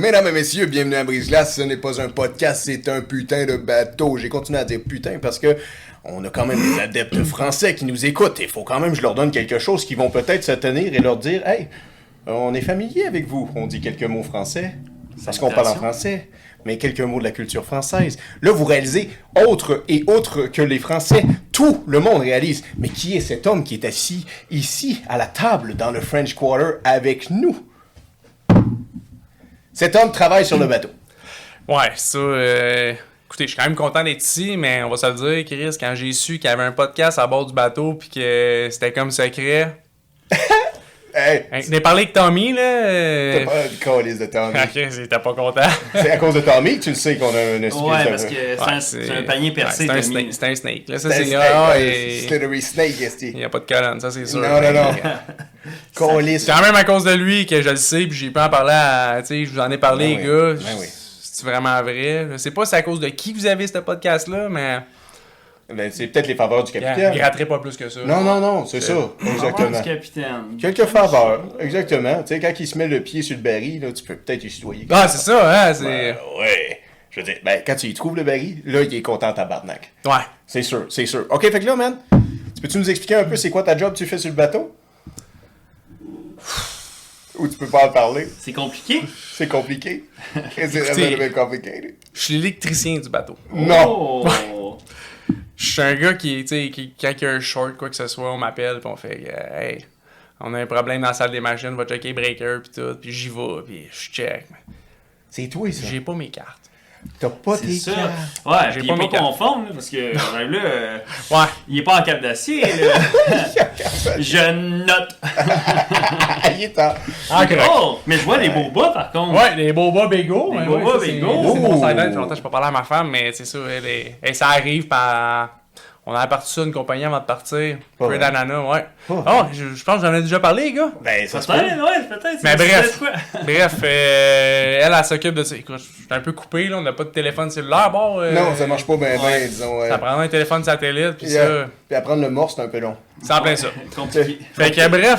Mesdames et messieurs, bienvenue à Brise-Glace. Ce n'est pas un podcast, c'est un putain de bateau. J'ai continué à dire putain parce que on a quand même des adeptes français qui nous écoutent. Il faut quand même que je leur donne quelque chose qui vont peut-être se tenir et leur dire « Hey, on est familier avec vous. » On dit quelques mots français parce qu'on parle en français, mais quelques mots de la culture française. Là, vous réalisez, autre que les Français, tout le monde réalise. Mais qui est cet homme qui est assis ici, à la table, dans le French Quarter, avec nous? Cet homme travaille sur le bateau. Ouais, ça, écoutez, je suis quand même content d'être ici, mais on va se le dire, Chris, quand j'ai su qu'il y avait un podcast à bord du bateau puis que c'était comme secret. Hey, On a parlé avec Tommy, t'as là. pas une calice de Tommy. Ok, t'étais pas content. C'est à cause de Tommy que tu le sais qu'on a un esprit. Ouais, parce que c'est un panier percé. Ouais, c'est un snake, là. Ça, C'est un c'est. snake, Et... Slithery Snake, esti. Il n'y a pas de colonne, ça, c'est sûr. Non. Calice. C'est quand même à cause de lui que je le sais, puis j'ai pas en parler à. Tu sais, je vous en ai parlé, Ben les gars. oui, ben oui. C'est vraiment vrai. Je sais pas si c'est à cause de qui vous avez ce podcast-là, mais. Ben, c'est peut-être les faveurs du Je capitaine. gratterai pas plus que ça. Non, c'est ça. Exactement. Du capitaine. Quelques faveurs, exactement. Tu sais, quand il se met le pied sur le baril, là, tu peux peut-être y citoyer. Ah, c'est ça, hein, c'est... Ouais. Je veux dire, ben, quand tu y trouves le baril, là, il est content tabarnak. Ouais. C'est sûr. OK, fait que là, man, peux-tu nous expliquer un peu c'est quoi ta job que tu fais sur le bateau? Ou tu peux pas en parler? C'est compliqué. C'est compliqué. C'est Écoutez, vraiment compliqué. Je suis l'électricien du bateau. Non! Oh. Je suis un gars qui, tu sais, quand il y a un short, quoi que ce soit, on m'appelle, puis on fait hey, on a un problème dans la salle des machines, va checker breaker, puis tout, puis j'y vais, puis je check. C'est toi, ça. J'ai pas mes cartes. T'as pas tes C'est ça. cartes. Ouais, J'ai puis pas il est mes pas cartes. conforme, là, parce que rêve là, Ouais. il est pas en cap d'acier, là. Je note. Il est en... Ah, correct. Oh, mais je vois les beaux bas, par contre. Ouais, les boba bégo. Les ouais, boba ça, c'est- bégo. C'est mon Oh. side-line, ça fait longtemps que je peux pas parler à ma femme, mais c'est ça, ça arrive par... On avait parti ça, une compagnie avant de partir. Pas Fred vrai. Anana, ouais. Pas Oh, je pense que j'en ai déjà parlé, les gars. Ben, ça se Peut-être, peut. ouais, peut-être. Mais c'est- bref. c'est quoi? Bref, elle s'occupe de ça. Écoute, je suis un peu coupé, là, on n'a pas de téléphone cellulaire, bon. Non, ça marche pas bien, ouais. disons. Ça prendra un téléphone satellite, puis Yeah. ça, Puis apprendre le morse, c'est un peu long. c'est en plein ça. Compliqué. Fait que bref,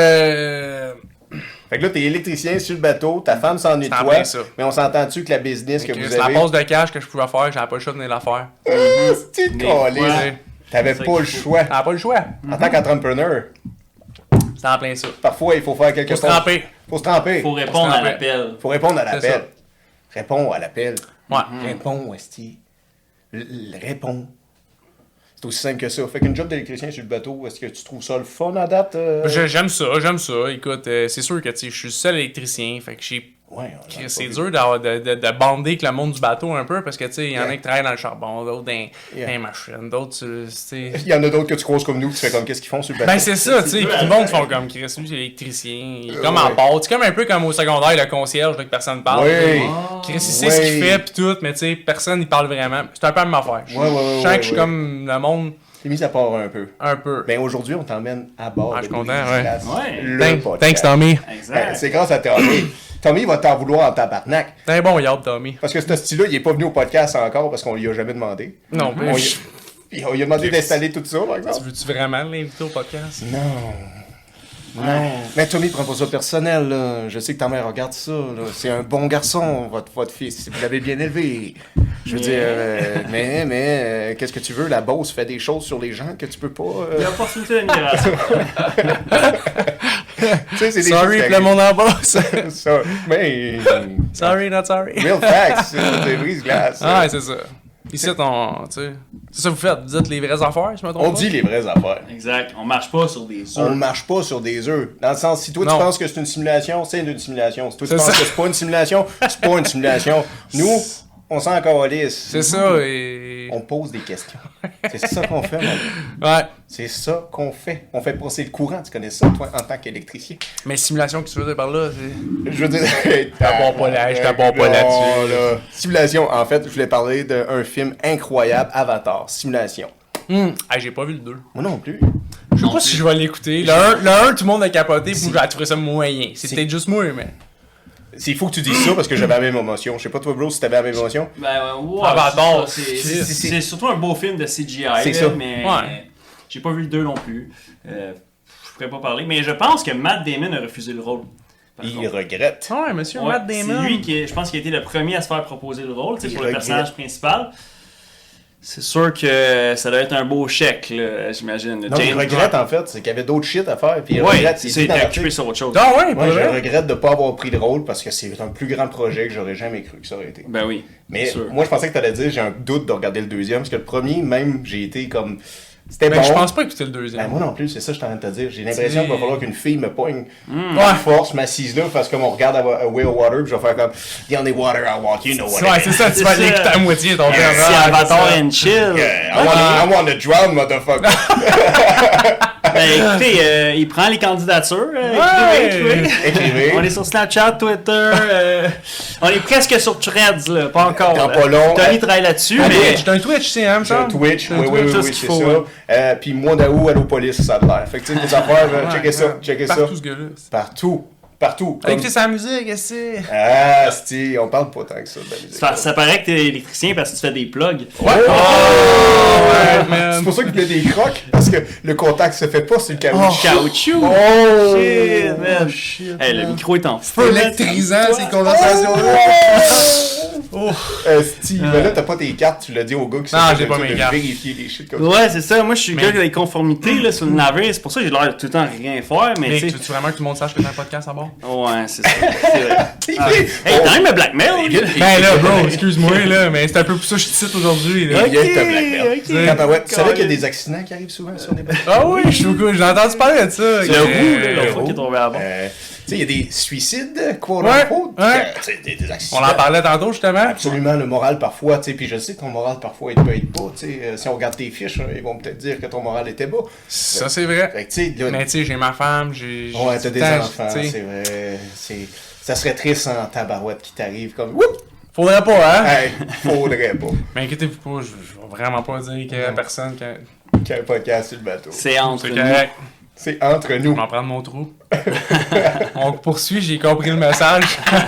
Fait que là, t'es électricien sur le bateau, ta femme s'en est de C'est en toi, plein ça. mais on s'entend-tu que la business que c'est vous la avez... base de cash que je pouvais faire, j'avais pas le choix de venir la faire. C'est Des calé. fois. T'avais C'est pas ça le qu'il faut. choix. T'avais pas le choix. En tant qu'entrepreneur, C'est en plein ça. parfois, il faut faire quelque Faut se chose. tremper. Faut se tremper. Faut répondre à tremper. l'appel. Faut répondre à C'est l'appel. ça. Réponds à l'appel. Ouais. Réponds, Esti. Réponds. C'est aussi simple que ça. Fait qu'une job d'électricien sur le bateau, est-ce que tu trouves ça le fun à date? J'aime ça. Écoute, c'est sûr que tu sais, je suis le seul électricien, fait que j'ai. Ouais, on a C'est pas dur de bander avec le monde du bateau un peu parce que tu sais, il y en Yeah. a qui travaillent dans le charbon, d'autres dans Yeah. les machines, d'autres, tu sais. Il y en a d'autres que tu croises comme nous, qui fais comme qu'est-ce qu'ils font sur le bateau? Ben c'est ça, tu sais, C'est tout dur le à monde faire. font comme Chris, lui c'est électricien, il est comme Ouais. en pâte, c'est comme un peu comme au secondaire le concierge là, que personne parle. Oui. Chris il sait ce qu'il Ouais. fait pis tout, mais tu sais, personne il parle vraiment. C'est un peu la même affaire. Je sens que je suis comme le monde T'es mis à part un peu. un peu. Ben aujourd'hui, on t'emmène à bord. Ah, je de suis content, Brise-Glace, ouais. le Thanks, podcast. Tommy. Exact. Ben, c'est grâce à Tommy. Tommy va t'en vouloir en tabarnak. T'es un bon yard, Tommy. Parce que ce style-là, il est pas venu au podcast encore parce qu'on lui a jamais demandé. Non, On mais lui on lui a demandé d'installer tout ça, par exemple. veux-tu vraiment l'inviter au podcast? Non. Non. Mais Tommy, prends pas ça personnel, là. Je sais que ta mère regarde ça, là. C'est un bon garçon, votre fils. Vous l'avez bien élevé. Je veux Mais- dire, qu'est-ce que tu veux? La Beauce fait des choses sur les gens que tu peux pas... L'opportunité d'immigration. Tu sais, c'est des Sorry, choses qui le monde en boss. arrivent. Ça, mais... Sorry, not sorry. Real facts, c'est Brise-Glace. Ah, ouais, c'est ça. Ici, tu sais. C'est ça que vous faites. Vous dites les vraies affaires, je me trompe On pas? dit les vraies affaires. Exact. On marche pas sur des On ne œufs. marche pas sur des œufs. Dans le sens, si toi Non. tu penses que c'est une simulation, c'est une simulation. Si toi tu C'est penses ça. que c'est pas une simulation, c'est pas une simulation. Nous, on s'en calisse. C'est ça, et... On pose des questions. C'est ça qu'on fait, man. Ouais. C'est ça qu'on fait. On fait passer le courant. Tu connais ça, toi, en tant qu'électricien. Mais simulation que tu veux dire par là, c'est... Je veux dire... t'abonnes pas là- je t'abonne pas là-dessus. là. Simulation. En fait, je voulais parler d'un film incroyable, Avatar. Simulation. Hey, j'ai pas vu le 2. Moi non plus. Je sais Non pas plus. si je vais l'écouter. Le 1, tout le monde a capoté, puis j'ai trouvé ça moyen. C'est C'est- peut-être juste moi, mais... Il faut que tu dises ça parce que j'avais la même émotion. Je sais pas toi, bro, si t'avais la même émotion. Ben ouais, Avatar, c'est ça, c'est- c'est surtout un beau film de CGI, C'est là, ça. mais Ouais. j'ai pas vu le 2 non plus. Je pourrais pas parler, mais je pense que Matt Damon a refusé le rôle. Il regrette. Ah ouais, monsieur Ouais, Matt c'est Damon. lui qui, je pense, qui a été le premier à se faire proposer le rôle, tu sais, Il pour le regrette. personnage principal. C'est sûr que ça doit être un beau chèque, là, j'imagine. Non, il regrette en fait, c'est qu'il y avait d'autres shit à faire. Puis il Ouais, regrette. c'est Il ça, dit il dans était la occupé tête, sur autre chose. Ah ouais, moi, pour je vrai? regrette de ne pas avoir pris le rôle parce que c'est un plus grand projet que j'aurais jamais cru que ça aurait été. Ben oui, Mais c'est sûr. moi, je pensais que tu allais dire j'ai un doute de regarder le deuxième parce que le premier, même, j'ai été comme. C'était Mais bon. je pense pas écouter le deuxième. Ben, moi non plus, c'est ça que je suis en train de te dire. J'ai l'impression qu'il va falloir qu'une fille me pogne Ouais. force, m'assise là, parce que comme on regarde a Way of Water, puis je vais faire comme The only water I walk, you know what Ouais, it c'est is. ça, tu vas C'est ça. l'écouter à moitié ton Si père. Avatar and chill. Yeah, I wanna drown, motherfucker. Ben écoutez, il prend les candidatures. Ouais. Écrivez. Écrivez. On est sur Snapchat, Twitter. On est presque sur Threads, là, pas encore. Dans là. pas long. Tony travaille là-dessus, mais. J'ai un Twitch, c'est un J'ai un Twitch, J'ai un oui, Twitch, tout ce c'est qu'il faut, ça. Puis mois d'août, Allopolis, ça a l'air. Fait que tu sais, des affaires, checkez ça, checkez ça. Partout ce gars-là. Partout. Partout. Allez écouter sa musique, qu'est-ce que c'est? Ah, c'ti, on parle pas tant que ça de la musique. Ça paraît que t'es électricien parce que tu fais des plugs. Ouais! Oh! Ouais, C'est man! pour ça qu'il met des crocs, parce que le contact se fait pas sur le caoutchouc. Caoutchouc! Oh! Shit, man. Shit, Hey, le man. micro est en Peu feu. électrisant, ces conversations-là! Oh! Steve, mais là, t'as pas tes cartes, tu l'as dit au gars qui Non, s'occupe j'ai pas de mes cartes. vérifier les shit comme ça. Ouais, c'est ça. Moi, je suis le Mais- gars qui a des conformités là, sur le navire. C'est pour ça que j'ai l'air de tout le temps rien faire. Mais Mais tu tu sais. veux vraiment que tout le monde sache que t'as un podcast à bord? Ouais, c'est ça. C'est vrai. Hey, Oh. t'as même me blackmail! vient- Ben là, bro, excuse-moi, là, mais c'est un peu pour ça que je te cite aujourd'hui, là. Il vient de te blackmail. ok. Tabarouette, tu savais qu'il y a des accidents qui arrivent souvent sur des bateaux? Ah oui, je suis au courant, j'ai entendu parler de ça. Le roux, là, l'autre fois roux. qui est tombé à bord. Tu sais, il y a des suicides, quote Ouais, unquote, ouais. tu sais, des accidents. On en parlait tantôt, justement. Absolument, le moral parfois, tu sais, puis je sais que ton moral parfois il peut être bas, tu sais, si on regarde tes fiches, ils vont peut-être dire que ton moral était bas. Ça, c'est vrai. Fait que tu sais, là, Mais tu sais, j'ai ma femme, j'ai. ouais, t'as du des temps, enfants, tu sais. c'est vrai, ça serait triste en tabarouette qui t'arrive comme, whoop, Faudrait pas, hein? hey, faudrait pas, Mais inquiétez-vous pas, je vais vraiment pas dire qu'il y a personne qui. qu'il y ait un podcast sur le bateau. C'est entre C'est nous. correct. C'est entre Je nous. vais m'en prendre mon trou. On poursuit, j'ai compris le message.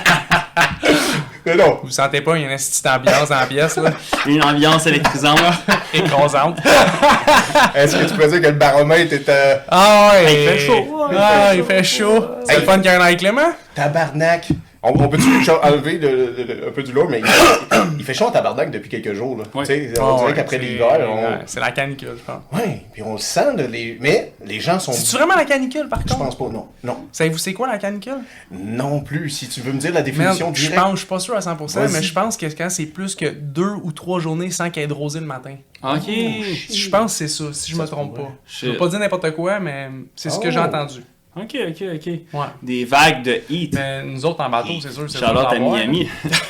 Mais non, Vous sentez pas, il y a une petite ambiance dans la pièce, là. Une ambiance électrisante. Écrasante. est-ce que tu peux dire que le baromètre est Ah ouais! Il fait chaud. Ah, il fait chaud. C'est le fun qu'il y a un air clément? tabarnak? On peut-tu enlever un peu du lourd, mais il fait chaud en tabarnak depuis quelques jours, là. Ouais. Tu sais, on dirait qu'après l'hiver, C'est la canicule, je pense. Ouais, puis on le sent, là, mais les gens sont... C'est-tu vraiment la canicule, par Je contre? pense pas, non. Non. Savez-vous c'est quoi la canicule? Non plus. Si tu veux me dire la définition Man, je directe... suis pas sûr à 100%, Vas-y. mais je pense que quand c'est plus que 2 ou 3 journées sans qu'il y ait de rosée le matin. Ok. Je pense que c'est ça, si je me Ça se trompe pourrait. pas. Je veux pas dire n'importe quoi, mais c'est ce que Oh. j'ai entendu. Ok. Ouais. Des vagues de heat. Mais nous autres, en bateau, c'est sûr, c'est Charlotte pas à voir, Miami.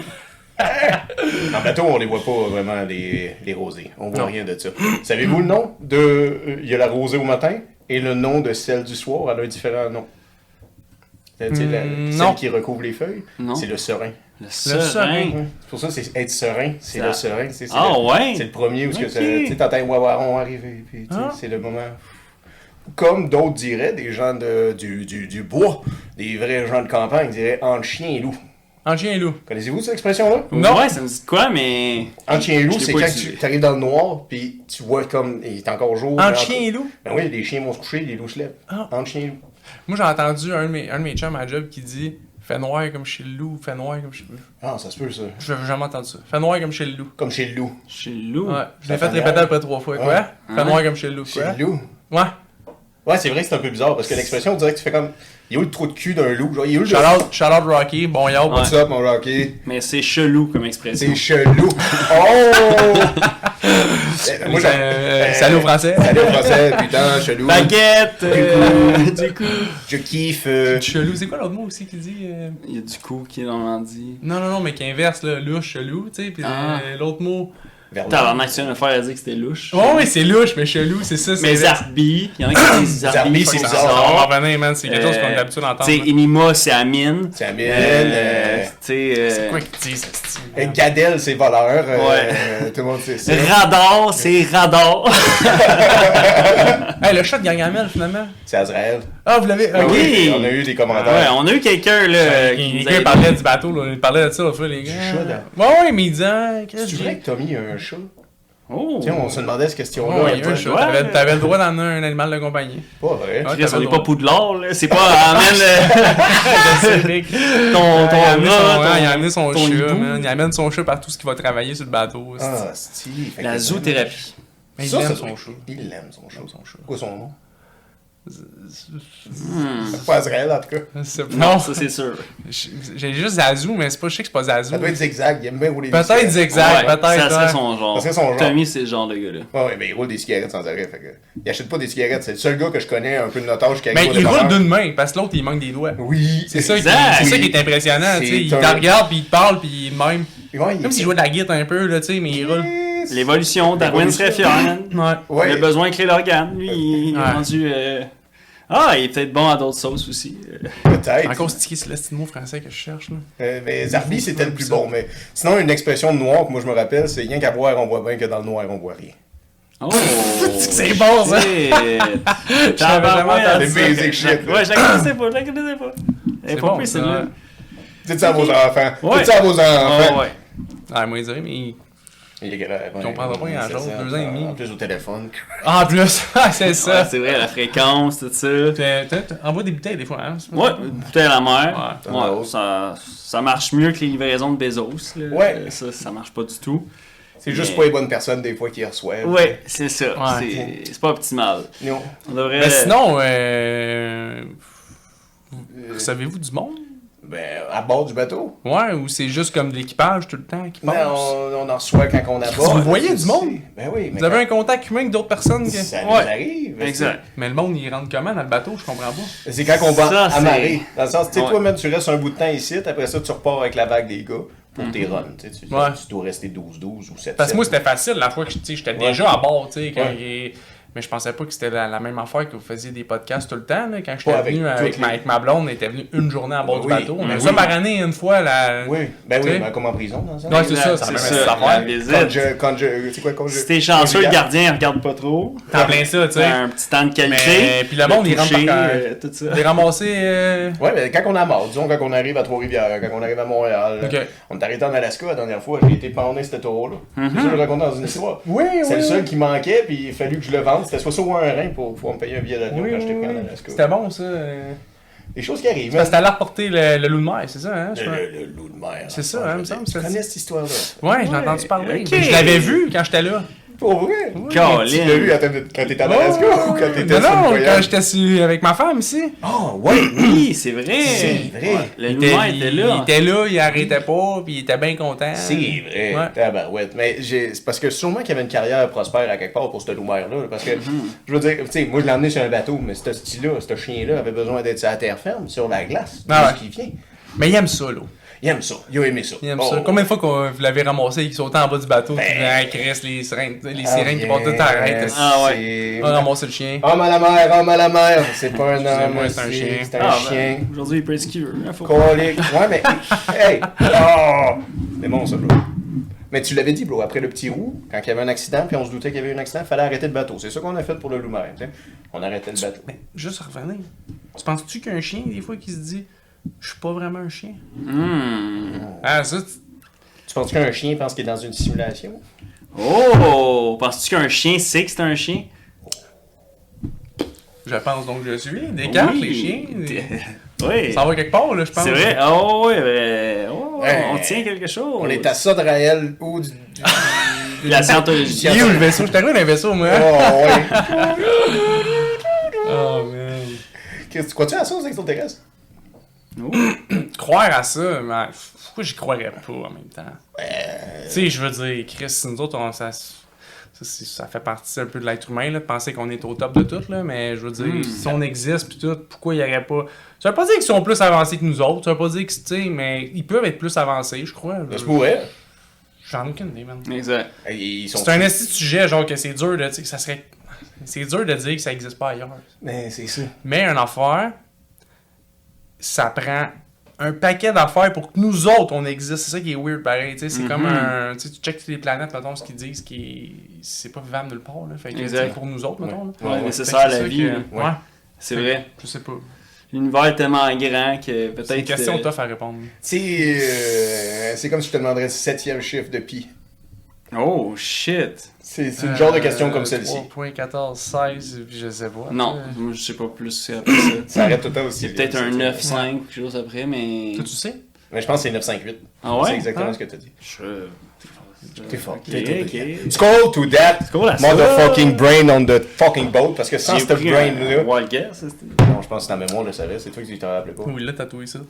En bateau, on les voit pas vraiment, les rosées. On voit Non. rien de ça. Savez-vous le nom de... Il y a la rosée au matin et le nom de celle du soir. Elle a un différent nom. Tu sais, non. celle qui recouvre les feuilles, Non. c'est le serein. Le serein. serein. Ouais. C'est pour ça que c'est être serein. C'est Ça- le serein. C'est Ah le, ouais? c'est le premier où Ok. tu sais, t'entends un wawaron arriver. Puis, tu sais, Ah. c'est le moment... Comme d'autres diraient, des gens du bois, des vrais gens de campagne diraient entre chien et loup. En chien et loup. Connaissez-vous cette expression-là? Non. Ouais, ça me dit de quoi, mais. Entre chien et loup, Je l'ai c'est pas quand utilisé. tu arrives dans le noir, puis tu vois comme il est encore jour. En mais chien et loup? Ben oui, les chiens vont se coucher, les loups se lèvent. Ah. Entre chien et loup. Moi, j'ai entendu un de mes chums à job qui dit fait noir comme chez le loup, fait noir comme chez le loup. Ah, ça se peut, ça. Je n'avais jamais entendu ça. Fait noir comme chez le loup. Comme chez le loup. Chez le loup. Ouais. Je l'ai La fait famille. répéter après 3 fois. Quoi? Ouais. Fait noir comme chez le loup. Chez Quoi? le loup. Ouais. Ouais, c'est vrai que c'est un peu bizarre, parce que l'expression, on dirait que tu fais comme... Il y a où le trou de cul d'un loup? Genre, il y a où le... Shout out Rocky, bon yo. Ouais. What's up, mon Rocky? Mais c'est chelou comme expression. C'est chelou. Oh! Moi, Salut aux Français. Salut aux Français, putain, chelou. Baguette! Du coup. Je kiffe. Chelou, c'est quoi l'autre mot aussi qui dit Il y a du coup qui est Normandie. Non, mais qui inverse, là, louche, chelou, tu sais, puis Ah. l'autre mot. Vers Tabarnak, tu viens de me faire dire que c'était louche. Oh, oui, c'est louche, mais chelou, c'est ça. Mais Zarbi, il y en a qui disent Zarbi, Zarbi, c'est c'est bizarre. On va revenir, man, c'est quelque chose qu'on a l'habitude Tu d'entendre. sais, là. Enima, c'est Amine. C'est Amine. Tu sais. C'est quoi qu'ils disent, ce style? Gadel, c'est voleur. Ouais. Tout le monde sait ça. Radar, c'est radar. Hey, le chat de Gargamel, finalement. C'est Azrael. Ah, vous l'avez. Ah Ok. oui. On a eu des Ouais, commentaires. on a eu quelqu'un là qui Les nous gars a parlaient du bateau, là. Ils parlaient de ça l'autre fois, les gars. Du chat, là. Ouais, mais ils disaient. C'est vrai que Tommy a un chat? Oh! Tiens, on se demandait cette question-là. Oh, un il y a peu. un chat. T'avais le droit d'en avoir un animal de compagnie. Pas vrai. Ah, Chris, t'avais on le est pas droit. Poudlard, là. C'est pas amène ton Il a amené son, rat, il a amené son ton chat, hibou. man. Il amène son chat partout ce qui va travailler sur le bateau. Ah, style. La zoothérapie. Mais il Ça, aime ça son doit- chat. Il l'aime, son chat. Il aime son chat. Quoi son nom? Hmm. Ça passerait, là, en tout cas. Non, ça c'est sûr. J'ai juste Zazou, mais c'est pas, je sais que c'est pas Zazou. Ça doit être zigzag. Il aime bien rouler des Peut-être cigarettes. zigzag, Ouais, peut-être. ça serait ouais. son genre. Ça serait son genre. Tommy, c'est le genre de gars-là. Ouais, mais il roule des cigarettes sans arrêt. Fait que... Il achète pas des cigarettes. C'est le seul gars que je connais un peu de notre âge qui a Mais il roule d'une main, parce que l'autre, il manque des doigts. Oui, C'est ça, Exact. c'est ça qui est Oui. impressionnant, tu sais. C'est Il te un- regarde, puis il te parle, puis il est de même. Ouais, Comme s'il jouait de la guitare un peu, là, tu sais, mais il roule. L'évolution, Darwin serait fier, man. Ouais. Ouais. Il a besoin de créer l'organe. Lui, il est Ouais. rendu. Ah, il est peut-être bon à d'autres sauces aussi. Peut-être. Encore stické, c'est le petit mot français que je cherche, là. Mais Zarbi, c'était le plus bon. Mais sinon, une expression de noir que moi je me rappelle, c'est rien qu'à voir, on voit bien que dans le noir, on voit rien. Oh! C'est bon, ça. T'avais jamais entendu ça. Basic shit, là. Ouais, je la connaissais pas, Elle est C'est pas bon, pire, ça. celle-là. Dites ça à vos enfants. Ouais. Dites ça à vos enfants. Oh, ouais. Ah, moi, il dirait, mais. Il est grave. Il comprendra pas grand-chose, 2 ans et demi. En plus au téléphone. Ah, en plus, ah, c'est Ouais, ça. c'est vrai, la fréquence, tout ça. Envoie des bouteilles, des fois, hein. c'est pas Ouais, ça? bouteille à la mer. Ouais. Ouais, ça marche mieux que les livraisons de Bezos. Là. Ouais. Ça marche pas du tout. C'est juste Mais- pas les bonnes personnes des fois qui reçoivent. Ouais, c'est ça. Ouais. C'est pas optimal. Non. On devrait. Mais sinon, savez-vous du monde? Ben, à bord du bateau. Ouais, ou c'est juste comme de l'équipage tout le temps qui passe? Ben, on en reçoit quand on aborde. Vous voyez du monde? Ben oui. Mais Vous avez un contact humain avec d'autres personnes? Ça nous Ouais. arrive. Exact. Mais le monde, il rentre comment dans le bateau? Je comprends pas. C'est quand on va Ça, c'est- amarrer. Dans le sens, tu sais, Ouais. toi, même, tu restes un bout de temps ici, après ça, tu repars avec la vague des gars pour tes runs. Tu sais, Ouais. tu dois rester 12-12 ou 7. Parce que moi, c'était facile la fois que tu sais, j'étais Ouais. déjà à bord, tu sais, quand Ouais. mais je pensais pas que c'était la même affaire que vous faisiez des podcasts tout le temps. Là. Quand j'étais Pas avec venu toutes avec, les- avec ma blonde, on était venu une journée à bord du Oui. bateau. On a Oui. ça par année, une fois. Oui, ben Tu oui, sais. ben, comme en prison, dans ça. Ouais, c'est ça, C'est ça ça, cette la affaire. visite. C'est quoi, quand je. Si t'es chanceux, le gardien il regarde pas trop. T'en plein ça, tu sais. Un petit temps de qualité. Mais puis le monde, il rentre toucher, par tout ça. Les ramasser. Ouais, mais quand on amarre, disons, quand on arrive à Trois-Rivières, quand on arrive à Montréal, Ok. on est arrêté en Alaska la dernière fois, j'ai été pendé cet taureau-là. C'est ça que je raconte dans une histoire. Oui, C'est le seul qui manquait, puis il a fallu que je le vende. C'était soit ça ou un rein pour me payer un billet d'avion Oui, quand j'étais pris en oui. Alaska. C'était bon, ça. Des choses qui arrivent. Parce que t'allais reporter le loup de mer, c'est ça, hein? je crois. Le loup de mer. C'est ça, hein, me semble, Tu c'est connais ça. cette histoire-là? Ouais, j'en ai entendu parler. ok. Mais je l'avais vu quand j'étais là. Pour vrai? Colin. Tu l'as vu quand t'étais en Alaska ou quand t'étais Non, sur le non, voyage? quand j'étais avec ma femme ici. Ah, ouais! Oui, c'est vrai. C'est vrai. Le loup était là. Il était là, il arrêtait pas, puis il était bien content. C'est vrai. Ouais. Tabarouette. Mais c'est parce que sûrement qu'il y avait une carrière prospère à quelque part pour ce loup-mer-là. Parce que, je veux dire, tu sais, moi je l'ai emmené sur un bateau, mais ce style-là, ce chien-là avait besoin d'être sur la terre ferme, sur la glace. Ah ouais. Ce qui vient. Mais il aime ça, là. Il aime ça. Il a aimé ça. Il aime Oh. ça. Combien de fois qu'on vous l'avez ramassé, il sautait en bas du bateau, puis Ben. il Chris, les sirènes Ah, qui vont tout arrêter. Ah ouais. c'est- On a ramassé le chien. Homme à la mer, homme à la mer. C'est pas un Excusez-moi, homme, c'est un chien. C'est un Ah, chien. ben, aujourd'hui, il peut être ce qu'il veut. Hein, faut... Colique. Ouais, mais. Hey! Oh! C'est bon, ça, bro. Mais tu l'avais dit, bro, après le petit roux, quand il y avait un accident, puis on se doutait qu'il y avait eu un accident, il fallait arrêter le bateau. C'est ça qu'on a fait pour le loup-mer. Tu sais. On arrêtait le bateau. Mais juste revenir. Tu penses-tu qu'un chien, des fois, qui se dit je suis pas vraiment un chien? Ah, ça, Tu penses qu'un chien pense qu'il est dans une simulation? Oh! Penses-tu qu'un chien sait que c'est un chien? je pense donc que je suis. Des cartes, Oui. les chiens. Oui. Ça va quelque part, là, je pense. C'est vrai? Oh, oui, Hey, on tient quelque chose. On est à ça de Raël ou du. La scientologie. Il est où le vaisseau? Je suis arrivé dans un vaisseau, moi. Oh, ouais. Oh, man. Qu'est-ce que tu crois-tu à ça aux extraterrestres? Croire à ça, mais pourquoi j'y croirais pas en même temps? Tu sais, je veux dire, Chris, nous autres, ça fait partie un peu de l'être humain, là, de penser qu'on est au top de tout, là, mais je veux dire, si on existe pis tout, pourquoi il y aurait pas... Ça veut pas dire qu'ils sont plus avancés que nous autres, ça veut pas dire que, tu sais, mais ils peuvent être plus avancés, je crois. Ça se pourrait. J'en ai aucune idée, man. Exact. Ils sont. C'est un esti de sujet, genre, que c'est dur de, tu sais, que ça serait... C'est dur de dire que ça existe pas ailleurs. Mais c'est ça. Mais une affaire, ça prend un paquet d'affaires pour que nous autres, on existe. C'est ça qui est weird, pareil. Tu sais, c'est comme un... Tu sais, tu checkes toutes les planètes, mettons, ce qu'ils disent, c'est pas vivable nulle part. Là. Fait que, Exact. tu sais, pour nous autres, mettons. Là. Ouais, Fait nécessaire que à c'est la ça vie. que- là. Ouais. C'est vrai. Je sais pas. L'univers est tellement grand que C'est peut-être... une question tough à répondre. C'est comme si je te demanderais le 7e chiffre de pi. Oh, shit. C'est une genre de question comme celle-ci. 3.14, 16, puis je sais pas. Non, moi, je sais pas plus c'est après ça. Ça arrête tout le temps aussi. C'est peut-être un 9-5, quelque chose après, mais... Toi, tu sais? Mais je pense que c'est 958. Ah ouais? C'est exactement ce que t'as dit. T'es fort. Ok. Skull to that Skull à ça. motherfucking brain on the fucking boat. Parce que sans J'ai ce pris brain-là. un wild guess, ça, c'était... Non, je pense que ta mémoire le savait. C'est toi qui t'en rappelais pas. Oui, il l'a tatoué ça.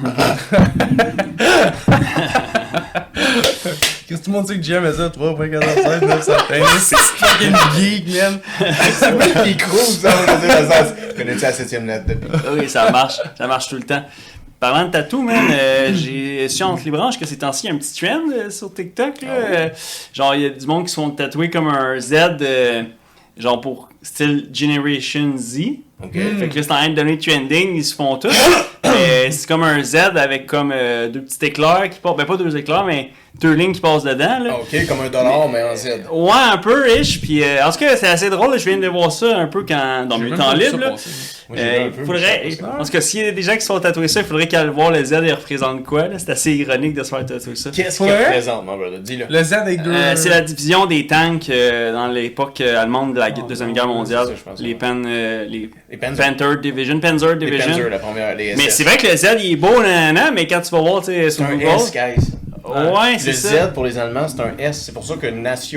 Qu'est-ce que tout le monde sait que JM a ça? 3.14, 915, c'est fucking geek, man! C'est pas le micro, ça va dire dans le sens. Connais-tu la 7ème lettre depuis? Oui, ça marche tout le temps. Parlant de tatou, man, j'ai su entre les branches que ces temps-ci, il y a un petit trend sur TikTok. Là, genre, il y a du monde qui se font tatouer comme un Z, genre pour style Generation Z. Ok. Fait que là, c'est en train de donner trending, ils se font tous. C'est comme un Z avec comme deux petits éclairs qui passent, ben pas deux éclairs, mais deux lignes qui passent dedans. Là. Ok, comme un dollar, mais en Z. Ouais, un peu riche. Puis en tout cas, c'est assez drôle. Je viens de voir ça un peu dans mes temps libres. Là. Moi, j'ai vu un peu, mais Faudrait, je sais pas parce que s'il y a des gens qui se font tatouer ça, il faudrait qu'elle voir le Z et représente quoi. Là. C'est assez ironique de se faire tatouer ça. Qu'est-ce qu'il représente, mon brother? Dis-le. Le Z avec deux... C'est la division des tanks dans l'époque allemande de la Deuxième Guerre mondiale. c'est ça, je pense, Les Les Panzer. Panzer Division. Panzer Les Division. Panzer, la première, les SS. Mais c'est vrai que le Z il est beau, mais quand tu vas voir, tu sais, C'est sur un Google. S, guys. Ouais, c'est Le ça. Z pour les Allemands, c'est un S. C'est pour ça que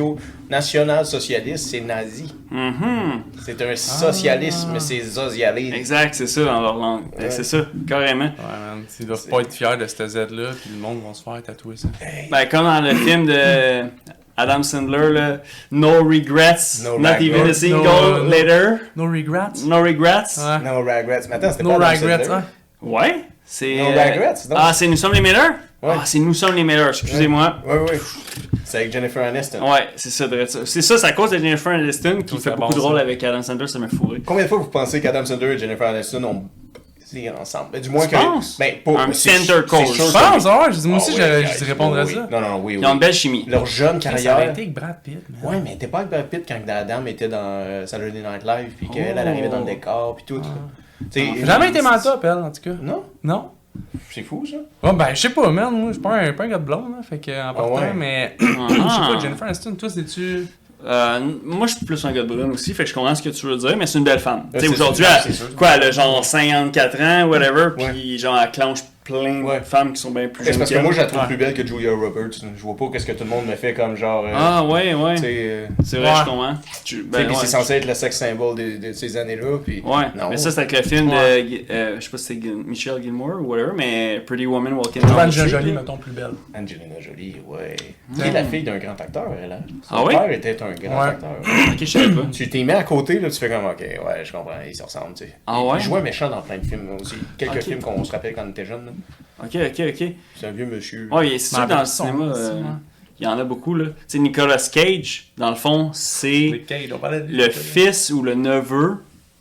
national-socialiste, c'est nazi. Mhm. C'est un socialisme, mais c'est socialiste. Exact, c'est ça dans leur langue. Ouais. C'est ça, carrément. Ouais, man, ils doivent pas être fiers de cette Z-là, puis le monde va se faire tatouer ça. Ben, comme dans le film de Adam Sandler, là, No Regrets, No Not regrets. even a single No- later. No regrets? No Regrets. Ouais. No regrets. Mais attends, c'était No pas Adam regrets, Sandler? hein? Ouais. C'est. No regrets, non? Ah, c'est Nous sommes les Miller? Ouais. Ah, c'est Nous sommes les Miller, excusez-moi. Oui. C'est avec Jennifer Aniston. Ouais, c'est ça, c'est à cause de Jennifer Aniston qui Ça, fait c'est beaucoup bon, de rôles ça. avec Adam Sandler, ça m'a fourré. Combien de fois vous pensez qu'Adam Sandler et Jennifer Aniston ont baisé ensemble? Ben, du moins Tu que. penses? Ben, pas. Un c'est- center c'est coach. sûr Je que pense, oui. ouais, je dis, moi aussi, Ah oui, je guys, répondrais à oui. ça. Non, oui. Ils ont une belle chimie. Leur jeune Ça aurait carrière. été avec Brad Pitt, man. Ouais, mais t'es pas avec Brad Pitt quand Adam était dans Saturday Night Live, puis qu'elle elle arrivait dans le décor, puis tout. T'sais, J'ai jamais été mal top, elle, en tout cas. Non? Non? C'est fou, ça. Oh, ben, je sais pas, man. Moi, je suis pas un gars de blonde, là. Fait que, en partant, ouais. mais. Je sais pas, Ah. Jennifer Aniston, toi, c'est-tu. Moi, je suis plus un gars de brune aussi, fait que je comprends ce que tu veux dire, mais c'est une belle femme. Tu sais, c'est aujourd'hui, sûr, elle, c'est sûr. quoi, elle a genre 54 ans, whatever, Ouais. puis genre, elle clenche plein Ouais. de femmes qui sont bien plus C'est jeunes parce que qu'elle. moi, je la trouve Ouais. plus belle que Julia Roberts. Je vois pas qu'est-ce que tout le monde me fait comme genre. Ah, ouais. Tu sais, C'est vrai, Ouais. je comprends. puis Ben, ouais. c'est censé être le sex symbole de ces années-là. Puis Ouais, non. mais ça, c'est avec le film Ouais. de, je sais pas si c'est Michelle Gilmore ou whatever, mais Pretty Woman Walking Down the Angelina Street. Jolie, là. mettons, plus belle. Angelina Jolie, ouais. Qui est la fille d'un grand acteur, elle. Hein? Son Ah oui? père était un grand Ouais. acteur. Ok, je savais pas. Tu t'es mis à côté, là, tu fais comme, ok, ouais, je comprends, ils se ressemblent, tu sais. Ah ouais? Il jouait méchant dans plein de films aussi. Quelques Ok. films qu'on se rappelle quand on était jeune. Là. Ok. C'est un vieux monsieur. Ouais, c'est sûr Mais que dans le avec son, cinéma, aussi, ouais. il y en a beaucoup, là. Tu sais, Nicolas Cage, dans le fond, c'est Cage, on parlait de le fils ou le neveu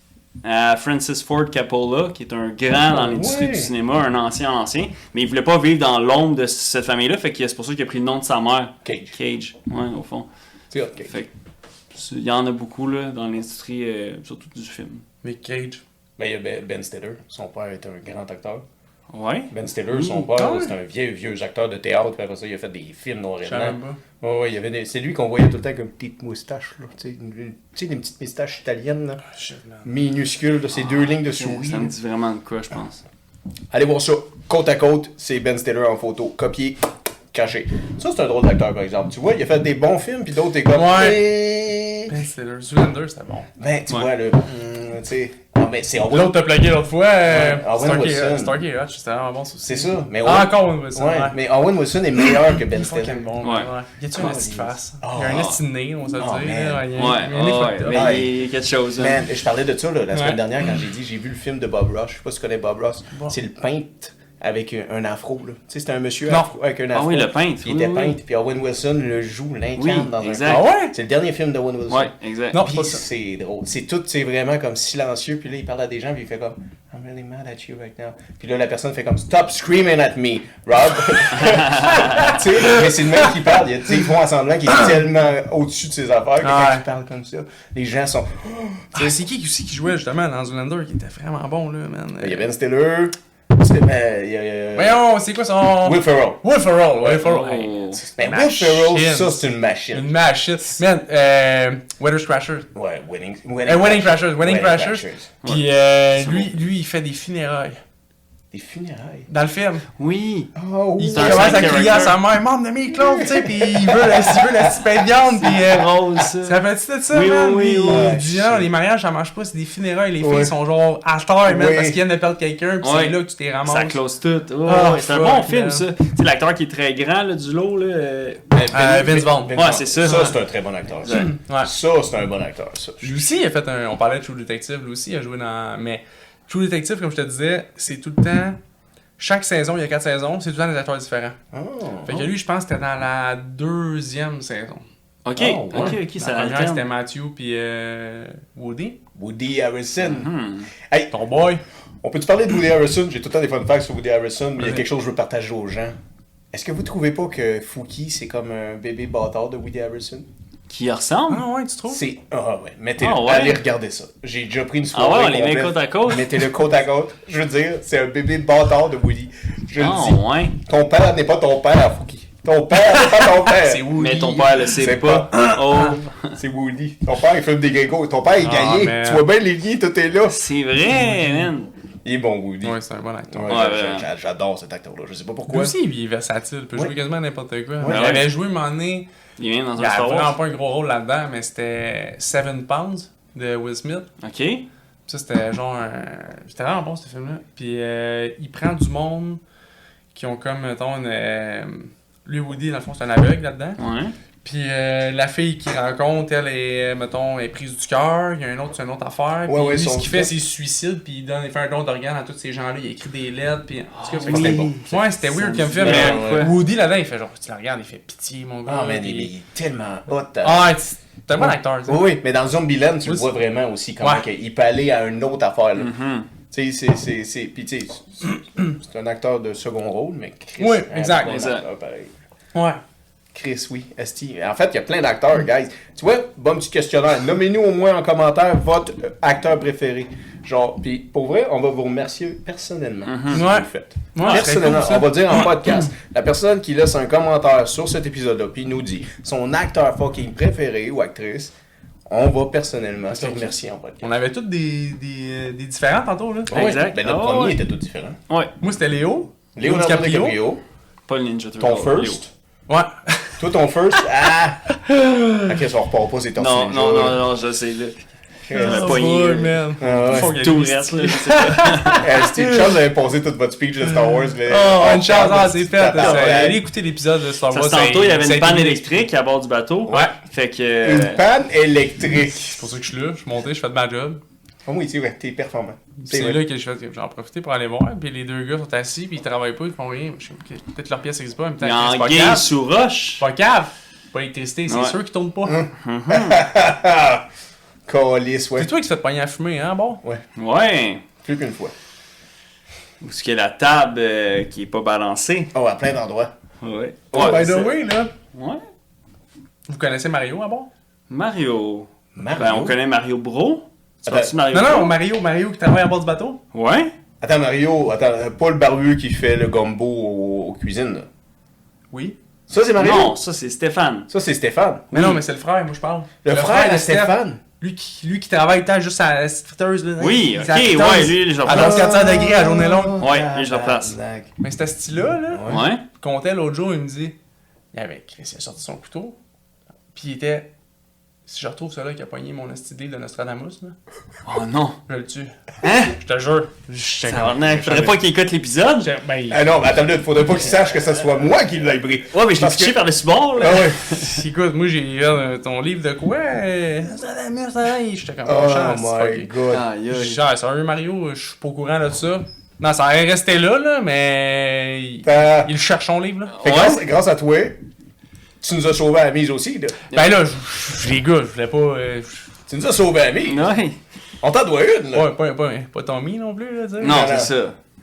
à Francis Ford Coppola, qui est un grand dans l'industrie Ouais. du cinéma, un ancien, mais il voulait pas vivre dans l'ombre de cette famille-là, fait que c'est pour ça qu'il a pris le nom de sa mère. Cage. Ouais, au fond. C'est hot, Cage. Fait que il y en a beaucoup, là, dans l'industrie, surtout du film. Mais Cage. Ben, il y a Ben Stiller. Son père était un grand acteur. Ouais. Ben Stiller, son père, Ah ouais? c'était un vieux acteur de théâtre. Puis après ça, il a fait des films noir et Je savais blanc. pas. Ouais, il y avait c'est lui qu'on voyait tout le temps avec une petite moustache. Là, tu sais, des petites moustaches italiennes. Là, Shit, man. minuscules. Là, c'est deux lignes de souris. Ça me là. dit vraiment de quoi, je pense. Allez voir ça. Côte à côte, c'est Ben Stiller en photo. Copié, caché. Ça, c'est un drôle d'acteur, par exemple. Tu vois, il a fait des bons films, puis d'autres, t'es comme... Ouais. Ben Stiller, Zoolander, c'était bon. Ben, tu Ouais. vois, là, tu sais... Ah, mais c'est Owen. L'autre t'a plagué l'autre fois, Owen Wilson. Starkey Hutch, c'était vraiment bon, ça aussi. C'est ça. Mais Ah, encore Owen Wilson, Ouais, ouais. mais Owen Wilson est meilleur que Ben Stiller. Fucking bon, Ouais. ouais. Y a-tu un esti de face? Oh. Il y a un esti de nez, on va se Oh, le dire. man. là. Il y a- Ouais, il y a un nez fucked up. mais Ouais. il y a quelque chose. hein. Man, je parlais de ça là, la semaine Ouais. dernière quand j'ai dit j'ai vu le film de Bob Ross. Je sais pas si tu connais Bob Ross. Bon. C'est le peintre avec un afro. Là. Tu sais, c'était un monsieur Non. afro, avec un afro. Ah oui, le peintre. Il était oui, peintre, puis Owen Wilson le joue, l'incarne Oui, dans exact. Ah un ouais? C'est le dernier film d'Owen Wilson. Ouais, exact. Non, Puis c'est pas ça. c'est drôle. C'est vraiment comme silencieux. Puis là, il parle à des gens, puis il fait comme I'm really mad at you right now. Puis là, la personne fait comme Stop screaming at me, Rob. Tu sais, mais c'est le mec qui parle. Tu sais, ils font en semblant qu'il est tellement au-dessus de ses affaires que quand Ouais. il parle comme ça, les gens sont. Ah, c'est qui aussi qui jouait justement dans Zoolander qui était vraiment bon, là, man? Il y a Ben Stiller, Voyons, c'est quoi son... Will Ferrell. Will Ferrell. Will Ferrell. Oh. Hey, Mais une Will Ferrell, machine. ça, c'est une machine. Une machine. Man, Weather Crashers. Ouais, Wedding Crashers. Puis C'est lui, il fait des funérailles. Des funérailles. Dans le film. Oui. Oh, Il C'est un commence à side crier à character. sa mère, membre de mes clones, tu sais, pis il veut la petite viande, pis C'est drôle, ça. ça fait-tu de ça, Oui, man? oui, Pis oui. il dit, non, les mariages, ça marche pas, c'est des funérailles, les Ouais. filles sont genre à terre, man, Oui. parce qu'ils viennent de perdre quelqu'un, pis Ouais. c'est là que tu t'es ramassé. Ça close tout. Oh, Ah, c'est un fuck, bon film, man. ça. Tu sais, l'acteur qui est très grand là, du lot, là. Vince Vaughn. Ouais, c'est ça. Ça, c'est un très bon acteur. Ça, Ouais. ça c'est un bon acteur, ça. Lui aussi, il a fait un. On parlait de True Detective, lui aussi, il a joué dans. Mais True Detective, comme je te disais, c'est tout le temps. Chaque saison, il y a 4 saisons, c'est tout le temps des acteurs différents. Oh. Fait que lui, je pense que c'était dans la 2e saison. Ok, Oh, ok, ouais. ok, ça La première, c'était alterne. Matthew puis Woody. Woody Harrelson. Hmm. Hey, Ton boy. on peut-tu parler de Woody Harrelson? J'ai tout le temps des fun facts sur Woody Harrelson, mais il y a Vas-y. quelque chose que je veux partager aux gens. Est-ce que vous trouvez pas que Fouki, c'est comme un bébé bâtard de Woody Harrelson? Qui ressemble? Ah ouais, tu trouves? C'est... Ah ouais, mettez-le. Ah ouais? Allez regarder ça. J'ai déjà pris une Ah ouais, soirée on les met complète. côte à côte? Mettez-le côte à côte. Je veux dire, c'est un bébé bâtard de Woody. Je Ah le dis. ouais. Ton père n'est pas ton père, Fouki. Ton père n'est pas ton père. C'est Woody. Mais ton père le sait C'est pas. Oh, C'est Woody. Ton père, il filme des gringos. Ton père, il est Ah, gagné. man. Tu vois bien les liens, tout est là. c'est vrai, man. Il est bon, Woody. Ouais, c'est un bon acteur. Ouais, Ouais, j'adore cet acteur-là. Je sais pas Lui pourquoi. aussi, il est versatile. Il peut jouer Ouais. quasiment n'importe quoi. Ouais. Il avait joué un moment donné. Il vient dans Il un a Star vraiment Wars. pas un gros rôle là-dedans, mais c'était 7 Pounds de Will Smith. Ok. Ça, c'était genre C'était vraiment bon, ce film-là. Puis il prend du monde qui ont comme, mettons, lui, Woody, dans le fond, c'est un aveugle là-dedans. Ouais. Puis la fille qu'il rencontre, elle est, mettons, est prise du cœur. Il y a un autre, c'est une autre affaire. Puis Ouais, lui, son ce qu'il fait, fait. c'est suicide. Puis il fait un don d'organes à tous ces gens-là. Il écrit des lettres. Puis en tout cas, fait que oui. c'était bon. Ouais, c'était weird comme film. Ben, Mais ouais. Woody, là-dedans, il fait genre, tu la regardes, il fait pitié, mon gars. Ah, man, Puis- il est tellement hot. Ah, c'est un bon acteur, tu sais. Oui, oui, mais dans Zombieland, tu le Oui, vois vraiment aussi. Comment Ouais. il peut aller à une autre affaire. Là. Mhm. Tu sais, c'est. Puis, tu sais, c'est un acteur de second rôle, mais Chris. Oui, un exact. bon Exact. acteur, pareil. Ouais. Chris, oui. Esti. En fait, il y a plein d'acteurs, guys. Tu vois, bon petit questionnaire. Nommez-nous au moins en commentaire votre acteur préféré. Genre, puis pour vrai, on va vous remercier personnellement si vous Ouais. le faites. Ouais, Personnellement, c'est cool, ça. on va dire en podcast. La personne qui laisse un commentaire sur cet épisode-là, puis nous dit son acteur fucking préféré ou actrice, on va personnellement se remercier en podcast. On avait tous des différents tantôt, là. Ouais. Exact. Ben, notre Ah, premier ouais. était tout différent. Ouais. Moi, c'était Léo. Leonardo DiCaprio, Pas le Ninja ton Turtle. first. Ouais. Toi, ton first. Ah! Ok, ça repart pas, c'est ton Non, non, non, non, je sais, là. Ah, pas boy, là. man. ouais. Faut qu'il y ait Tout une reste, là. hostie. Je sais pas. Steve Charles avait posé toute votre speech de Star Wars. Oh, une chance, c'est fait. Ouais. Allez écouter l'épisode de Star Wars. Parce que tantôt, il y avait ça a une panne été- électrique à bord du bateau. Ouais. Fait que. Une panne électrique. C'est pour ça que je suis là. Je suis monté, je fais de ma job. Oh oui, c'est vrai, t'es performant. C'est vrai. là que j'en profité pour aller voir. Puis les deux gars sont assis, puis ils travaillent pas, ils font rien. Je sais pas, peut-être leur pièce n'existe pas. En même temps, Il y a c'est un pas gay cave. sous roche. C'est pas cave. Pas électricité, c'est Ouais. sûr qu'ils tournent pas. Calice, ouais. C'est toi qui te fais pogner à fumer, hein, bon? Ouais. Plus qu'une fois. Où est-ce qu'il y a la table qui est pas balancée? Oh, à plein d'endroits. Ouais. Oh, Ouais, by c'est- the way, là, Ouais. vous connaissez Mario, hein, bon? Mario. Mario? Ben, on connaît Mario Bro. Tu Attends. vois-tu Mario Non, Bro? non, Mario qui travaille à bord du bateau. Ouais. Attends, Mario, pas le barbu qui fait le gumbo aux cuisines, là. Oui. Ça, c'est Mario? Non, ça, c'est Stéphane. Ça, c'est Stéphane. Mais non, mais c'est le frère, moi je parle. Le frère de Steph. Stéphane. Lui qui travaille tant juste à la friteuse, là. Oui, Il- ok, c'est la friteuse. ouais, lui, je À replace. 400 degrés à journée longue. Ouais, lui, je replace. Tabarnak. Mais c'était ce style-là, là. Ouais. Ouais. Il comptait l'autre jour, il me dit, il avait Chris, il a sorti son couteau, puis il était, si je retrouve celui-là qui a pogné mon style de Nostradamus, là, Oh non. je le tue. Hein? Je te jure. Il faudrait pas qu'il écoute l'épisode. Ben, Ah non, mais attends, il faudrait pas qu'il sache que ce soit moi qui l'ai pris. Ouais, mais je l'ai Parce pitché que- par le bord, là. Ah ouais. écoute, moi j'ai lu ton livre de quoi? Nostradamus, hein? J'étais comme, Oh chance, my fuck. god. Aïe, aïe. Genre, sérieux Mario, je suis pas au courant de ça. Non, ça aurait resté là, mais il cherche son livre, là. Fait que Ouais. grâce à toi, tu nous as sauvé à la mise aussi, là. Ben là, les gars, je voulais pas... Tu nous as sauvé à la mise. Ouais. On t'en doit une, là. pas Tommy non plus, là, tu sais. Non, Non, c'est non. ça.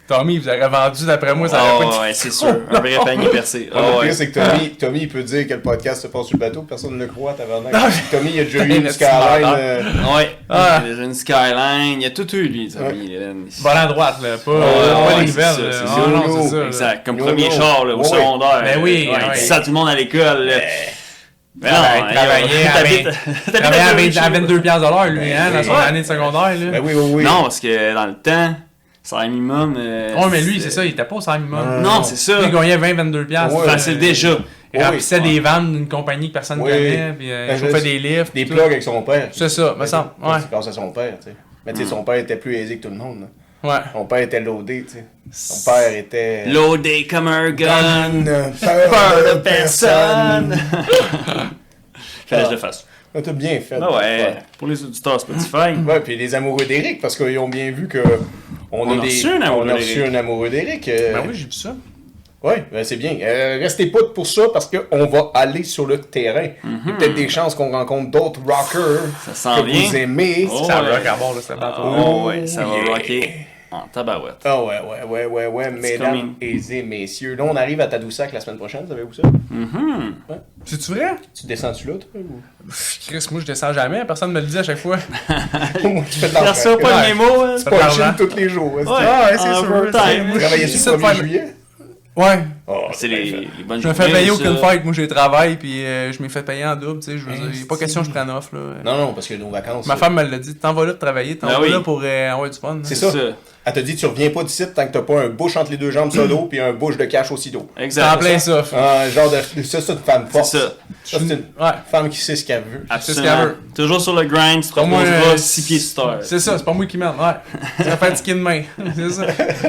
Tommy, vous aurez vendu, d'après moi, ça aurait pas ouais, c'est sûr. Un vrai panier percé. Le pire, c'est que Tommy, il peut dire que le podcast se passe sur le bateau, personne ne le croit, tabarnak. Tommy, il a déjà eu une Skyline. Ouais, il a déjà une Skyline, il a tout eu, lui, Tommy. Volant à droite, là, pas les nouvelles. C'est ça. Exact, comme premier char, là, au secondaire. Ben oui, il dit ça à tout le monde à l'école, là. Mais non, il travaillait à 22$ de l'heure, lui, dans son année de secondaire. Là. Ben oui. Non, parce que dans le temps, salaire minimum. Oui, mais lui, c'est ça, il était pas au salaire minimum. Non, c'est ça. Il gagnait 20-22$. C'est facile déjà. Il remplissait des vannes d'une compagnie que personne ne connaît, puis il chauffait des lifts. Des plugs avec son père. C'est ça, me semble. C'est grâce à son père, tu sais. Mais tu sais, son père était plus aisé que tout le monde. Ouais. Son père était loadé, tu sais. Son père était... Loadé comme un gun. Peur de personne. Fallait que je le fasse. T'as bien fait. Ouais. Pour les auditeurs Spotify. Ouais, puis les amoureux d'Éric, parce qu'ils ont bien vu que... On a reçu un amoureux d'Éric. Ben oui, j'ai vu ça. Oui, ben c'est bien. Restez pas pour ça parce qu'on va aller sur le terrain. Il y a peut-être des chances qu'on rencontre d'autres rockers que vous aimez. Ça va rock à bord, là, c'est pas ouais, ça va rocker en tabarouette. Ah ouais, mesdames et messieurs. Là, on arrive à Tadoussac la semaine prochaine, savez-vous ça? Ouais. C'est-tu vrai? Tu descends-tu là, toi? Ou... Chris, moi, je descends jamais. Personne me le dit à chaque fois. Tu fais de l'argent. Reçois pas le mémo. C'est pas chill tous les jours. Ouais, c'est sûr. Tu travaillais sur le 1er juillet? Ouais. C'est les bonnes journées. Je me fais payer aucune fête. Moi, j'ai travail, puis je me fais payer en double. Tu sais, je veux dire, il n'est pas question que je prenne off. Là. Non, parce que nos vacances. Ma femme me l'a dit. T'en vas là de travailler, t'en vas là pour avoir du fun. C'est ça. Elle t'a dit, tu reviens pas d'ici tant que t'as pas un bush entre les deux jambes solo puis un bush de cash aussi d'eau. Exact. En plein ça. Genre de. C'est une femme forte. C'est ça. C'est une femme qui sait ce qu'elle veut. Absolument. Toujours sur le grind, tu te reposeras 6 pieds sur terre. C'est ça, c'est pas moi qui mène. Ouais. Ça va faire ticket de main. C'est ça.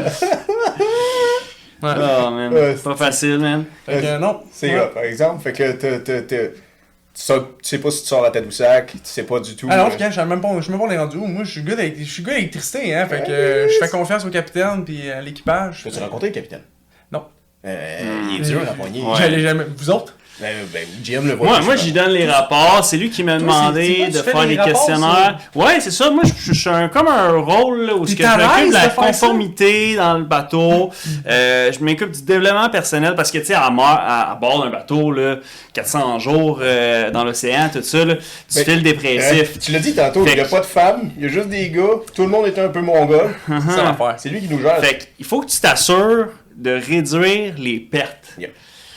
Ouais. Oh man, pas facile, man. Fait que non. C'est gars, par exemple. Fait que tu sais pas si tu sors à Tadoussac, tu sais pas du tout. Alors, je sais même pas les rendus où. Moi, je suis gars d'électricité, hein. Fait que je fais confiance au capitaine puis à l'équipage. Peux-tu rencontrer le capitaine? Non. Il est dur à poigner. J'allais jamais. Vous autres? Jim le voit. Moi, j'y donne les rapports. C'est lui qui m'a demandé de faire des questionnaires. Ouais, c'est ça. Moi, je suis comme un rôle là, où je m'occupe de la conformité dans le bateau. Je m'occupe du développement personnel parce que, tu sais, à bord d'un bateau, là, 400 jours dans l'océan, tout ça, là, tu files dépressif. Tu l'as dit tantôt, il n'y a pas de femmes, il y a juste des gars. Tout le monde est un peu mongol. C'est l'affaire. C'est lui qui nous gère. Fait qu'il faut que tu t'assures de réduire les pertes. Yep.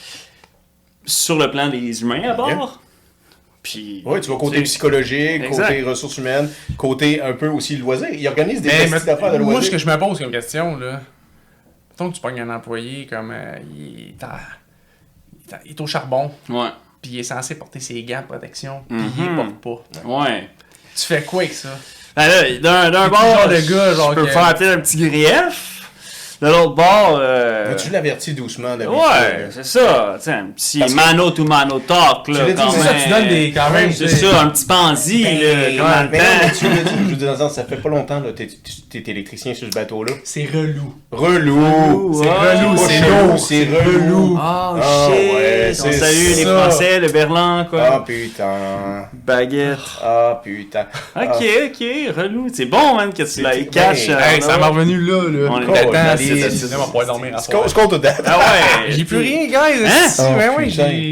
Sur le plan des humains à bord. Puis, oui, tu vas côté psychologique, côté ressources humaines, côté un peu aussi loisirs. Ils organisent des petites affaires de loisirs. Moi, ce que je me pose comme question, là, mettons que tu pognes un employé comme il est au charbon, puis il est censé porter ses gants de protection, puis il les porte pas. Ouais. Tu fais quoi avec ça? Ben là, d'un bord, de gars, genre je peux faire peut-être un petit grief. De l'autre bord... tu l'avertis doucement d'habitude. Ouais, c'est ça. Tu sais, un petit mano to mano talk, là, quand même. Ça, tu donnes des... quand même, c'est ça, un petit panzi, là, comme tu l'as dit, je veux dire, dans le sens, ça fait pas longtemps, là, t'es électricien sur ce bateau-là. C'est relou. Relou! C'est relou! Oh, shit! On salue les Français, le Berlan, quoi. Ah, putain. Baguette. Ah, putain. Ok, relou. C'est bon, man, que tu la caches. Ça m'est revenu là. On est temps. On va pouvoir dormir à soir. Je compte dedans. Ah ouais! J'ai plus rien, guys! Hein? Ben oui, j'ai...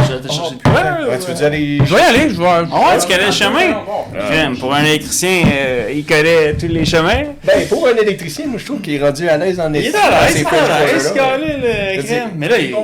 Tu veux dire aller... Je vais y aller, je vais... Ah ouais, tu connais le chemin? Pour un électricien, il connaît tous les chemins. Ben, pour un électricien, moi, je trouve qu'il est rendu à l'aise en électricien. Il est à l'aise, le crème. Mais là, il...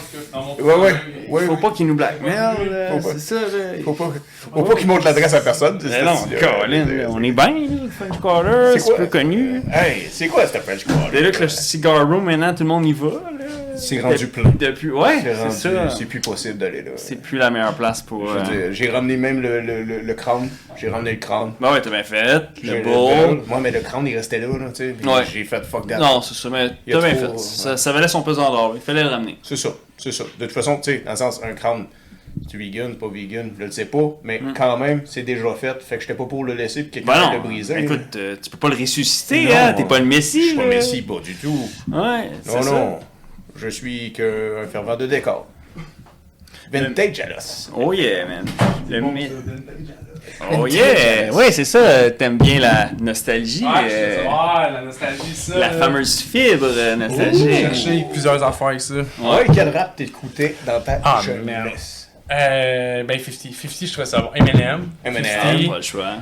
Ouais. Faut pas qu'il nous blackmail, c'est ça, là. Faut pas qu'il montre l'adresse à personne. Mais non, Colin, on est bien, là, French Quarter, c'est plus connu. Hey, c'est quoi cette French Quarter? C'est là que le cigar room, maintenant, tout le monde y va, là. C'est rendu plein. Ouais, c'est ça. C'est plus possible d'aller là. C'est plus la meilleure place pour... Je veux dire, j'ai ramené même le crâne. J'ai ramené le crâne. Ben ouais, t'as bien fait. Le bowl. Moi, mais le crâne, il restait là, tu sais. Ouais. J'ai fait fuck that. Non, c'est ça, mais t'as bien fait. Ça valait son pesant d'or. Il fallait le ramener. C'est ça. De toute façon, tu sais, dans le sens, un crâne, tu vegan, pas vegan, je le sais pas, mais quand même, c'est déjà fait. Fait que j'étais pas pour le laisser puis quelqu'un le briser. Écoute, tu peux pas le ressusciter, hein. T'es pas le Messie. Je suis pas Messie, pas du tout. Ouais, c'est ça. Non. Je suis qu'un fervent de décor. Vintage à l'os. Oh yeah, man. Oh yeah! Oui, c'est ça. T'aimes bien la nostalgie. La nostalgie, ça. La fameuse fibre J'ai nostalgique. cherché plusieurs affaires avec ça. Ouais, quel rap t'écoutais dans ta jeunesse? Ben 50, je trouvais ça bon. Eminem. Eminem. Pas le choix.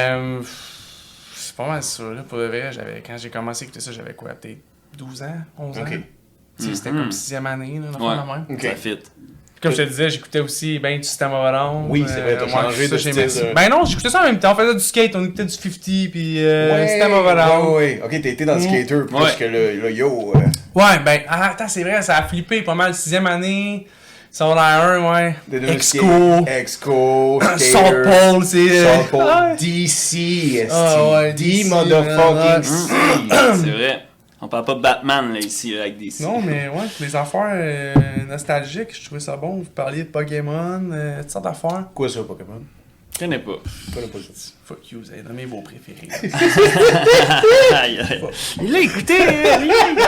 C'est pas mal ça, là, pour de vrai. Quand j'ai commencé à écouter ça, j'avais quoi, peut-être 12 ans, 11 ans? Ok. Tu sais, c'était comme 6e année, là, Ouais. la même. Ok. Ça fit. Comme je te disais, j'écoutais aussi ben du System of a Down. Oui, c'est vrai, t'as changé ça, de j'aimais style, ça. Ben non, j'écoutais ça en même temps. On faisait du skate, on écoutait du 50 puis System of a Down. Ouais. Ok, t'as été dans le skater plus Ouais. que le yo. Ouais, ben, attends, c'est vrai, ça a flippé pas mal. 6e année, secondaire 1, ouais. Exco, Exco, Salt Paul, c'est. Salt Paul, Ah ouais. DC, Ah ouais, D DC, motherfucking ouais. C. C'est vrai. On parle pas de Batman là, ici là, avec des Non, mais ouais, les affaires nostalgiques, je trouvais ça bon. Vous parliez de Pokémon, toutes sortes d'affaires. Quoi ça, Pokémon? Je connais pas. Je connais pas ça. Fuck you, vous avez nommé vos préférés. Aïe, aïe. Il l'a écouté! Il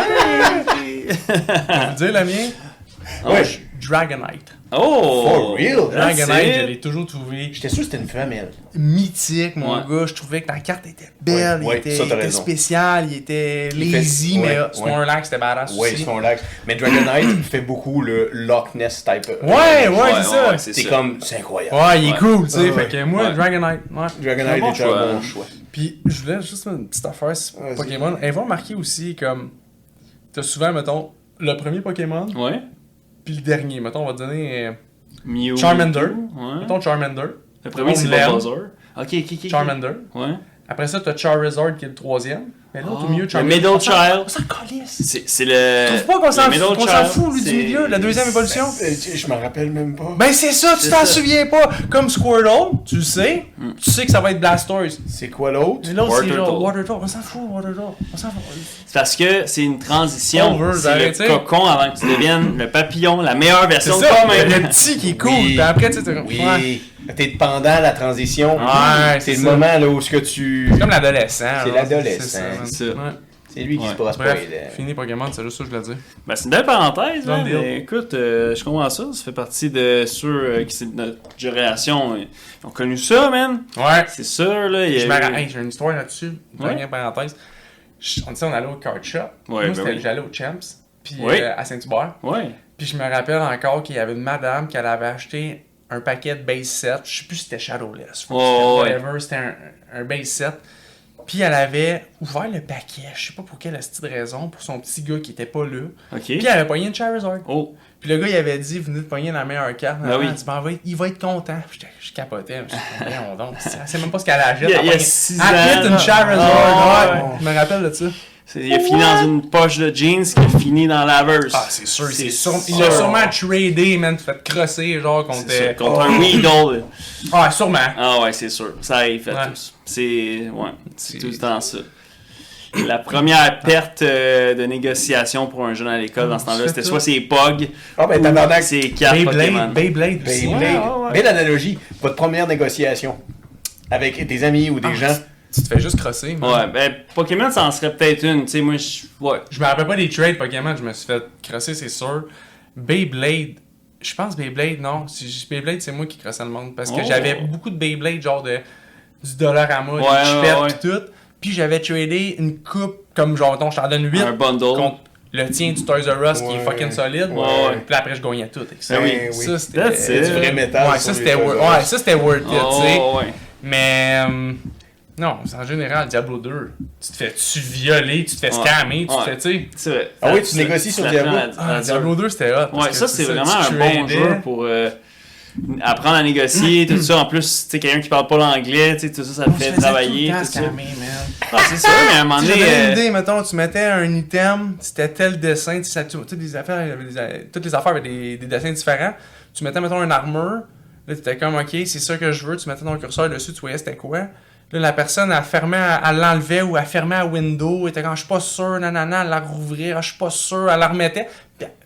l'a écouté! Vous dire le mien? Ouais. Dragonite. Oh! For real? That's Dragonite, je it. l'ai toujours trouvé J'étais sûr que c'était une femelle. mythique, mon Ouais. gars. Je trouvais que la carte était belle, Ouais, il ça, t'as était raison. spécial, il était Il fait- lazy, ouais, mais ouais. Snorlax, c'était badass Ouais, aussi. Snorlax. Mais Dragonite fait beaucoup le Loch Ness type. Ouais, c'est ça. c'est ça. comme, c'est incroyable. Ouais, il est Ouais. cool, tu sais. Ah, fait que moi, ouais. Dragonite, ouais. Dragonite Un bon est choix, un bon hein. choix. Puis, je voulais juste une petite affaire sur Vas-y. Pokémon. Et vous remarquez aussi, comme, t'as souvent, mettons, le premier Pokémon, Ouais. puis le dernier. Mettons, on va te donner, Mew. Charmander. Ouais. mettons Charmander. Le premier, c'est Lem. Bulbasaur. Ok. Charmander. Ouais. Après ça, t'as Charizard qui est le troisième. Mais l'autre, au milieu, Le Charmander. Middle Child. On s'en calisse. C'est le. Tu trouves pas qu'on s'en le Middle qu'on s'en Child, fout, lui, du c'est- milieu, la deuxième évolution? Je m'en rappelle même pas. Ben c'est ça, tu C'est t'en ça. souviens pas. Comme Squirtle, tu le sais, tu sais que ça va être Blastoise. C'est quoi l'autre? Mais l'autre, c'est Water genre Toad. Water Toad. On s'en fout, Water Toad. On s'en fout. C'est parce que c'est une transition. Over, C'est arrêtez. le cocon avant que tu deviennes le papillon, la meilleure C'est version de ça, toi-même. le petit qui est cool. Oui. Puis après, tu sais, t'es comme. Oui. Ouais. T'es pendant la transition. Ouais, c'est le ça. moment là où ce que tu. C'est comme l'adolescent. C'est là. l'adolescent, man. c'est ça. Ouais. C'est lui qui Ouais. se passe pas. Bref, il- fini Pokémon, c'est juste ça que je voulais dire. Ben, c'est une belle parenthèse, Done hein, deal. mais écoute, je comprends ça. Ça fait partie de ceux qui, c'est de notre génération, ont connu ça, man. Ouais. C'est sûr, là. il y a Je eu- me rappelle, hey, j'ai une histoire là-dessus, une Ouais. dernière parenthèse. On disait, on allait au card shop. Ouais, Moi, ben c'était oui. j'allais au Champs, puis Oui. à Saint-Hubert. Ouais. Puis je me rappelle encore qu'il y avait une madame qui avait acheté un paquet de base set. Je sais plus si c'était Shadowless. Oh, c'était whatever, c'était un base set. Puis elle avait ouvert le paquet, je sais pas pour quelle petite raison, pour son petit gars qui était pas là. OK. Puis elle avait pogné une Charizard. Oh. Puis le gars, il avait dit, venez de pogner la meilleure carte. Ben oui. Il dit, ben, il va être content. Puis je capotais. Je me suis dit, voyons donc, c'est même pas ce qu'elle achète. Il y a Elle pogne- 6 elle achète ans. une Charizard. Ah, ouais. Je me rappelle de ça. Il a fini dans une poche de jeans qui a fini dans la laveuse. Ah, c'est sûr, c'est sûr. sûr. Il a sûrement tradé, man. Tu fait crosser, genre, contre. C'est ça, contre un Weedle. Ah, sûrement. Ah ouais, c'est sûr. Ça arrive à Ouais. tous. C'est tout le temps ça. La première perte de négociation pour un jeune à l'école dans ce temps-là, c'était soit ses POG Ah ben ou tabarnak. ses cartes Pokémon. Beyblade aussi. Beyblade. Ouais, ouais. Belle analogie. Votre première négociation avec tes amis ou des gens. Tu te fais juste crosser. man. Ouais, ben Pokémon, ça en serait peut-être une. Tu sais, moi, ouais. Je me rappelle pas des trades Pokémon, je me suis fait crosser, c'est sûr. Beyblade. Je pense Beyblade, non. Beyblade, c'est moi qui crossais le monde. Parce que Oh. j'avais beaucoup de Beyblade, genre du $, Ouais, des chipettes ouais. pis tout. Puis j'avais tradé une coupe, comme genre, je t'en donne 8 Un bundle. contre le tien du Toys R Us qui est Ouais. fucking solide. Ouais. Puis là, après, je gagnais tout avec ça. Ben oui. oui. Ça, c'était That's it. Du vrai métal. Ouais, sur ça les c'était Toys worth, R Us. ouais, ça c'était worth it, tu sais. Oh, ouais. Mais non, en général, Diablo 2, tu te fais violer, tu te fais Ouais. scammer, tu te Ouais. fais, tu sais. C'est vrai. Ah oui, tu Ça- négocies sur ça Diablo? prend la- la- Diablo 2, c'était hot. parce Ouais, que ça c'est vraiment tu un bon tradais. jeu pour apprendre à négocier, tout ça. En plus, tu sais, quelqu'un qui parle pas l'anglais, tu sais, tout ça, ça te On se fait faisait travailler, tout le temps tout ça. scammer, man. Ah, c'est ça, mais à un moment Tu donné. sais, j'avais une idée, mettons, tu mettais un item, c'était tel dessin, tu sais, toutes les affaires, il y avait toutes les affaires avaient des dessins différents. Tu mettais, mettons, une armure, là, t'étais comme, ok, c'est ça que je veux, tu mettais ton curseur dessus, tu voyais c'était quoi. Là, la personne, elle fermait, elle l'enlevait ou elle fermait à window, elle était comme, je suis pas sûr, nanana, elle la rouvrait, je suis pas sûr, elle la remettait. Puis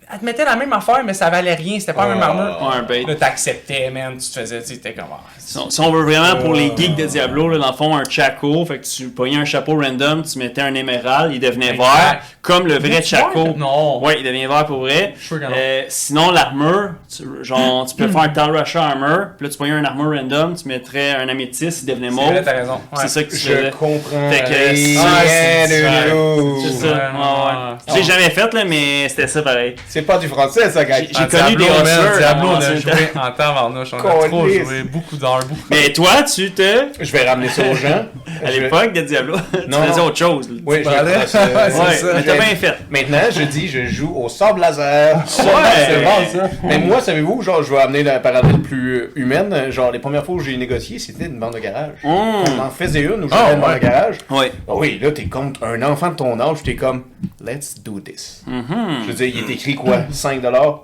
elle te mettait la même affaire, mais ça valait rien, c'était pas la même armure. Ouais, un bait. Là, t'acceptais, man, tu te faisais, tu sais, t'étais comme... Si on veut vraiment pour les geeks de Diablo, là, dans le fond, un Chaco, fait que tu prenais un chapeau random, tu mettais un émerald, il devenait Exact. vert, comme le vrai Chaco. Non. Ouais, il devient vert pour vrai. Je suis sûr que non. Sinon, l'armure, tu peux faire un Tal Rusher armor, puis là, tu prenais un armure random, tu mettrais un améthyste, il devenait C'est mauve. vrai, t'as raison. Ouais. C'est ça que tu Je faisais. comprends. Fait que rien c'est du tout. ça. Ouais. Je l'ai jamais fait, là, mais c'était ça pareil. C'est pas du français, ça, gars. J'ai connu des Diablo, man, rushers. Diablo, on dans a ce joué temps. en tabarnouche, on a trop Colisse. joué, beaucoup d'heures, beaucoup. Mais toi, tu te. Je vais ramener ça aux gens. À l'époque de Diablo, tu Non, faisais non. autre chose. là. Oui, je parlais. vais faire ça. C'est Ouais, ça. mais t'as bien fait. Maintenant, je dis, je joue au sable laser. C'est bon, ça. Mais moi, savez-vous, genre, je vais amener la parallèle plus humaine. Genre, les premières fois où j'ai négocié, c'était une vente de garage. On en faisait une où j'avais une vente de garage. Ouais. Ah oui, là, t'es contre un enfant de ton âge, t'es comme, let's do this. Je veux dire, il est écrit quoi? 5$?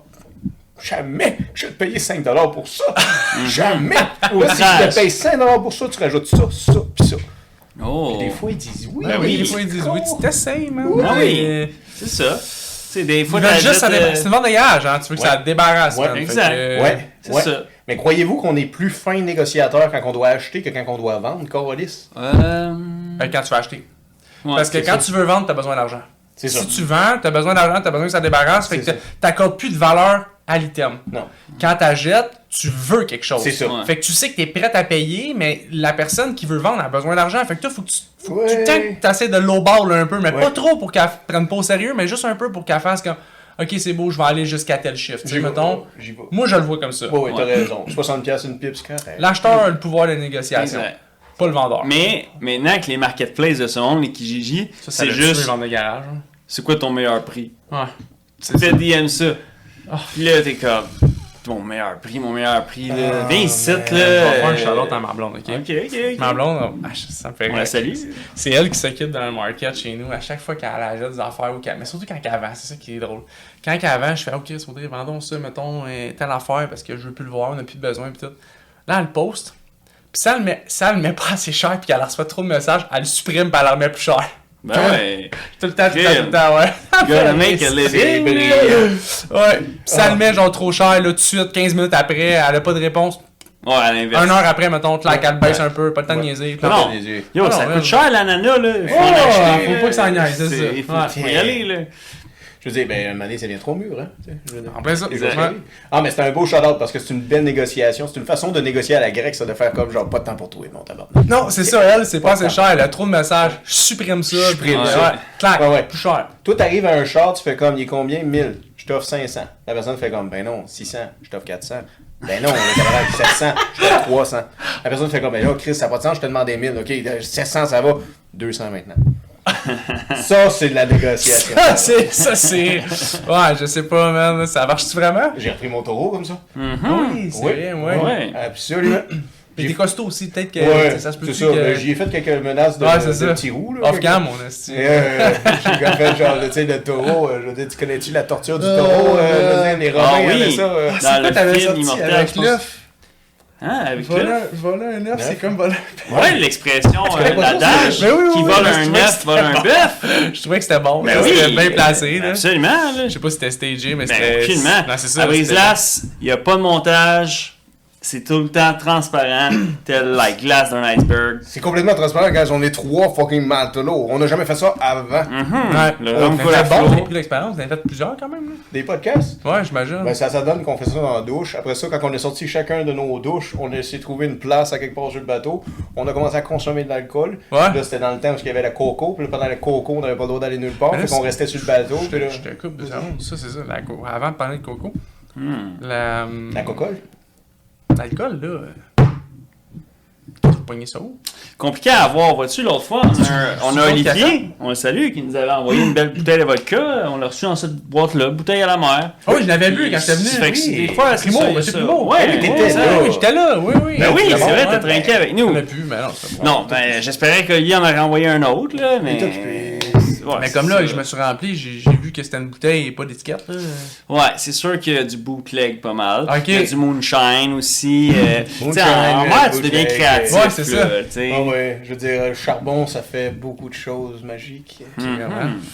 Jamais je vais te payer 5$ pour ça. Jamais. Là, si je te paye 5$ pour ça, tu rajoutes ça, pis ça. Oh. Des fois, ils disent oui. Ben oui, oui. des fois ils disent oui, tu t'essayes, man. Ah oui. Mais- C'est ça. C'est des fois Ils veulent juste, t'achètes, c'est une vente de garage, hein. Tu veux que ça te débarrasse, Ouais, man. Fait exact. que- Ouais, c'est ouais. ça. Mais croyez-vous qu'on est plus fin négociateur quand on doit acheter que quand on doit vendre, Carlis? Quand tu vas acheter. Ouais, Parce que c'est quand ça. tu veux vendre, t'as besoin d'argent. C'est ça. Si tu vends, t'as besoin d'argent, t'as besoin que ça débarrasse, fait que C'est ça. t'accordes plus de valeur à l'item. Non. Quand t'achètes, tu veux quelque chose. C'est ça. Ouais. Fait que tu sais que t'es prêt à payer, mais la personne qui veut vendre a besoin d'argent. Fait que toi, faut que tu Ouais. tout le temps que t'essaies de lowball un peu, mais Ouais. pas trop pour qu'elle prenne pas au sérieux, mais juste un peu pour qu'elle fasse comme OK, c'est beau, je vais aller jusqu'à tel chiffre. Tu sais, mettons, J'y vais. moi je le vois comme ça. Ouais, ouais, t'as Ouais. raison. 60$ une pipe, c'est correct. L'acheteur a le pouvoir de négociation, Exact. pas le vendeur. Mais maintenant avec les marketplaces de ce monde, les Kijiji, ça c'est l'a tué, juste, vendre de garage. hein. c'est quoi ton meilleur prix? Ouais. Tu te DM ça. Puis là, t'es comme, mon meilleur prix, là. Viens ici, là. Je vais faire un shout-out à ma blonde, ok? Ok. Ma blonde, ça me fait On rire. la salue. C'est elle qui s'occupe dans le market chez nous. À chaque fois qu'elle achète des affaires, mais surtout quand elle vend, c'est ça qui est drôle. Quand elle vend, je fais OK, Audrey, vendons ça, mettons, telle affaire parce que je veux plus le voir, on n'a plus de besoin, pis tout. Là, elle le poste. Puis ça, elle le met pas assez cher, puis qu'elle reçoit trop de messages, elle le supprime, puis elle le remet plus cher. Ben ouais. Tout le temps, ouais. Gotta make a C'est living. brillant. Ouais. Puis ça le met genre trop cher, là, tout de suite, 15 minutes après, elle a pas de réponse. Ouais, à l'inverse. 1 heure après, mettons, clac, elle baisse un peu, pas le temps de niaiser. puis Non. Les yeux. Yo, Ah ça non, coûte cher l'ananas, là. Il faut en Ouais, acheter. faut pas que ça niaise, c'est ça. Il faut Ouais. y aller, là. Je veux dire, ben, un moment donné, ça devient trop mûr, hein. tu sais, je veux dire. En plein ça. Les Ouais. gens- Ah, mais c'est un beau shout-out parce que c'est une belle négociation. C'est une façon de négocier à la grecque, ça, de faire comme genre pas de temps pour toi, mon tabarnak. Non, c'est ça, elle, c'est pas assez cher, elle a trop de messages. Je supprime ça. Supprime puis, ça. Ouais, clac, Ouais, ouais. plus cher. Toi, t'arrives à un char, tu fais comme, il est combien? 1000. Je t'offre 500. La personne fait comme, ben non, 600. Je t'offre 400. Ben non, le camarade, 700. Je t'offre 300. La personne fait comme, ben là, Chris, ça n'a pas de sens, je te demandais 1000. OK, 700, ça va. 200 maintenant. Ça, c'est de la négociation. Ça, c'est. Ouais, je sais pas, man. Ça marche-tu vraiment? J'ai repris mon taureau comme ça. Oui, c'est Oui. vrai, ouais. Ouais. Absolument. Puis t'es costaud aussi, peut-être que. Ouais, ça se peut c'est aussi ça. que. Ben, j'y ai fait quelques menaces de, Ouais, c'est de ça. petits roues. Là, Off-cam, mon esti. J'ai comme fait genre, tu sais, le taureau. Je veux dire, tu connais-tu la torture du taureau? Je veux dire, les Romains Ah oui. avaient ça. Dans le t'avais film sorti immortel, avec je pense. l'œuf. Hein, avec Voler l'œuf? voler un œuf, c'est comme voler. Ouais, l'expression, connais pas ça, l'adage, c'est- Ben oui, qui oui, vole oui, un je trouvais œuf, que vole un bœuf. Je trouvais que c'était bon. Ben là, oui. C'était bien placé, là. Absolument, là. Je sais pas si c'était stagé, mais Ben, c'était. aucunement. Non, c'est ça. À c'était- Brise-Glace, il n'y a pas de montage. C'est tout le temps transparent, tel la glace d'un iceberg. C'est complètement transparent, gars. On est 3 fucking matelots. On n'a jamais fait ça avant. Ouais. Le On rhum fait coule à bon, flot. vous avez pris l'expérience, vous en avez fait plusieurs quand même, là. Des podcasts. Ouais, j'imagine. Ben, ça donne qu'on fait ça dans la douche. Après ça, quand on est sorti chacun de nos douches, on a essayé de trouver une place à quelque part sur le bateau. On a commencé à consommer de l'alcool. Ouais. Là, c'était dans le temps où il y avait la coco. Puis là, pendant la coco, on n'avait pas le droit d'aller nulle part. Mais là, Fait qu'on restait sur le bateau. Je Puis là, te coupe 2 secondes. Ça, c'est ça. Avant de parler de coco, la cocole. l'alcool, là. Tu vas pogner ça où? Compliqué à avoir, vois-tu, l'autre fois, on a du café? Olivier, on le salue, qui nous avait envoyé une belle bouteille de vodka. On l'a reçu dans cette boîte-là, bouteille à la mer. Ah oui, je l'avais vu quand j'étais venu. Fait que Oui. des fois, c'est Primo, ça, il y a monsieur ça. Primo. Ouais, Oui, t'étais ça, là. oui, j'étais là. Oui, oui. Ben oui, c'est bon, vrai, ouais, t'as trinqué avec On nous. a pu, mais non, c'était bon. Non, ben j'espérais qu'Olivier en aurait envoyé un autre, là, mais... T'es occupé. Ouais, Mais c'est comme là, ça. je me suis rempli, j'ai vu que c'était une bouteille et pas d'étiquette, là. Ouais, c'est sûr qu'il y a du bootleg pas mal. Ok. Il y a du moonshine aussi. Tu sais, en Moonshine, mer, tu deviens bootleg. créatif. Ouais, c'est ça. là, tu sais. Ah ouais, je veux dire, le charbon, ça fait beaucoup de choses magiques. Vraiment.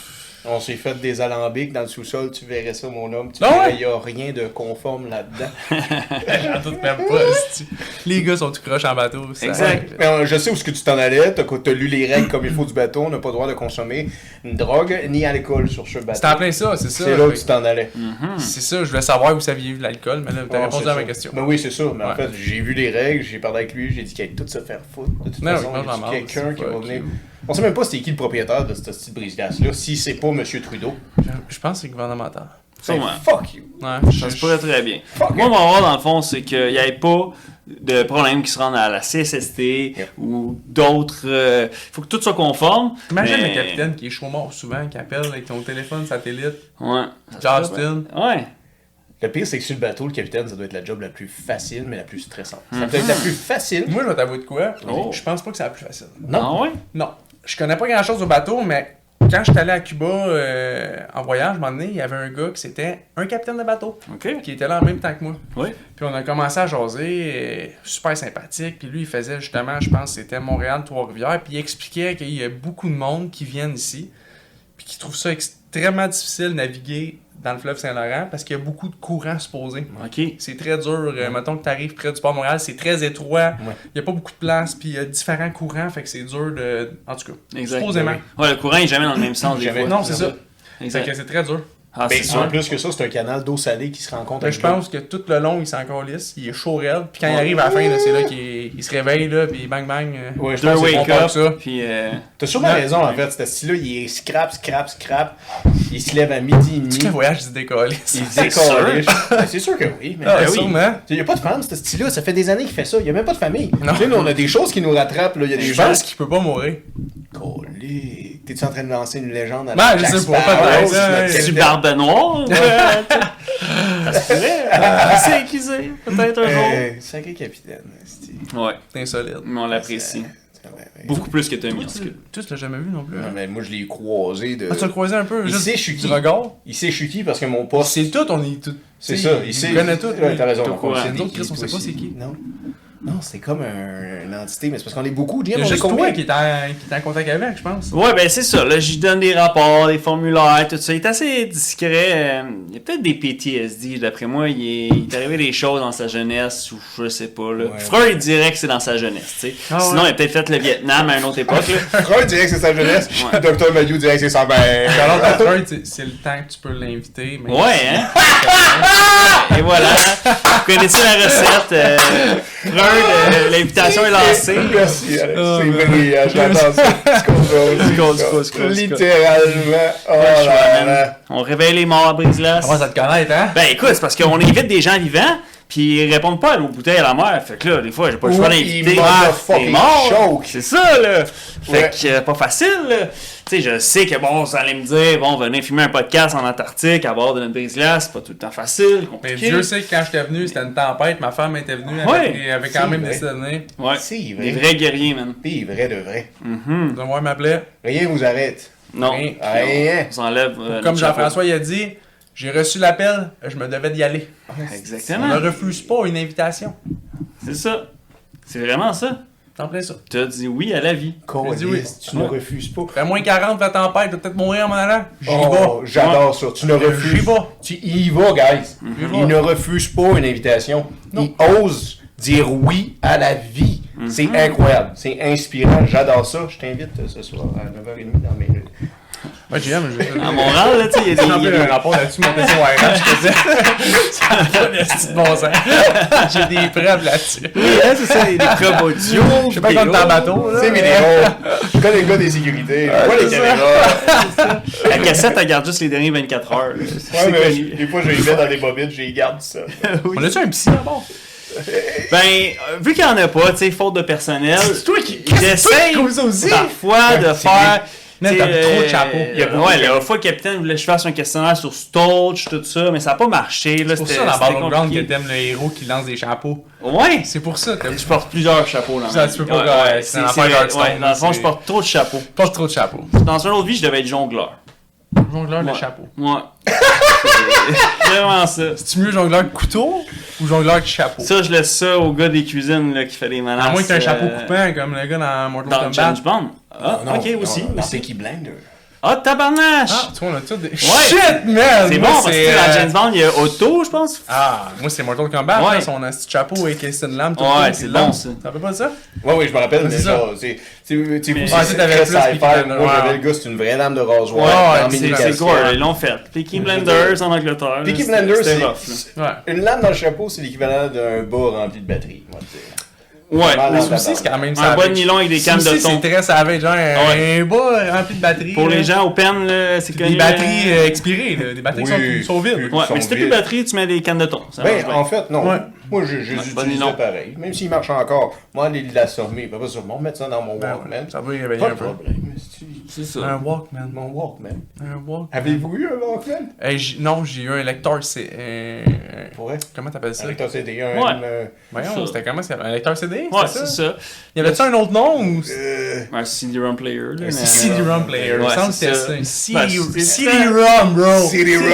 On s'est fait des alambics dans le sous-sol, tu verrais ça, mon homme. Tu Ah verrais, ouais? il n'y a rien de conforme là-dedans. J'en doute même pas, esti. Les gars sont tout croches en bateau. Ça Exact. Mais je sais où est-ce que tu t'en allais, t'as lu les règles comme il faut du bateau, on n'a pas le droit de consommer ni drogue ni alcool sur ce bateau. C'était en plein ça, c'est ça. C'est là où tu t'en allais. C'est ça, je voulais savoir où vous saviez vu de l'alcool, mais là, t'as Ah, répondu c'est à ma ça. question. Ben oui, c'est ça. Mais en Ouais. fait, j'ai vu les règles, j'ai parlé avec lui, j'ai dit qu'il allait tout se faire foutre. De toute Ben façon, oui, moi, il y a j'en marre, quelqu'un c'est qui va pas venir. cute. On sait même pas c'était qui le propriétaire de ce petit brise-glace-là, si c'est pas M. Trudeau. Je pense que c'est gouvernemental. Sûrement. Ben, fuck you. Ouais, Ça se pourrait très bien. Fuck Moi, it. mon rôle, dans le fond, c'est qu'il n'y ait pas de problème qui se rendent à la CSST Yep. ou d'autres. Il faut que tout soit conforme. Imagine mais- le capitaine qui est chaud mort souvent, qui appelle avec ton téléphone satellite. Ouais. Ça se Justin. pourrait. Ouais. Le pire, c'est que sur le bateau, le capitaine, ça doit être la job la plus facile, mais la plus stressante. Ça peut être la plus facile. Moi, je vais t'avouer de quoi. Oh. Je pense pas que c'est la plus facile. Non. Ah ouais? Non. Je connais pas grand chose au bateau, mais quand j'étais allé à Cuba en voyage, un moment donné, il y avait un gars qui c'était un capitaine de bateau, OK. qui était là en même temps que moi. Oui. Puis on a commencé à jaser, super sympathique. Puis lui, il faisait justement, je pense, c'était Montréal, Trois-Rivières. Puis il expliquait qu'il y a beaucoup de monde qui viennent ici, puis qui trouvent ça extrêmement difficile de naviguer dans le fleuve Saint-Laurent parce qu'il y a beaucoup de courants supposés. OK. C'est très dur. Mettons que tu arrives près du port de Montréal, c'est très étroit. Ouais. Il n'y a pas beaucoup de place, puis il y a différents courants, fait que c'est dur de. En tout cas, Exact. supposément. Ouais, le courant est jamais dans le même sens des Jamais. fois. Non, c'est ça. Fait Exact. que c'est très dur. Ah, Ben, c'est en sûr. plus que ça, c'est un canal d'eau salée qui se rencontre Fait avec que je pense que tout le long, il s'est encore lisse. Il est chaud raide. Puis quand il arrive à la fin, là, c'est là qu'il se réveille, là, puis bang bang. Ouais, je Deux pense que c'est wake bon up, pour ça. puis T'as sûrement raison, en fait. Ce style-là, il est scrap. Il se lève à midi et Tout demi. le voyage, il se décolle. Il décolle. C'est sûr que oui. Mais Ah, ben oui. sûrement. Il n'y a pas de femme, ce style-là. Ça fait des années qu'il fait ça. Il n'y a même pas de famille. Non. Tu sais, nous, on a des choses qui nous rattrapent. Là. Il y a des Je gens pense qu'il peut pas mourir. Collé. T'es-tu en train de lancer une légende à Ben, la je Jack sais pas, Sparrow, peut-être, sur hein, notre ouais. du capitaine? barbe noire. C'est qui c'est? Peut-être un jour. Sacré capitaine. c'est- Ouais, C'est insolite. mais on l'apprécie. Ouais, ouais. Beaucoup plus que Tommy, Toi, en tout cas. tu l'as jamais vu non plus. Non, hein? mais moi, je l'ai croisé de. Ah, tu l'as croisé un peu, Il juste sait, je suis du qui. regard. Il sait je suis qui parce que mon poste. C'est tout, on est tout. C'est tu ça, sais, il sait. connaît tout. Ouais, lui. t'as raison. T'es au on courant. sait Nous autres, qui, Chris, on toi sait pas aussi. c'est qui. Non. Non, c'est comme une entité, mais c'est parce qu'on est beaucoup. Il y a on est juste combien? toi qui est en contact avec, je pense. Ouais, ben c'est ça. Là, j'y donne des rapports, des formulaires, tout ça. Il est assez discret. Il y a peut-être des PTSD. D'après moi, il est arrivé des choses dans sa jeunesse ou je sais pas. Là. Ouais. Freud dirait que c'est dans sa jeunesse. Tu sais. Ah Sinon, ouais. il a peut-être fait le Vietnam à une autre époque. Là. Freud dirait que c'est sa jeunesse. Ouais. Dr. Mayou dirait que c'est sa mère. Alors, à Freud, c'est le temps que tu peux l'inviter. Mais... Ouais, hein? Et voilà. Vous connaissez la recette. Freud, l'invitation est lancée. Merci, Alex. Oh, C'est man. brillant. J'adore ça. Scroll. Littéralement. Oh Pas le choix, là man. là. On réveille les morts à Brise-Glace. Comment ça te connaître, hein? Ben écoute, c'est parce qu'on invite des gens vivants, puis ils répondent pas à nos bouteilles à la mer. Fait que là, des fois, j'ai pas le choix Ou d'inviter. ils motherfucking T'es mort. choke. C'est ça, là. Fait Ouais. que pas facile, là. Tu sais, je sais que bon, vous allez me dire, bon, venez filmer un podcast en Antarctique à bord de notre brise-glace, c'est pas tout le temps facile, Mais compliqué. Dieu sait que quand j'étais venu, c'était une tempête. Ma femme était venue. Ouais. Elle avait quand C'est même vrai. décidé de venir. Ouais. C'est Des vrai. vrais guerriers, man. C'est vrai de vrai. Mhm. De voir m'appeler. Rien vous arrête. Non. Rien. Rien. On s'enlève. Comme Jean-François il a dit, j'ai reçu l'appel, je me devais d'y aller. On Exactement. ne refuse pas une invitation. C'est ça. C'est vraiment ça. T'en plein ça. T'as dit oui à la vie. Câlisse, dit oui. tu ne refuses pas. Fait moins 40, fait tempête, je vais peut-être mourir en m'en allant. J'y Oh, vais. j'adore ça. Tu ne J'y refuses vais. Tu y vas, guys. J'y vais. Il ne refuse pas une invitation. Non. Il ose dire oui à la vie. C'est incroyable. C'est inspirant. J'adore ça. Je t'invite ce soir à 9h30 dans mes... Ouais, j'aime, je vais À Montréal, là, tu sais, il y a J'ai des. un rapport là-dessus, mon PC au RH, je te dis. Ça n'a pas de style de bon sens. J'ai des preuves là-dessus. Ouais, c'est ça, il y a des preuves audio. Je sais pas quand t'es en bateau, là. C'est mes héros. Je connais le gars des sécurités. Je vois les c'est caméras. La cassette, elle garde juste les derniers 24 heures. là. Ouais, C'est mais connu. des fois, je les mets dans les bobines, je les garde ça. Oui. On a-tu un psy d'abord? Ben, vu qu'il n'y en a pas, tu sais, faute de personnel, C'est toi qui. j'essaye comme ça aussi. parfois de c'est faire. Mais tu t'as sais, trop de chapeaux. Il y a beaucoup ouais, de- la fois le capitaine voulait que je fasse un questionnaire sur Stolch, tout ça, mais ça n'a pas marché. Là, C'est pour c'était- ça dans c'était Battleground que compliqué. t'aimes le héros qui lance des chapeaux. Ouais! C'est pour ça que Je porte plusieurs chapeaux là. Ça, tu peux pas, ouais, c'est une affaire d'Hearthstone, ouais, dans le fond, c'est- je porte trop de chapeaux. pas trop de chapeaux. Dans une autre vie, je devais être jongleur. Jongleur de Ouais. chapeau. Ouais. C'est vraiment ça. C'est-tu mieux jongleur de couteau ou jongleur de chapeau? Ça, je laisse ça au gars des cuisines là, qui fait des menaces. À moins que t'aies un chapeau coupant comme le gars dans Mortal Dans Kombat. James Bond. Ah, Non, ok, non, aussi. non, aussi. C'est qui Blinder. Ah, tabarnache! Ah, tu vois, on a tous des. Ouais. Shit, man! C'est Moi, bon, parce que dans James Bond, il y a Auto, je pense. Ah, moi, c'est Mortal Kombat, Ouais. là, son petit chapeau avec une lame, tout Ouais, le c'est puis bon, lame. ça. Ça fait pas ça? Oui, je me rappelle, mais C'est ça. genre, c'est Mais- c'est Ouais, ça, t'avais très plus sci-fi. Peaky Moi, Blinders. j'avais le gars, c'est une vraie lame de rasoir. Ouais, dans c'est mini C'est cassette. gore, ils l'ont fait. Peaky Blinders en Angleterre. Peaky là, Blinders, c'était c'est rough, là. Ouais. une lame dans le chapeau, c'est l'équivalent d'un bas rempli de batterie, moi, tu sais. Ouais. Vraiment, Mais dans Souci, ta c'est quand même Un savage. bon nylon avec des cannes de Souci, thon. c'est très savage, genre un bas rempli de batteries. Pour là. les gens au pen, là, c'est Puis connu. des batteries expirées, là. Des batteries Oui. qui sont vides. Ouais, sont mais si t'as plus de vides. batterie, tu mets des cannes de thon. Ça Ben, marche bien. en fait, non. Ouais. Moi, je les bon utilisais nylon. pareil. Même s'ils marchent encore. Moi, aller l'assommer, pas sur mon mettre ça dans mon Ben Walkman. ouais, ça doit y réveiller Pas un de peu. problème. C'est ça. Un Walkman. Mon Walkman. Un Walkman. Avez-vous eu un Walkman? Non, j'ai eu un lecteur, c'est. Pour vrai? Comment t'appelles ça? Un lecteur CD, un... Ouais. Voyons, Ça. c'était comment ça s'appelle? Un lecteur CD? Ouais, c'est c'est ça. Y avait-tu un autre nom ou. Un CD-ROM player. Là, mais- CD-ROM player. Ouais, Il me semble que c'est c'était ça. ça. Ben, c'est- CD-ROM, bro! CD-ROM.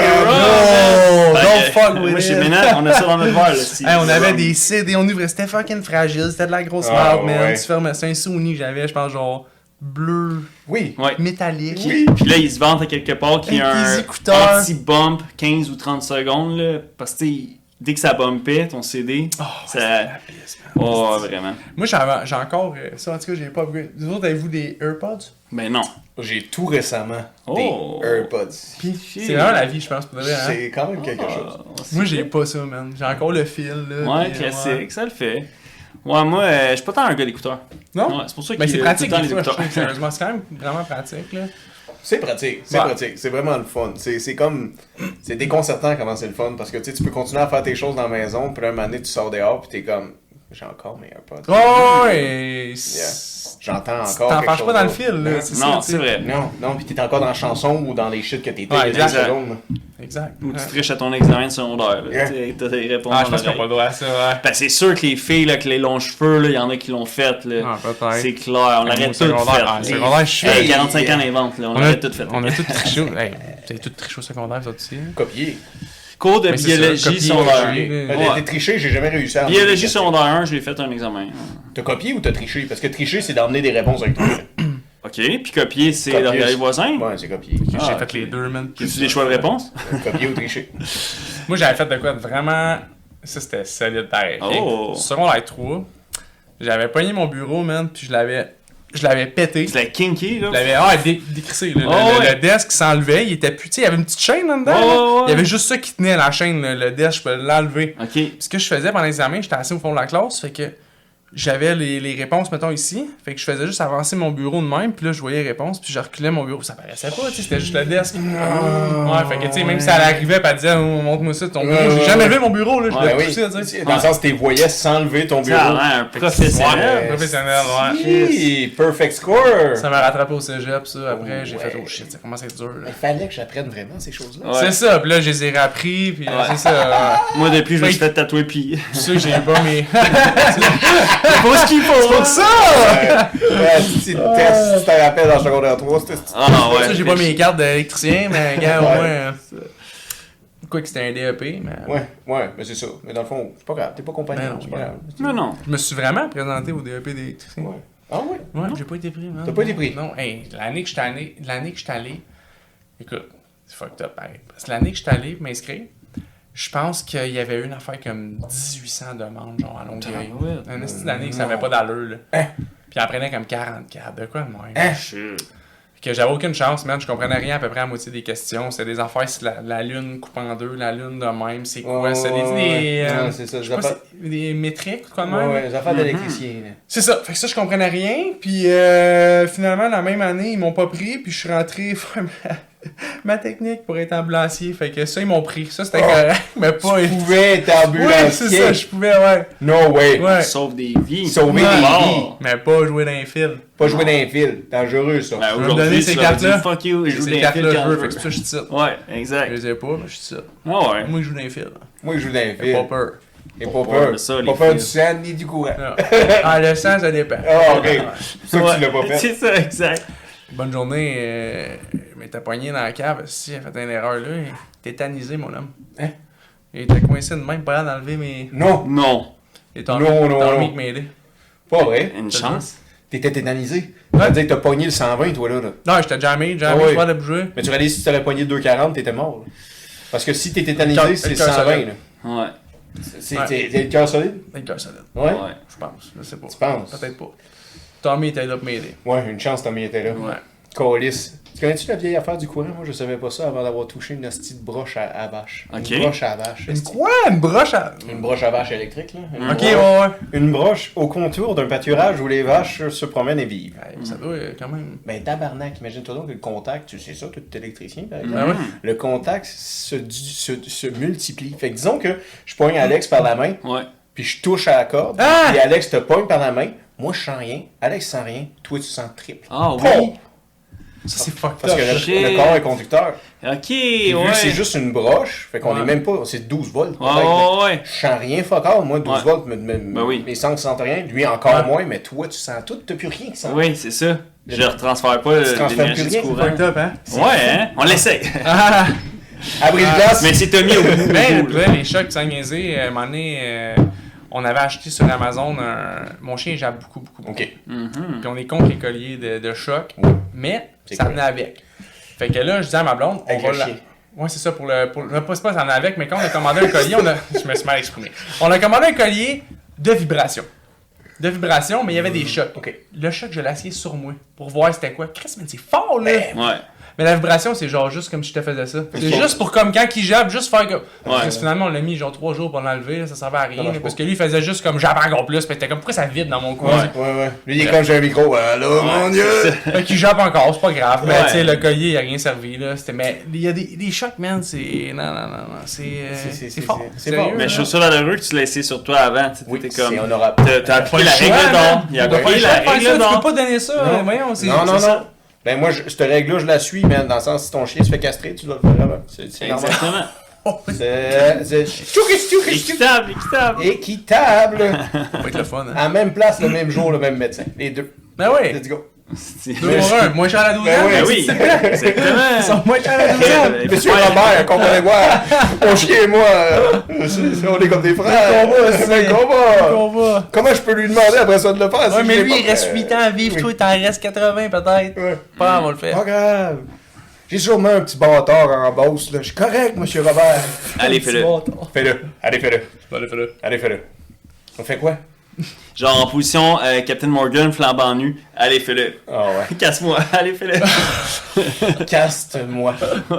No! Ben, Don't fuck moi, with chez it! Ménat, on a ça dans notre verre, là. Hey, on avait des CD, on ouvrait, c'était fucking fragile, c'était de la grosse Ah, merde, man. ouais. Tu fermais, c'est un Sony que j'avais, je pense, genre bleu, Oui. Ouais. métallique. Oui. Puis là, ils se vantent à quelque part qu'il y a Avec des un écouteurs. anti-bump 15 ou 30 secondes, là. Parce que, tu sais, dès que ça bumpait, ton CD, Oh, ça... la pisse, man. Oh, vraiment. Moi, j'ai encore ça, en tout cas, j'ai pas upgrade. Vous autres, avez-vous des AirPods? Ben non. J'ai tout récemment Oh. des AirPods. Puis, c'est vraiment la vie, je pense, pour de vrai, hein? C'est quand même quelque chose. Moi, j'ai pas ça, man. J'ai encore le fil, là. Ouais, puis, classique, ça le fait. Ouais, moi, je suis pas tant un gars d'écouteurs. Non? Ouais, c'est pour ça Mais qu'il c'est y a pratique, tout le temps des les fois, je écouteurs. trouve, sérieusement. C'est quand même vraiment pratique, là. C'est pratique, c'est Ouais. pratique, c'est vraiment le fun. C'est comme, c'est déconcertant comment c'est le fun parce que tu sais, tu peux continuer à faire tes choses dans la maison, puis là, un moment donné, tu sors dehors, puis t'es comme, j'ai encore mes AirPods. Oh, et... J'entends encore. T'en quelque fâches chose pas dans le d'autre. fil, là. Non, C'est ça, Non, tu sais. c'est vrai. non, puis t'es encore dans la chanson ou dans les shit que t'étais Ouais, il y a 10 exact. secondes. Exact. Ou tu Ouais. triches à ton examen de secondaire, là. Yeah. T'as tes réponses Ah, je dans pense qu'on n'a pas l'oreille. le droit à ça, ouais. Ben, c'est sûr que les filles, là, avec les longs cheveux, là, il y en a qui l'ont fait, là. Ah, peut-être. C'est clair, on l'aurait Au tout secondaire, fait. ah, là. le secondaire, je suis... Hey, 45 ans l'invente, là, on l'aurait tout fait. On a tout triché. Hey, vous avez tout triché au secondaire, vous autres aussi. Hein? Copier. Cours de Mais c'est ça, biologie copier, secondaire copier. un. T'as Ouais. triché, j'ai jamais réussi à. Biologie secondaire 1, j'ai fait un examen. T'as copié ou t'as triché? Parce que tricher, c'est d'emmener des réponses avec toi. Ok, puis copier, c'est Copier, derrière les voisins. Ouais, c'est copier. J'ai Ah, fait ok. les deux, man. J'ai-tu des choix de réponse? Copier ou tricher. Moi, j'avais fait de quoi de vraiment... Ça, c'était solide pareil. ok? Oh. Secondaire 3, j'avais pogné mon bureau, man, puis je l'avais pété. C'est la kinky, là. Je l'avais décrissé. Le, Oh, le- ouais. le desk s'enlevait, il était plus. Tu sais, il y avait une petite chaîne là-dedans. Ouais, là. ouais, ouais. Il y avait juste ça qui tenait la chaîne, le desk, je peux l'enlever. Ok. Puis ce que je faisais pendant l'examen, j'étais assis au fond de la classe, fait que j'avais les réponses, mettons, ici. Fait que je faisais juste avancer mon bureau de même, puis là, je voyais les réponses, puis je reculais mon bureau. Ça paraissait pas, tu sais, c'était juste le desk. Ouais, fait que, tu sais, même si elle arrivait, puis elle disait, oh, montre-moi ça, ton bureau. J'ai jamais levé mon bureau, là, je Ouais, l'ai oui. poussé, tu sais. Dans le sens que t'es voyais sans lever ton bureau. Ça a l'air un professionnel. Ouais, professionnel, ouais. Oui, perfect score! Ça m'a rattrapé au cégep, ça. Après, Oh, j'ai ouais. fait, oh shit, ça commence à être dur, là. Il fallait que j'apprenne vraiment ces choses-là. Ouais. C'est ça, puis là, je les ai rappris, puis Ouais. c'est ça. Moi, depuis, je me Oui. suis fait tatouer puis. C'est sûr que j'ai pas mes. Pas ce qu'il faut. C'est pour ça! Ouais, si tu te rappelles dans le secondaire 3, c'était... Ah, C'est ouais. ça, j'ai pas mes cartes d'électricien, mais gars, au moins. Quoi que c'était un DEP, mais. Ouais, mais c'est ça. Mais dans le fond, c'est pas grave, t'es pas Ben compagnon, non, c'est pas ouais. grave. Non, non. Je me suis vraiment présenté au DEP d'électricien. Ouais. Ah ouais? Ouais, j'ai pas été pris, man. T'as pas été pris? Non, hey, l'année que j'étais allé. Écoute, c'est fucked up pareil. Parce que l'année que j'étais allé m'inscrire, je pense qu'il y avait eu une affaire comme 1800 demandes, genre à Longueuil. Tabarouette. Un esti d'année que ça avait pas d'allure, là. Puis elle prenait comme 44, de quoi de même. Hein? Shit. Que j'avais aucune chance, man. Je comprenais rien à peu près à la moitié des questions. C'était des affaires si la lune coupe en deux, la lune de même, c'est quoi? Ouais, C'est des, ouais. Ouais, c'est ça, je sais pas, des métriques ou quoi de Ouais, même. ouais, les affaires d'électricien. là. C'est ça. Fait que ça, je comprenais rien. Puis finalement, la même année, ils m'ont pas pris. Puis je suis rentré faire ma technique pour être ambulancier. Fait que ça, ils m'ont pris. Ça, c'était correct. Mais pas... Tu pouvais être ambulancier. Ouais, c'est ça. Je pouvais, ouais. No way. Ouais. Sauve des vies. Sauver Ouais. des Wow. vies. Mais pas jouer dans les fils. Pas jouer dans un fil. Dangereux, ça. Ben, me donner aujourd'hui, ces tu leur dis cartes-là. fuck you, je joue Ces des cartes-là, fils je quand veux. je Fait que c'est pour ça que je suis titre. Ouais, Je exact. les ai pas, mais je suis titre. Ah ouais. Moi, je joue dans les fils. Moi, je joue dans un J'ai pas fil. peur. Et pas Pas peur. de ça, les Pas peur du fils. sang ni du courant. Non. Ah, le sang, ça dépend. Ah, ok. C'est ça que tu l'as pas fait. C'est ça, exact. Bonne journée, mais t'as pogné dans la cave. Si, il a fait une erreur là. Il est tétanisé, mon homme. Hein? Il était coincé de même, pas là d'enlever mes. Non. Et t'as Non, non, non. envie de m'aider. Pas vrai. Une chance. T'étais tétanisé. Ça veut dire que t'as pogné le 120, toi, là. Non, j'étais jamais, Ah ouais. je vais de bouger. Mais tu réalises, si t'aurais pogné le 240, t'étais mort, là. Parce que si t'es tétanisé, Le c'est le cœur 120, solide. là. Ouais. T'es le cœur solide? Avec le solide. Ouais. Ouais. Je pense, je sais pas. Tu penses? Peut-être pas. Tommy était là pour m'aider. Ouais, une chance, Tommy était là. Ouais. Calice. Tu connais-tu la vieille affaire du courant? Moi, je savais pas ça avant d'avoir touché une hostie de broche à vache. Ok. Une broche à vache. Une quoi? Une broche à... Une broche à vache électrique, là. Une Ok, broche- ouais. Une broche au contour d'un pâturage où les vaches se promènent et vivent. Ouais, ça doit quand même... Ben, tabarnak, imagine-toi donc que le contact, tu sais ça, toi, t'es électricien, par exemple. Ben ouais. Le contact se multiplie. Fait que disons que je pogne Alex par la main, Ouais. puis je touche à la corde, Ah! et Alex te pogne par la main. Moi, je sens rien. Alex sent rien. Toi, tu sens triple. Ah Pow! oui. Ça, c'est fucked Parce up. que shit. le corps est conducteur. Ok, Puis ouais. vu que c'est juste une broche, fait qu'on Ouais. est même pas. C'est 12 volts. Ouais, peut-être, ouais, ouais. Je sens rien fuck all. Moi, 12 Ouais. volts, Ben oui. mes sens sentent rien. Lui, encore Ouais. moins, mais toi, tu sens tout. T'as plus rien qui sent. Oui, c'est ça. Je ne transfère pas transfères l'énergie plus du rien, courant. Fucked up, hein? Ouais, hein? On l'essaie. Ah! Abri de glace. Mais c'est Tommy au bout. Mais le problème, les chocs sans niaiser, à un moment donné, on avait acheté sur Amazon mon chien jappe beaucoup. Ok. Mhm. Puis on est contre les colliers de choc, mais C'est ça cool. venait avec. Fait que là, je disais à ma blonde, Avec on va le la... chien. Ouais, c'est ça, pour le pas ça venait avec, mais quand on a commandé un collier, je me suis mal exprimé. On a commandé un collier de vibration. Mais il y avait des chocs. Ok. Le choc, je l'ai assis sur moi pour voir c'était quoi. Chris, mais c'est fort, là! Ouais. Mais la vibration, c'est genre juste comme si je te faisais ça. C'est bon. juste pour comme quand il jappe, juste faire comme. Ouais. Parce que finalement, on l'a mis genre 3 jours pour l'enlever, là, ça servait à rien. marche là, parce pas. que lui, il faisait juste comme jappe encore plus. Puis t'es comme, pourquoi ça vibre dans mon cou? Ouais. Lui, il est comme j'ai un micro. Allô, mon Dieu. Fait qu'il jappe encore, c'est pas grave. Mais Ouais. tu sais, le collier, il a rien servi. Là. Mais il y a des chocs, man. C'est. Non. C'est fort. c'est Sérieux, fort. Mais là. je trouve ça malheureux que tu l'aies essayé sur toi avant. Tu Oui, étais comme. c'est honorable. T'as appliqué la le choix, règle man. d'or. Il a T'as pas appliqué le la choix de faire règle ça, tu d'or. peux pas donner ça. Non. Voyons, c'est. Non. ça. Ben moi, cette règle-là, je la suis, man, dans le sens si ton chien se fait castrer, tu dois le faire avant. C'est normal. Exactement. C'est Équitable. équitable. Ça va être le fun. Hein. À la même place, le même jour, le même médecin. Les deux. Ben oui. Let's go. 2 pour 1, moins cher à la 12e. Ben Ben oui, Ils exactement. sont moins chers à la 12e. Monsieur Robert, comprenez-moi, mon chien et moi, on est comme des frères. C'est un combat. Comment je peux lui demander après ça de le faire? Ouais, si mais je l'ai lui, pas il reste fait? 8 ans à vivre, Oui. toi, t'en restes 80 peut-être. Ouais. Pas grave, on va le faire. Pas grave. J'ai sûrement un petit bâtard en bosse, là. Je suis correct, monsieur Robert. Allez, fais-le. Fais-le. Allez, fais-le. Allez, fais-le. Allez, fais-le. On fait quoi? Genre en position Captain Morgan flambant nu. Allez, fais-le. Ah ouais. Casse-moi. Allez, fais-le. Caste-moi.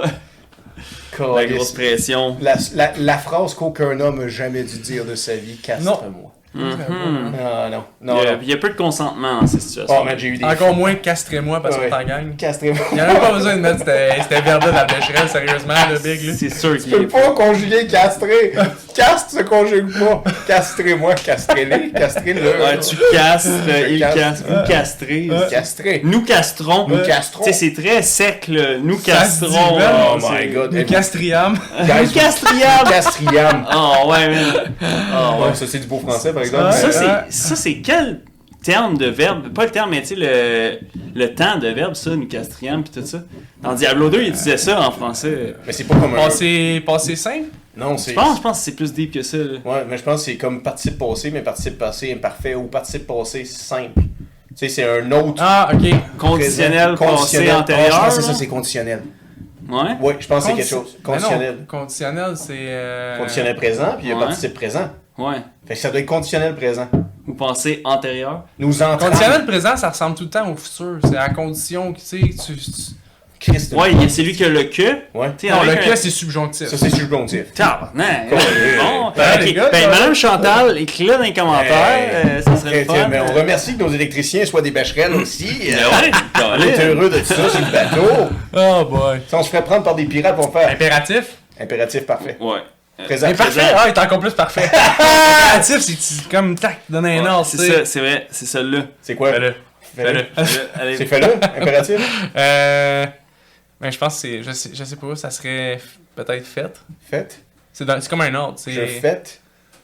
La grosse pression. La phrase qu'aucun homme n'a jamais dû dire de sa vie, castre-moi. Mhm. Non. Il y a peu de consentement dans ces situations. Oh, man, j'ai eu des... Encore moins castrez-moi parce Ouais. qu'on t'en gagne. Castrez-moi. Il n'y a même pas besoin de mettre c'était verbe de la bécherelle, sérieusement, le big, là. C'est sûr Tu qu'il peux est pas conjuguer castrer. Caste se conjugue pas. Castrez-moi, castrez-les, castrez-le. Ouais, tu castres, il casse. casse. Vous castrez. Castrez. Nous castrons. Nous castrons. Tu sais, c'est très sec, là. Nous Ça se dit, castrons. man. Oh C'est- my god. Le castriam. Nous castriam. Castriam. Oh, ouais, man. Oh, ouais. Ouais, ça c'est du beau français par exemple. Ça, c'est quel terme de verbe? Pas le terme, mais tu sais, le temps de verbe, ça, nous castriam, pis tout ça. Dans Diablo 2, il disait ça en français. Mais c'est pas comme un. Passé simple. Non, c'est. Je pense que c'est plus deep que ça, là. Ouais, mais je pense que c'est comme participe passé, mais participe passé imparfait ou participe passé simple. Tu sais, c'est un autre. Ah, ok. Conditionnel, présent. passé, Ah, antérieur. je pense que c'est ça, là. c'est conditionnel. Ouais. Oui, je pense que c'est quelque chose. Mais non, Conditionnel. conditionnel, c'est. Conditionnel présent, puis il y a Ouais. participe présent. Ouais. Fait que ça doit être conditionnel présent. Ou passé antérieur. Nous entrons. Conditionnel présent, ça ressemble tout le temps au futur. C'est à condition que, tu sais, Christ. Ouais, c'est lui qui a le que. Ouais. Tu sais, Non, avec le un- que, c'est subjonctif. Ça, c'est subjonctif. Tabarnak. Cool. Bon, Ben, ok. les gars, Ben, ça- Madame Chantal, écris-le dans les commentaires. Ça serait le fun. Mais on remercie que nos électriciens soient des bêcherelles aussi. Ouais, On est heureux de tout ça sur le bateau. Oh boy. Si on se ferait prendre par des pirates, on faire Impératif. impératif parfait. Ouais. Présent. Mais parfait. présent. Ah, il est encore plus parfait. Impératif, c'est comme tac, donner un ordre, C'est tu sais. ça, c'est vrai, c'est celle-là. C'est quoi? Fais-le. Fais-le. Allez. C'est fait-le, impératif? Ben, je pense que c'est. Je sais pas, ça serait peut-être fait. Faites. C'est comme un ordre. C'est... Je fête.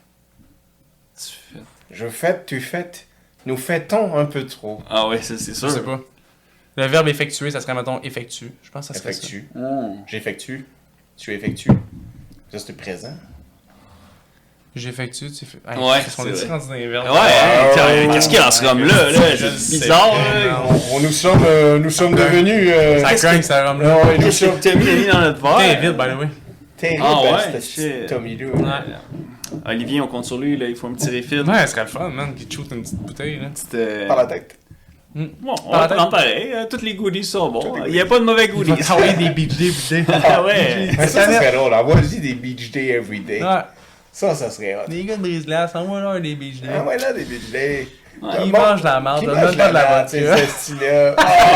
Tu fais- Je fête, tu fêtes. Nous fêtons un peu trop. Ah ouais, ça c'est Je sûr. sais pas. Le verbe effectuer, ça serait, mettons, effectue. Je pense que ça serait ça. Effectue. Mmh. J'effectue. Tu effectues. Ça, c'est présent. J'effectue, tu fais. Hey, Ouais, on c'est est vrai. rendu dans les verres. Qu'est-ce qu'il y a dans ce rhum-là? Là? C'est bizarre. Là. Nous sommes devenus... Ça craint, ça rhum là. Ouais, nous Qu'est-ce sommes... que Tommy a mis dans notre verre? T'es vite, by the way. Terrible, Ah ouais, ce shit. Tommy Lou. Olivier, on compte sur lui, là, il faut un petit refill. Ouais, ce serait le fun, man, qu'il te shoot une petite bouteille, là. Par la tête. Bon, on va prendre pareil. Tous les goodies sont bons. Il n'y a pas de mauvais Il goodies. va t'envoyer des beach day, beach day. Ah ouais. Mais ça serait drôle. Envoie-y des beach day every day. Ouais. Ça serait hot. Les gars de brise-glace, envoie-leur des beach day. Ah ouais, là, des beach day. Ils mangent la merde, Qui donne mange pas de la merde, c'est vodka. ce style-là.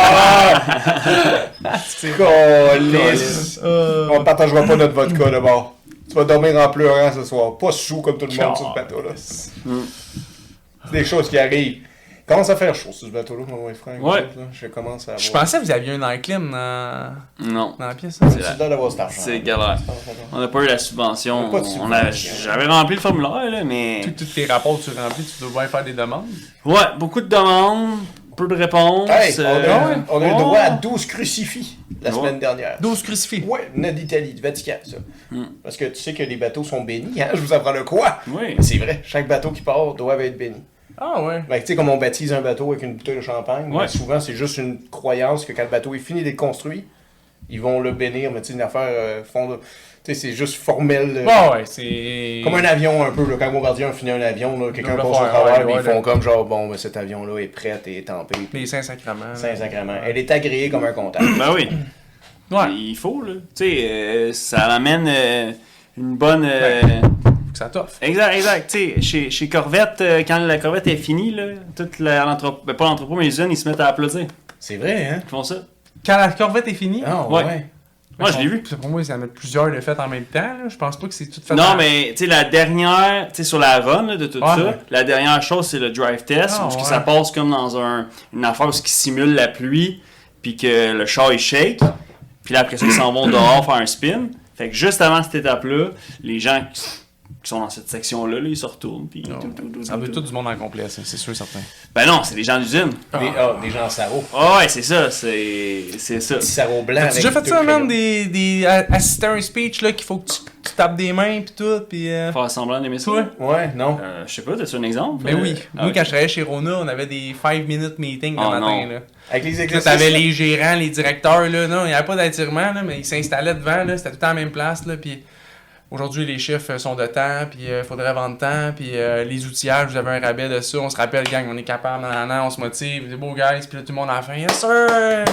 Ah! C'est câlisse. On ne partagera pas notre vodka d'abord. Tu vas dormir en pleurant ce soir. Pas sous comme tout le monde sur ce bateau-là. C'est des choses qui arrivent. Commence à faire chaud sur ce bateau-là, mon frère. Ouais. Je commence à avoir... Je pensais que vous aviez un air clean dans la pièce. C'est là d'avoir cet argent. C'est galère. On n'a pas eu la subvention. On a pas de subvention. J'avais rempli le formulaire, là, mais. Tous tes rapports que tu remplis, tu dois bien faire des demandes. Ouais, beaucoup de demandes, peu de réponses. Hey, on a eu ouais. droit à 12 crucifix la Ouais. semaine dernière. 12 crucifix. Ouais, venait d'Italie, du Vatican, ça. Parce que tu sais que les bateaux sont bénis, hein? Je vous apprends le quoi? Oui. C'est vrai, chaque bateau qui part doit être béni. Ah ouais. Ben, tu sais, comme on baptise un bateau avec une bouteille de champagne, Ouais. ben, souvent c'est juste une croyance que quand le bateau est fini d'être construit, ils vont le bénir, mais tu sais, une affaire tu sais, c'est juste formel. Ouais, c'est. Comme un avion un peu, là, quand Bombardier a fini un avion, là, quelqu'un Ils passe doivent au le travers, faire, puis ouais, ils font ouais. comme genre, bon, ben, cet avion-là est prêt et tempé. Les Saint-Sacrements. Saint-Sacrement. Elle est agréée comme un comptable. Ben oui. Ouais. Il faut, là. Tu sais, ça amène une bonne. Faut que ça t'offre. Exact. Tu sais, chez Corvette, quand la Corvette est finie, là, toute l'entrepôt, ben, pas l'entrepôt, mais les jeunes, ils se mettent à applaudir. C'est vrai, hein? Ils font ça. Quand la Corvette est finie. Ah, Ouais. ouais. Moi, je l'ai vu. Pour moi, ça met plusieurs de fait en même temps. Là. Je pense pas que c'est tout fait. Non, mais tu sais, la dernière, tu sais, sur la run là, de tout Ouais, ça, ouais. la dernière chose, c'est le drive test, Ah, où ouais. ça passe comme dans une affaire où qui simule la pluie, puis que le char il shake, puis là après ça, ils s'en vont dehors faire un spin. Fait que juste avant cette étape-là, les gens qui sont dans cette section-là, là, ils se retournent, puis... Ça veut tout du monde en complet, ça, c'est sûr et certain. Ben non, c'est des gens d'usine. Des gens en sarreau. Ah ouais, c'est ça, c'est ça. Petit sarreau blanc. T'as déjà fait ça, man, assister à un speech, là, qu'il faut que tu tapes des mains, pis tout, pis. Faire semblant d'aimer ça. Ouais. Ouais, non. Je sais pas, t'as-tu un exemple? Ben oui. Moi, ok. quand je travaillais chez Rona, on avait des 5-minute meetings le Oh, matin, non. là. Avec les Là, exercices. t'avais les gérants, les directeurs, là. Non, il n'y avait pas d'attirement, là, mais ils s'installaient devant, là. C'était tout le temps à la même place, là. Puis aujourd'hui, les chiffres sont de temps, puis faudrait vendre temps, puis les outillages, vous avez un rabais de ça. On se rappelle, gang, on est capable, on se motive. C'est beau, guys. Puis là, tout le monde à la fin, yes, sir!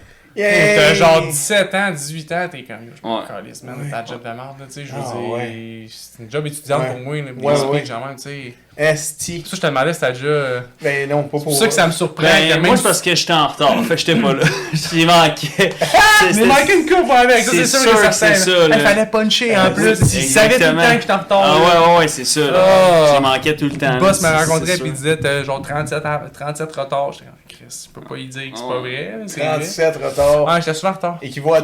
Yay! T'as genre 17 ans, 18 ans, t'es comme, je Ouais. me calisse, man, t'as un job de merde, là, tu sais, je veux Ah, dire, ouais. c'est une job étudiante Ouais. pour moi, là, Ouais, les ouais. speech, genre même, tu sais. Esti. Ça, je te demandais si t'as déjà... Ben non, pas C'est pour pour ça que ça me surprend. Ben, que moi, même c'est parce que j'étais en retard. Fait que j'étais pas là. J'y manquais. Il manquait une coupe avec ça, c'est c'est sûr sûr et que certain. c'est ça, là. Il fallait puncher en plus. oui, Il savait tout le exactement. temps que j'étais en retard. Ah ouais, c'est ça. Là. Ah. J'y manquais tout le temps. Le boss là, me c'est rencontrait sûr. et il disait t'as genre 37 retards. J'étais comme, Chris, je peux pas y dire que c'est pas vrai. C'est vrai. 37 retard. Ouais, j'étais souvent en retard. Équivaut à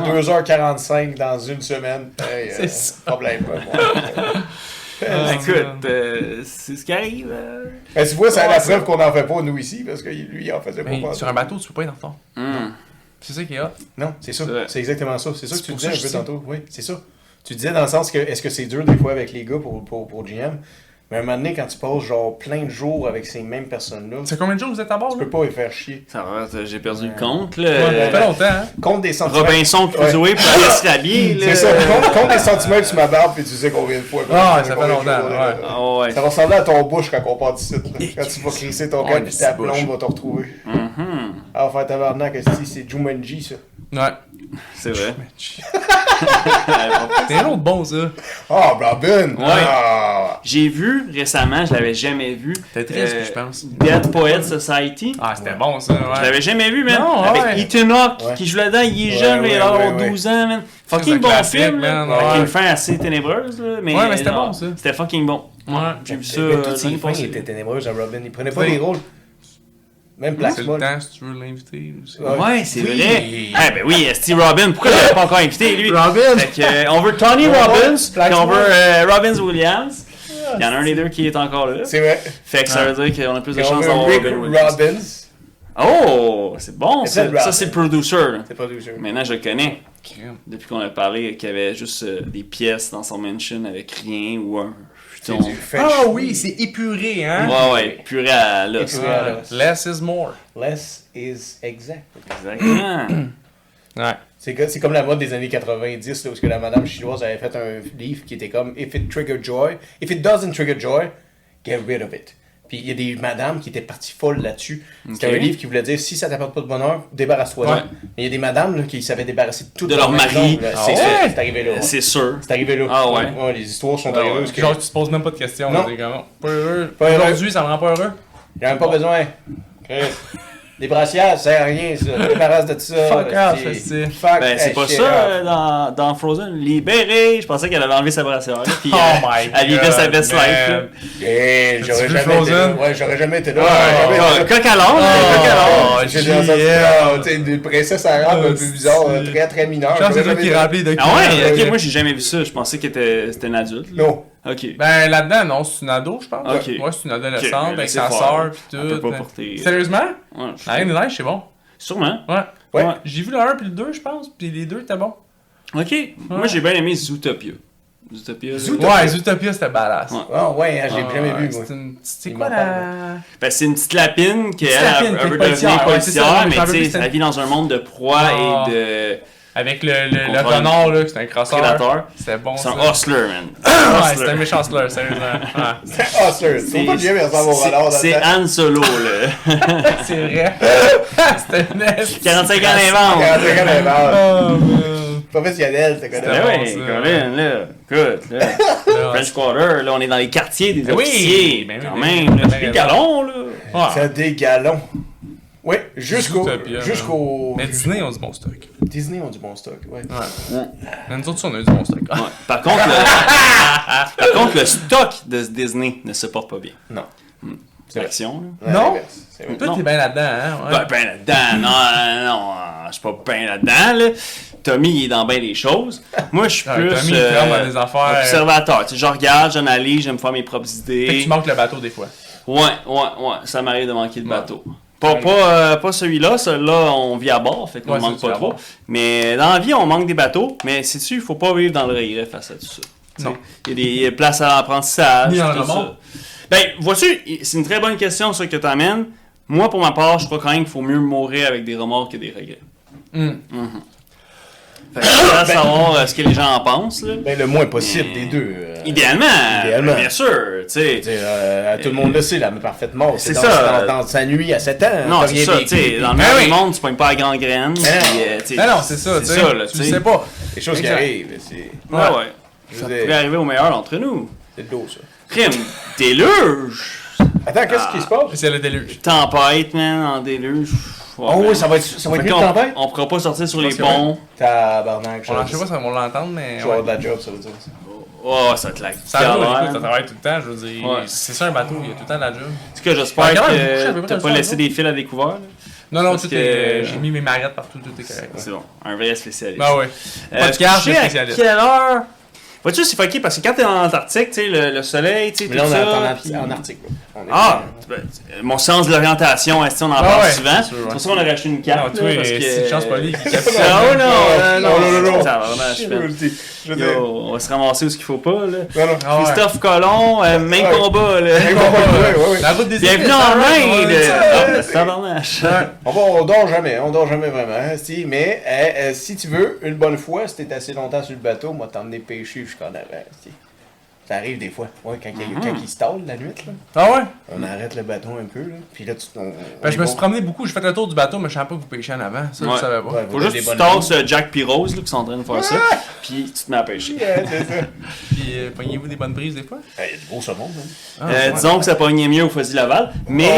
2h45 dans une semaine. Hey, C'est ça. Problème. Écoute, c'est ce qui arrive. Ben, tu vois, c'est Ouais, la ça. preuve qu'on n'en fait pas, nous, ici, parce que lui, il en faisait pas. Mais pas. sur un bateau, tu peux pas être en retard. Hum. C'est ça qui est hot. Non, c'est ça. C'est vrai. C'est exactement ça. C'est ça que C'est tu pour disais ça un que peu je dis. tantôt. Oui, c'est ça. Tu disais dans le sens que, est-ce que c'est dur des fois avec les gars pour GM? Mais à un moment donné, quand tu passes genre plein de jours avec ces mêmes personnes-là, C'est combien de jours vous êtes à bord, tu là? peux pas les faire chier. Ça va, j'ai perdu le compte. Ouais, Là. ça fait longtemps, hein? Compte des sentiments. Robinson Crusoe pour aller se rhabiller. là. C'est ça. Compte des sentiments sur ma barbe, puis tu sais combien de fois. Ah, ça fait combien de longtemps, jours, ouais. Ah ouais. Ça va ressembler à ton bouche quand on part d'ici. Là. Quand tu vas crisser ton Ouais, camp, puis mais ta c'est bouche. blonde va te retrouver. Mhm. Ah, faire tabarnak, c'est Jumanji, ça. Ouais. C'est vrai. C'est un autre bon, ça. Ah, Robin! Ouais. Ah. J'ai vu récemment, je l'avais jamais vu. C'était triste, je pense. Dead Poet Society. Ah, c'était bon, ça, Je ouais. l'avais jamais vu, man. Non, Avec ouais. Ethan Hawke Ouais. qui joue là-dedans. Il est Ouais, jeune, mais il a ouais, avoir ouais. 12 ans, man. C'est Fucking un bon classique, film, là. man, Avec ouais. une fin assez ténébreuse, là. Ouais, mais c'était genre, bon, ça. C'était fucking bon. Ouais. J'ai vu ça Mais toutes l'année ses fins passée. étaient ténébreuses à Robin. Il prenait pas Ouais. les rôles. Même C'est le Plasma. temps, si tu veux l'inviter. Aussi. Ouais, c'est Oui. vrai. Ah, ben oui, Steve Robin. Pourquoi je l'avais pas encore invité, lui? Robin! Fait que, on veut Tony Ouais, Robbins, Black puis on Swan. veut Robbins Williams. Il y en a un des deux qui est encore là. C'est vrai. Fait que ça veut dire qu'on a plus de Et on chances veut d'avoir Rick Robin Williams. Robbins. Oh, c'est bon C'est ça. Robin. Ça, c'est le producer. là. C'est pas du jeu. Maintenant, je le connais. Crème. Depuis qu'on a parlé qu'il y avait juste des pièces dans son mansion avec rien ou un C'est ton... du French Ah food. oui, c'est épuré, hein? Ouais, purée à l'os. Épuré à Ouais. l'os. Less is more. Less is exact. Exactement. Ouais. C'est comme la mode des années 90, là, où que la madame chinoise avait fait un livre qui était comme If it doesn't trigger joy, get rid of it. Puis il y a des madames qui étaient parties folles là-dessus. C'était Ok. un livre qui voulait dire si ça t'apporte pas de bonheur, débarrasse-toi. Ouais. Mais il y a des madames là, qui savaient débarrasser de tout De leur mari. là. Ah C'est ouais? ça, c'est arrivé là. Ouais. C'est sûr. C'est arrivé là. Ah ouais? Les histoires sont Ouais, arrivées. ouais. Parce que Genre, tu te poses même pas de questions. Non. T'es comme, pas heureux. Pas heureux. Aujourd'hui, ça me rend pas heureux. J'en ai pas besoin. Des brassières, ça sert à rien, ça. Débarrasse de ça. Fuck là, off, c'est- c'est- Fuck Ben, c'est that pas shit ça off. dans Frozen. Libéré! Je pensais qu'elle allait enlever sa brassière. Là, puis Oh my elle vivait sa God, best man. life. là. Hey, j'aurais vu jamais été là. Frozen? Ouais, j'aurais jamais été là. Ouais, J'aurais jamais été là. Coq à l'âne, coq à l'âne. Oh, J'ai entendu GL. tu sais, une princesse arabe un peu bizarre, très très mineure. Je pense que c'est J'aurais toi qui jamais remplis de Ah ouais? Ouais. Ok, moi j'ai jamais vu ça. Je pensais que c'était une adulte. été- là. Non. Ok. Ben là-dedans, non, c'est une ado, je pense. Ok. Ouais, c'est une adolescente Ok, mais avec laissez sa faire. soeur pis Elle peut tout. pas porter- Sérieusement? Ouais, La Reine des Neiges, c'est bon. Sûrement. Ouais. Ouais. Ouais. J'ai vu le 1 puis le 2, je pense, pis les deux étaient bons. Ok. Moi j'ai bien aimé Zootopia. Zootopia. là. Zootopia. Ouais, Zootopia, c'était badass. Ouais. Ah ouais, j'ai Ah, jamais ouais, vu, moi. C'est Il quoi m'en la... Ben, c'est une petite lapine qui Petite elle lapine, elle qui est veut policière, devenir ouais, c'est ça, policière, mais mais j'en veux tu plus, sais, c'était- elle vit dans un monde de proie Ah. et de Avec le comprend renard, là, qui c'était un crosseur. prédateurs. C'était bon, C'est ça. un hustler, man. Ouais, c'était un méchant slur, sérieusement. Ouais. Ah, sir, c'est pas bien, mais ça va au renard dans C'est le temps. Han Solo, là. C'est vrai. C'était une 45 ans d'invente. 45 ans d'invente. Oh, man. Professionnel, c'est C'était Ben connu. bon, oui, ça. Colin, là. Écoute, là. Ouais. French Quarter, là, on est dans les quartiers des Ben oui, officiers. ben oui, quand ben même, oui, là. ben Des oui. galons, là. Ouais. C'est des galons. Oui, jusqu'au. Zootopia, Jusqu'au. Mais Disney ont du bon stock. Disney ont du bon stock, ouais. Ouais. Mais nous autres, on a eu du bon stock. Ouais. Par contre, le stock de Disney ne se porte pas bien. Non. C'est l'action, là. Ouais, Non? l'inverse, c'est vrai. Toi, Non. t'es bien là-dedans, hein? Ouais. Ben là-dedans, non, je suis pas ben là-dedans, là. Tommy, il est dans bien des choses. Moi, je suis Ouais, plus Tommy, il tremble dans des affaires. observateur. Tu sais, je regarde, j'analyse, j'aime faire mes propres Fait que idées. tu manques le bateau des fois. Ouais, ça m'arrive de manquer de bateau. Pas celui-là, celui-là, on vit à bord, fait qu'on Ouais, manque ça, pas tu vas trop. voir. Mais dans la vie, on manque des bateaux, mais sais-tu, il faut pas vivre dans le regret face à tout ça. Tu sais, Non. il y a des places à l'apprentissage. Ni dans le tout ça. remords. Ben, vois-tu, c'est une très bonne question, ça, que tu amènes. Moi, pour ma part, je crois quand même qu'il faut mieux mourir avec des remords que des regrets. Fait que c'est à savoir ce que les gens en pensent, là. Ben, le moins possible des deux. Idéalement, Idéalement. bien sûr, tu sais. Je veux dire, tout le monde le sait, la parfaite mort. C'est dans, ça. Dans sa nuit à 7 ans. Non, t'as c'est rien ça, vécu. tu sais, dans le Ben meilleur oui. du monde, tu pognes pas à grande graine. Ben non. puis, tu sais, Ben non, c'est ça, tu sais. ça, là, Tu tu le sais. sais pas. Des choses qui Exact. arrivent. C'est Ouais, ouais. je Ça veux dire, pourrait arriver au meilleur d'entre nous. c'est de l'eau, ça. Crime, déluge! Attends, qu'est-ce qui se passe? C'est le déluge. Tempête, man, en déluge. Ouais, Oh man. oui, ça va être Fait mieux qu'on- que tempête? On pourra pas sortir sur les que ponts. Tabarnak, Je sais pas si on va l'entendre, mais. Je vais avoir ouais. de la job, ça veut dire ça. Oh, ça va être la Ça roule, galère. écoute, ça travaille tout le temps, je veux dire. Ouais. C'est ça un bateau, il y a tout le temps de la job. En tout cas, j'espère Ah, quand même, je sais que pas t'as comme pas ça, laissé ça. des fils à découvert. là. Non, non, Parce tout que- est. J'ai mis mes marettes partout, tout est correct. C'est bon, un vrai spécialiste. Ben ouais. Podcast tu sais à spécialiste. quelle heure? Vois-tu, c'est fucké parce que quand t'es en Antarctique, tu sais, le soleil, tu sais, Mais tout là, on est ça. en, puis- en Arctique. Là. On est Ah! Ben, mon sens de l'orientation, est-ce qu'on en Ah parle ouais, souvent? c'est C'est sûr, ouais. pour ça qu'on a racheté une carte. Non, toi, là, parce que... c'est une chance pas lui qui capte Ah ça. oh non, non. Ça va vraiment, je fais. Je veux dire, Yo, on va se ramasser où ce qu'il faut pas, là. non, non. Ah ouais. Christophe Colomb, même Ouais. combat, là. Ouais, ouais. La route des Bienvenue épices, en hein, ouais, Inde! ouais, Ah, tabarnache. On dort jamais vraiment. Hein, si, mais si tu veux, une bonne fois, si t'es assez longtemps sur le bateau, moi t'emmener pêcher jusqu'en avant. Si. Ça arrive des fois. Ouais, quand il stall la nuit, là, Ah ouais? on arrête le bateau un peu. Là, puis là, Ben, je me suis promené beaucoup, j'ai fait le tour du bateau, mais je savais pas que vous pêchiez en avant. Ça, Ouais. je savais pas. Ouais, Faut juste que tu tasses Jack pis Rose, là, qui sont en train de faire ça, puis tu te mets à pêcher. C'est ça. Puis, pognez-vous des bonnes prises des fois? Il y a du gros saumon, hein. Ah, ouais. Disons que ça pognait mieux au Fuzzy Laval, mais...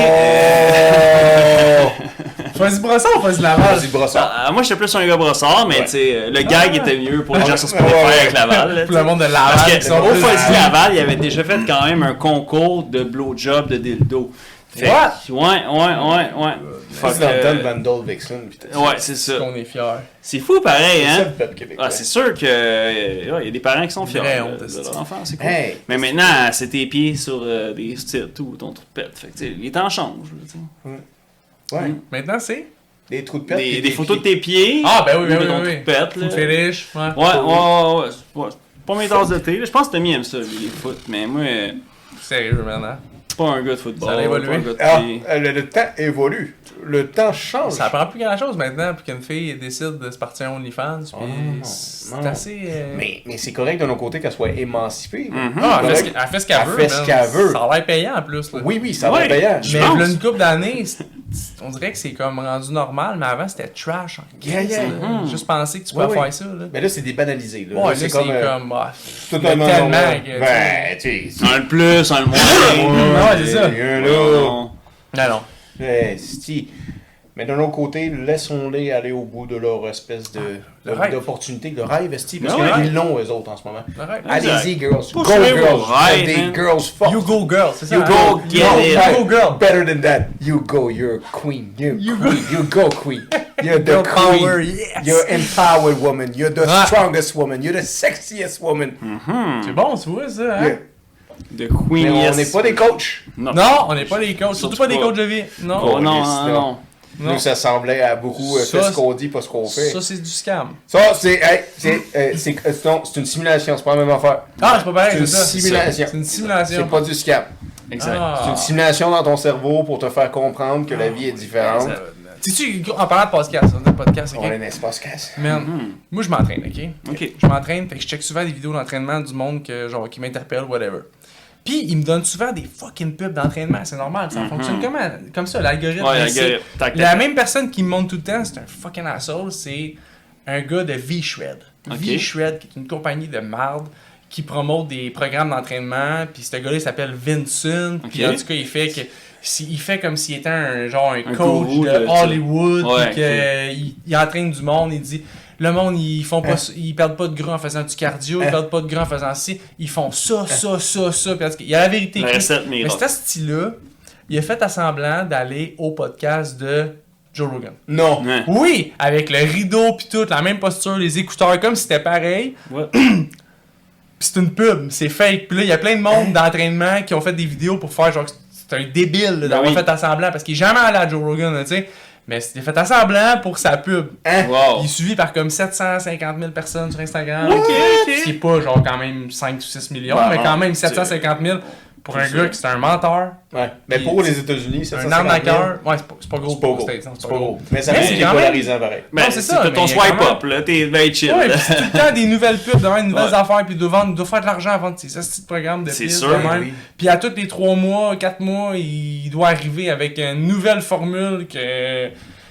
Choisis Brossard ou choisis Laval? Vas-y, brossard. moi, j'étais plus un gars brossard, mais Ouais. tu sais, le gag était mieux pour les gens sur Spotify Ouais, ouais. avec Laval. là, Pour le monde de Laval. Parce qui que sont au plus- Fuzzy Laval, il avait déjà fait quand même un concours de blowjob de dildo. Fait What? que- Ouais. C'est dans le temps de Vandal Vixen. puis tout ça. Ouais, c'est ça. qu'on est fiers. C'est fou pareil, C'est ça hein? le peuple québécois. Ah, c'est sûr que il y a des parents qui sont fiers Vraie de honte, leur enfant, c'est cool. Hey, Mais maintenant, c'est tes pieds sur des styles, tout, ton trou de pète. Fait que, tu sais, les temps changent. là, tu sais. ouais. Maintenant, c'est? Des trous de pète. Des photos de tes pieds. Ah, ben oui, ou ben de oui, ton oui. trou de pète, là. Food fetish. Ouais. Ouais. pas mes tasses de thé. Là. Je pense que Tommy aime ça, lui, les foot. Mais moi, Sérieux, maintenant. pas un gars de football. Ça a évolué. pas un gars de Ah, thé. le temps évolue. Le temps change. Ça prend plus grand-chose maintenant pour qu'une fille décide de se partir en OnlyFans. Puis non, c'est non. assez... Mais c'est correct de nos côtés qu'elle soit émancipée. Ah, elle Correct. fait ce qu'elle Elle veut. fait ce man. qu'elle veut. Ça a l'air payant en plus. Là. Oui, ça va Ouais. être payant. Je Mais pense. là, une couple d'années, on dirait que c'est comme rendu normal, mais avant c'était trash. En Yeah, yeah. crise, là. Juste penser que tu peux Ouais, faire ça. Là. Mais là, c'est débanalisé. Là. Ouais, Là, là, c'est comme. tout mais un monde tellement normal. que, Ben, tu sais. Un le plus, un le moins. Ouais, c'est ça. Là. Non. Non. Si. Mais d'un autre côté, laissons-les aller au bout de leur espèce le rêve. d'opportunité, de rêve, esti, parce Ouais. qu'ils l'ont, eux autres, en ce moment. Arrête. Allez-y, girls. Go, Poussez vos girls. rêves, Des man. girls fortes. You go girl, c'est ça. You hein? go get it. You go girl. Better than that. You go, you're a queen. You go queen. You're the Girl queen. power, yes. You're empowered woman. You're the Ouais. strongest woman. You're the sexiest woman. C'est bon, tu vois ça. Hein? Yeah. The Queen, Mais on yes. n'est pas des coachs. Non. Non, on n'est pas des coachs, surtout Surtout pas des pas. coachs de vie. Non. Oh, non, Yes, non, là. non. Non. Nous, ça semblait à beaucoup Ça, fait ce qu'on dit, pas ce qu'on fait. Ça, c'est du scam. Ça, c'est une simulation, c'est pas la même affaire. Ah, c'est pas pareil, C'est une c'est ça. simulation. C'est une simulation. C'est pas du scam. Exact. Ah. C'est une simulation dans ton cerveau pour te faire comprendre que la vie est différente. Sais-tu, en parlant de podcast, on a un podcast, On ok? est un espace casse. Man, moi je m'entraîne, ok? Ok. Je m'entraîne, fait que je check souvent des vidéos d'entraînement du monde que, genre, qui m'interpellent, whatever. Puis ils me donnent souvent des fucking pubs d'entraînement, c'est normal, ça fonctionne comme ça, l'algorithme. Ouais, Mais c'est- l'algorithme. Tac, tac, La tac. même personne qui me montre tout le temps, c'est un fucking asshole, c'est un gars de V-Shred. Ok. V-Shred, qui est une compagnie de marde qui promote des programmes d'entraînement, puis ce gars-là il s'appelle Vincent, puis Ok. en tout cas il fait comme s'il était un coach gourou, de là, Hollywood, Ouais, puis qu'il entraîne du monde, il dit le monde ils font pas ils perdent pas de gras en faisant du cardio, ils perdent pas de gras en faisant ci, ils font ça, puis en tout cas, il y a la vérité. La écrite. recette Mais miracle. cet style-là, il a fait semblant d'aller au podcast de Joe Rogan. Non. Ouais. Oui, avec le rideau puis tout, la même posture, les écouteurs, comme si c'était pareil. Ouais. Pis c'est une pub, c'est fake. Puis là, il y a plein de monde d'entraînement qui ont fait des vidéos pour faire genre, c'est un débile là, d'avoir oui. fait semblant parce qu'il est jamais allé à Joe Rogan, là, tu sais. Mais il a fait semblant pour sa pub. Hein? Wow. Il est suivi par comme 750 000 personnes sur Instagram. Ok, Ce qui est pas genre quand même 5 ou 6 millions, Bah, mais quand non, même 750 000 pour un gars qui c'est un menteur. Ouais. Mais Puis, pour les États-Unis, c'est Un arnaqueur. Ouais, c'est pas gros C'est pas pour gros. les States, non, C'est pas gros. Mais ça Mais reste c'est qui est quand même- polarisant pareil. Ben, Non, c'est ça, T'as ton mais il y a swipe quand up, là. T'es very chill. Ouais, pis c'est tout le temps des nouvelles pubs, de nouvelles Ouais. affaires, puis il doit faire de l'argent avant de ces petits programmes de C'est piste, sûr, de même. oui. Puis à tous les 3 mois, 4 mois, il doit arriver avec une nouvelle formule que...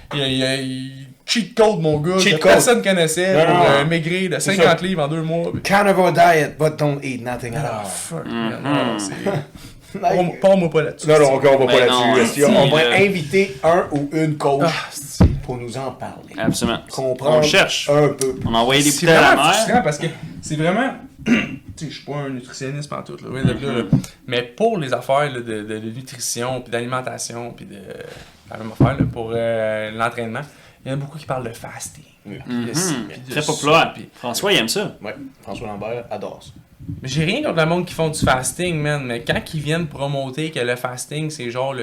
il cheat code, mon gars, Cheat que code. personne connaissait Non, pour non. maigrir de C'est 50 ça. livres en 2 mois. Puis- Carnivore diet, but don't eat nothing at Ah, all. fuck, Mhm. man, non, c'est... Like- Parle-moi pas là-dessus. Non, non, on va pas Ben non, là-dessus. si, On va là. inviter un ou une coach Ah, pour nous en parler. Absolument. Comprendre On cherche. un peu. On a envoyé des C'est bouteilles à vraiment la frustrant mer. parce que c'est vraiment. Tu sais, je suis pas un nutritionniste pantoute, là, loin d'être là, là. Mais pour les affaires là, de nutrition, puis d'alimentation, puis de. La même affaire, là, pour l'entraînement, il y en a beaucoup qui parlent de fasting. Puis de ci, puis de Très ça, populaire. puis- François, il aime ça. Ouais, François Lambert adore ça. Mais j'ai rien contre le monde qui font du fasting, man. Mais quand ils viennent promoter que le fasting, c'est genre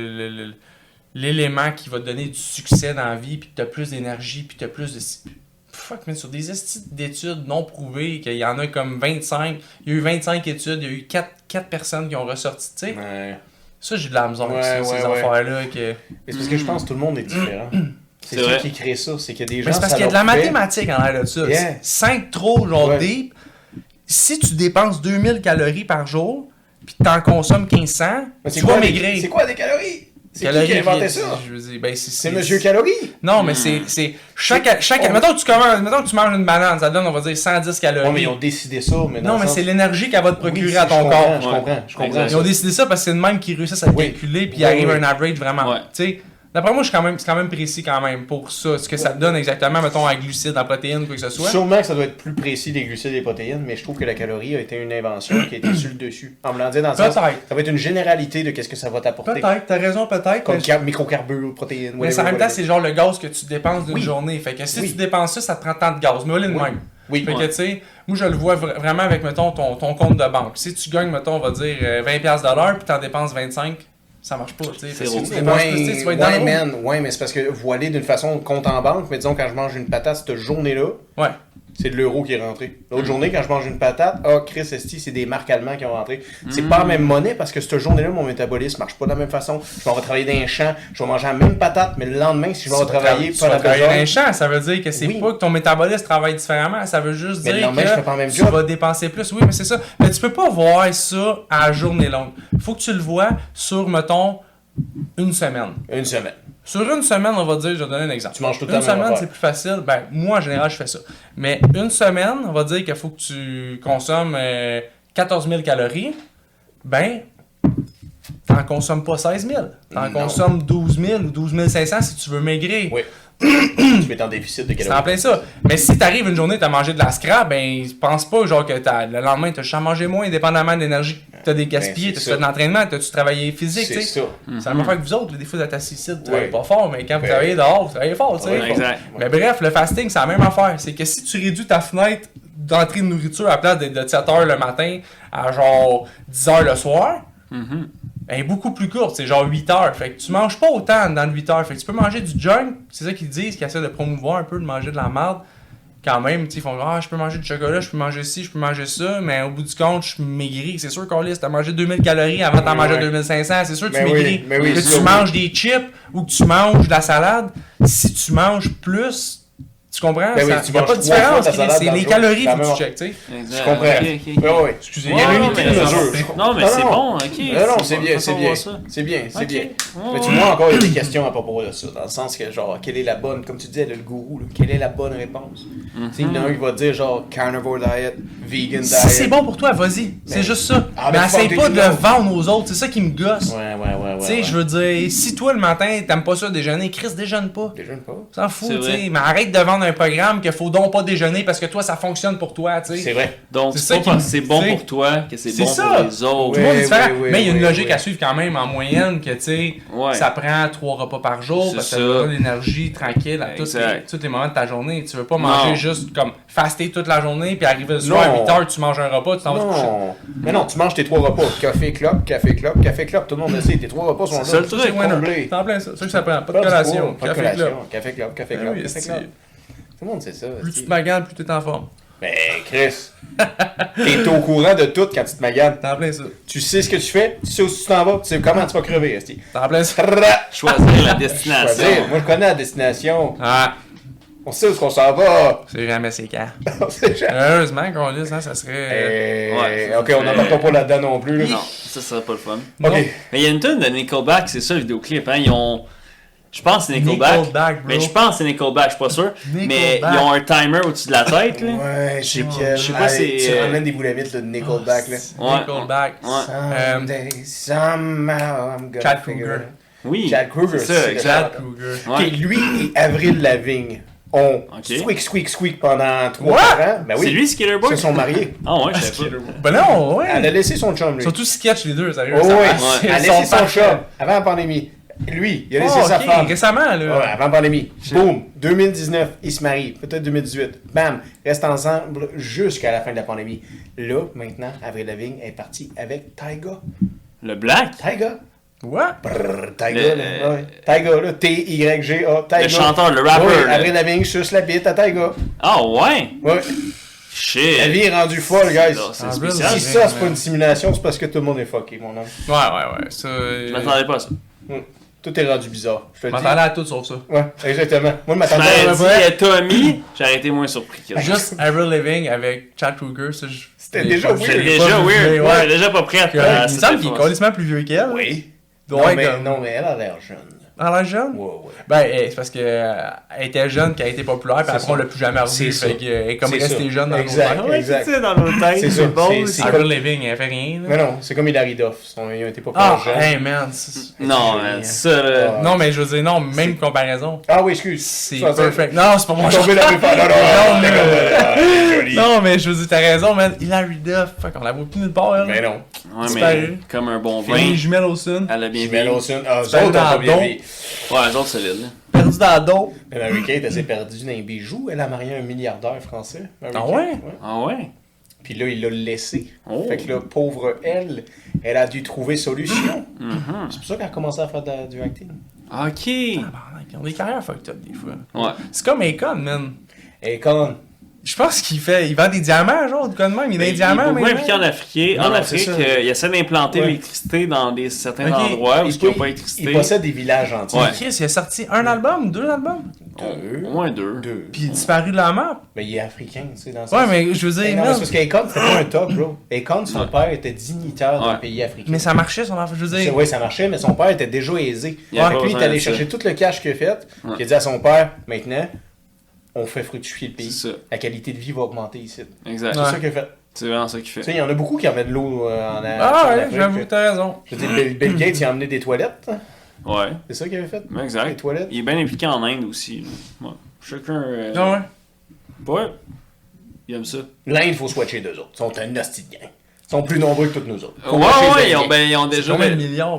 l'élément qui va te donner du succès dans la vie, puis que t'as plus d'énergie, puis t'as plus de. Fuck, man, sur des d'études non prouvées, qu'il y en a comme 25. Il y a eu 25 études, il y a eu 4 personnes qui ont ressorti, tu sais. Ouais. Ça, j'ai de la misère avec Ouais, ça, ouais, ces ouais. affaires-là. Que... Mais c'est parce que je pense que tout le monde est différent. C'est C'est ça vrai. qui crée ça. C'est qu'il y a des gens. Mais c'est parce ça qu'il y a de la leur fait- mathématique en l'air de ça. Yeah. 5 trop, genre Ouais. deep. Si tu dépenses 2000 calories par jour, puis t'en consommes 1500, Mais c'est tu vas quoi des- maigrir. C'est quoi des calories? C'est qui Calories, qui a inventé ça? Je veux dire, ben, C'est Monsieur Calorie. Non, mais c'est chaque Oh. mettons que tu manges une banane, ça donne on va dire 110 calories. Ouais, mais ils ont décidé ça. Mais dans non, le mais sens- c'est l'énergie qu'elle va te procurer Oui, à ton je corps. comprends, je comprends. Exact. Ils ont décidé ça parce que c'est le même qui réussissent à le Oui. calculer puis il Oui, arrive oui. à un average vraiment. Ouais. Tu sais, d'après moi, c'est quand même précis quand même pour ça. Ce que ça te donne exactement, mettons, en glucides, en protéines, quoi que ce soit. Sûrement que ça doit être plus précis les glucides et les protéines, mais je trouve que la calorie a été une invention qui a été sur le dessus. En me l'en disant dans le sens, Peut-être. ça va être une généralité de qu'est-ce que ça va t'apporter. Peut-être, t'as raison, peut-être. Comme mais- microcarbures, protéines, Mais whatever, en même temps, whatever. c'est genre le gaz que tu dépenses d'une Oui. journée. Fait que si Oui. tu dépenses ça, ça te prend tant de gaz. Mais au lieu de Oui. même. Oui. Fait que tu sais, moi je le vois vraiment avec, mettons, ton compte de banque. Si tu gagnes, mettons, on va dire 20$ de l'heure, puis t'en dépenses 25$, ça marche pas, tu sais. Parce que Zéro. si tu dépenses plus, tu sais, tu vas être dans le rouge. Ouais, mais c'est parce que voilé d'une façon compte en banque, mais disons quand je mange une patate cette journée-là, Ouais. c'est de l'euro qui est rentré. L'autre journée, quand je mange une patate, Chris Esti, c'est des marques allemandes qui ont rentré. C'est pas la même monnaie parce que cette journée-là, mon métabolisme marche pas de la même façon. Je vais retravailler dans un champ, je vais manger la même patate, mais le lendemain, si je vais retravailler, Tu vas travailler dans un champ, ça veut dire que c'est pas que ton métabolisme travaille différemment, ça veut juste Mais le dire lendemain, je fais pas le même que job. tu vas dépenser plus. Oui, mais c'est ça. Mais tu peux pas voir ça à journée longue. Faut que tu le vois sur, mettons, une semaine. Une semaine. Sur une semaine, on va dire, je vais donner un exemple. Tu manges tout le Une temps la même semaine, affaire. c'est plus facile. Ben, moi, en général, je fais ça. Mais une semaine, on va dire qu'il faut que tu consommes 14 000 calories. Ben, t'en consommes pas 16 000. T'en Non. consommes 12 000 ou 12 500 si tu veux maigrir. Oui. Tu es en déficit de C'est en calories. plein ça. Mais si t'arrives une journée, t'as mangé de la scrap, ben, pense pas genre que le lendemain, t'as juste à manger moins, indépendamment de l'énergie que t'as des gaspillés, c'est t'as ça. fait de l'entraînement, t'as-tu travaillé physique, tu C'est sais. ça. C'est la même affaire que vous autres, des fois, vous êtes assis ici, vous travaillez Ouais. pas fort, mais quand vous Ben, travaillez dehors, vous travaillez fort, tu sais. Ouais, exact. Mais bref, le fasting, c'est la même affaire. C'est que si tu réduis ta fenêtre d'entrée de nourriture à la place de 7h le matin à genre 10h le soir, elle est beaucoup plus courte, c'est genre 8 heures. Fait que tu manges pas autant dans le 8 heures. Fait que tu peux manger du junk, c'est ça qu'ils disent, qu'ils essaient de promouvoir un peu, de manger de la merde. Quand même, ils font je peux manger du chocolat, je peux manger ci, je peux manger ça, mais au bout du compte, je suis maigri. C'est sûr, Carlis, t'as mangé 2000 calories avant d'en manger 2500, c'est sûr que tu Mais oui, maigris. mais oui, que c'est tu ça, manges des chips ou que tu manges de la salade, si tu manges plus, tu comprends? Ben oui, Ça- tu y a manges pas de 3 fois différence, ta Chris, salade c'est dans les le jour. calories C'est la faut que même tu checkes, tu sais. Exact. Je comprends. Ok. Oui, oui. Excusez, Il y a une Ouais, unité mais de ça- mesure. Non, mais Non, c'est non. bon, ok. Non, c'est bien, c'est bien. C'est bien, c'est Ok. bien. Ouais, Mais tu ouais. vois, encore, il y a des questions à propos de ça. Dans le sens que, genre, quelle est la bonne, comme tu disais, le gourou, là, quelle est la bonne réponse? Tu sais, il y en a un qui va te dire, genre, carnivore diet, vegan diet. Si c'est bon pour toi, vas-y. C'est Mais- juste ça. Ah, mais mais essaye fuck pas des de le autres. vendre aux autres. C'est ça qui me gosse. Ouais. Tu sais, je veux dire, si toi le matin, t'aimes pas ça déjeuner, Chris, déjeune pas. Déjeune pas. S'en fout, C'est tu vrai. sais. Mais arrête de vendre un programme qu'il faut donc pas déjeuner parce que toi, ça fonctionne pour toi, tu C'est sais. vrai. Donc, C'est c'est ça pas qui parce que c'est bon tu sais, pour toi que c'est c'est bon ça. pour les autres. Tout le monde est Oui, différent. oui, Mais il y a une oui, logique oui. à suivre quand même en moyenne que, tu sais, Ouais. ça prend 3 repas par jour C'est parce que ça. ça te donne l'énergie tranquille à Exact. tous les moments de ta journée. Tu veux pas manger Non. juste comme faster toute la journée puis arriver le soir à Non. 8h, tu manges un repas, tu t'en vas te coucher. Non. Mais non, tu manges tes 3 repas. Café, clope, café, clope, café, clope. Tout le monde le sait. Tes 3 repas sont là. C'est ça le truc. C'est winner. comblé. C'est en plein ça. C'est ça que ça prend. Pas de Pas du collation. poids, pas de Café collation. club. Café, clope, café, Ben clope, oui, café, c'est- clope. Tout le monde sait ça. Plus esti. tu te maganes, plus t'es en forme. Ben, Chris, t'es au courant de tout quand tu te maganes. T'es en plein ça. Tu sais ce que tu fais, tu sais où tu t'en vas, tu sais comment tu vas crever, esti. T'es en plein ça. Choisir la Choisir. destination. Moi, je connais la destination. Ah, On sait où est-ce qu'on s'en va. c'est jamais c'est quand. On sait jamais. Heureusement qu'on lisse, hein, ça serait. Ouais, ça ok, on n'embarque pas là-dedans non plus. Là. Non, ça serait pas le fun. Ok. Mais il y a une tune de Nickelback, c'est ça le vidéoclip. Hein? Ils ont. Je pense que c'est Nickelback. Nickelback, bro. Mais je pense que c'est Nickelback, je suis pas sûr. Mais Nickelback. ils ont un timer au-dessus de la tête. Là. Ouais, je sais pas- quel. je sais pas Hey, c'est, Tu ramènes des boulamites là, de Nickelback. Là. Ouais. Nickelback. Ouais. Someday, somehow, I'm gonna Chad figure Kruger. it. Oui. Chad Kruger, c'est ça, c'est exact. Chad Kruger. Ouais. Ok, lui et Avril Lavigne ont Ok. squeak pendant 3 What? ans. Ben oui, C'est lui, Skater Boy? ils se sont mariés. Ah ouais, je savais pas. Ben non, ouais. Elle a laissé son chum, lui. Surtout sketch les deux, sérieux. Oh, ça ouais. marche. Elle a Ils laissé sont son parfaits. chum avant la pandémie. Lui, il a laissé Oh, sa ok, femme. récemment, là. Ouais, avant la pandémie. Boum, 2019, ils se marient. Peut-être 2018. Bam, restent ensemble jusqu'à la fin de la pandémie. Là, maintenant, Avril Lavigne est partie avec Tyga. Le Black? Tyga? What? Brrr, Tyga, Le- là. Ouais. Tyga, là. T-Y-G-A. Tyga. Le chanteur, le rappeur. Oui, là. Avril Lavigne suce la bite à Tyga. Ah ouais? Ouais. Shit. La vie est rendue folle, guys. C'est Ah, spécial. Si ça, c'est pas une simulation, c'est parce que tout le monde est fucké, mon homme. Ouais. Ça. Je m'attendais pas à ça. Tout est rendu bizarre. Je te Je le dis. m'attendais à tout sauf ça. Ouais, exactement. Moi, je Tu m'attendais m'avais à dit Tommy, j'aurais été moins surpris que ça. Juste Avril Lavigne avec Chad Kruger, ça, C'était déjà weird. J'étais j'ai déjà pas vu, weird. mais Ouais, déjà pas prête. Il me semble qu'il est complètement plus vieux qu'elle. Oui. Doit Non être mais, comme- non, mais elle a l'air jeune. Elle a l'air jeune? Ouais. Ben, c'est parce qu'elle était jeune, qu'elle a été populaire, puis C'est après ça. on l'a plus jamais C'est revue. ça. Fait qu'elle est comme C'est restée ça. jeune dans nos Exact. têtes. Ouais, Exact. c'est ça, dans nos têtes. C'est ça, C'est bon. c'est- aussi. c'est- Avril Lavigne, elle fait rien. Mais Là. non, c'est comme Hilary Duff. Ils ont été populaires Ah, jeunes. hey man. Non, man, ça là. Ah. Non, mais je veux dire, non, même comparaison. Ah oui, excuse. C'est Je pensais- perfect. Non, c'est pas mon Tomber dans le faire. Non, mais- joli. Non, mais je veux dire, t'as raison, man. Hilary Duff, fuck, on la voit plus nulle part, elle. Mais non. Ouais, Disparu. mais comme un bon Les vin, jumelles au sun. elle a bien Jimmy vu. Lawson. Ah, eux Disparu autres ont dans pas le bien don. vu. Ouais, les autres solides. là. Perdu dans le dos. Mais Mary Kate, elle s'est perdue dans les bijoux. Elle a marié un milliardaire français. Mary Ah Kate. ouais? Ah ouais? Puis là, il l'a laissé. Oh. Fait que là, pauvre elle a dû trouver solution. Mhm. C'est pour ça qu'elle a commencé à faire du acting. Ok. Ah, bah, ils ont des carrières fucked up des fois. Ouais. C'est comme Akon, man. Et con. Je pense qu'il vend des diamants, genre, de quoi de même. Il a des diamants, il est beaucoup mais. impliqué en Afrique. Non, En non, Afrique, c'est ça. il essaie d'implanter Ouais. l'électricité dans certains Ok. endroits où il n'y a pas il d'électricité. possède des villages entiers. Ouais. Chris, il a sorti un album, 2 albums. Au moins 2. Deux. Puis il est disparu de la map. Mais il est africain, tu sais, dans Ouais, mais je veux Mais dire, non, mais man, c'est parce qu'Akon, c'était pas un top, bro. Akon, son Ouais. père était dignitaire d'un Ouais. pays africain. mais ça marchait son enfant. Je veux dire. Oui, ça marchait, mais son père était déjà aisé. Il avait Fait pas que lui, il est besoin allé de ça. chercher tout le cash qu'il a fait. Ouais. Il a dit à son père, maintenant, on fait fructifier le pays. C'est ça. La qualité de vie va augmenter ici. Exact. C'est Ouais. ça qu'il a fait. C'est vraiment ça qu'il Tu fait. sais, il y en a beaucoup qui emmènent de l'eau en Ah ouais, Afrique. j'avoue, t'as raison. Je veux dire, Bill Gates, il a emmené des toilettes. hein. Ouais. C'est ça qu'il avait fait? Des Exact. toilettes. Il est bien impliqué en Inde aussi. là. Ouais. Chacun. Ah ouais. Ouais. Il aime ça. L'Inde, il faut swatcher d'eux autres. Ils sont un hostie de gang. Ils sont plus nombreux que tous nous autres. Faut Ouais, watcher ouais, les ils ont, Indiens. ben, ils ont déjà. Combien de milliards,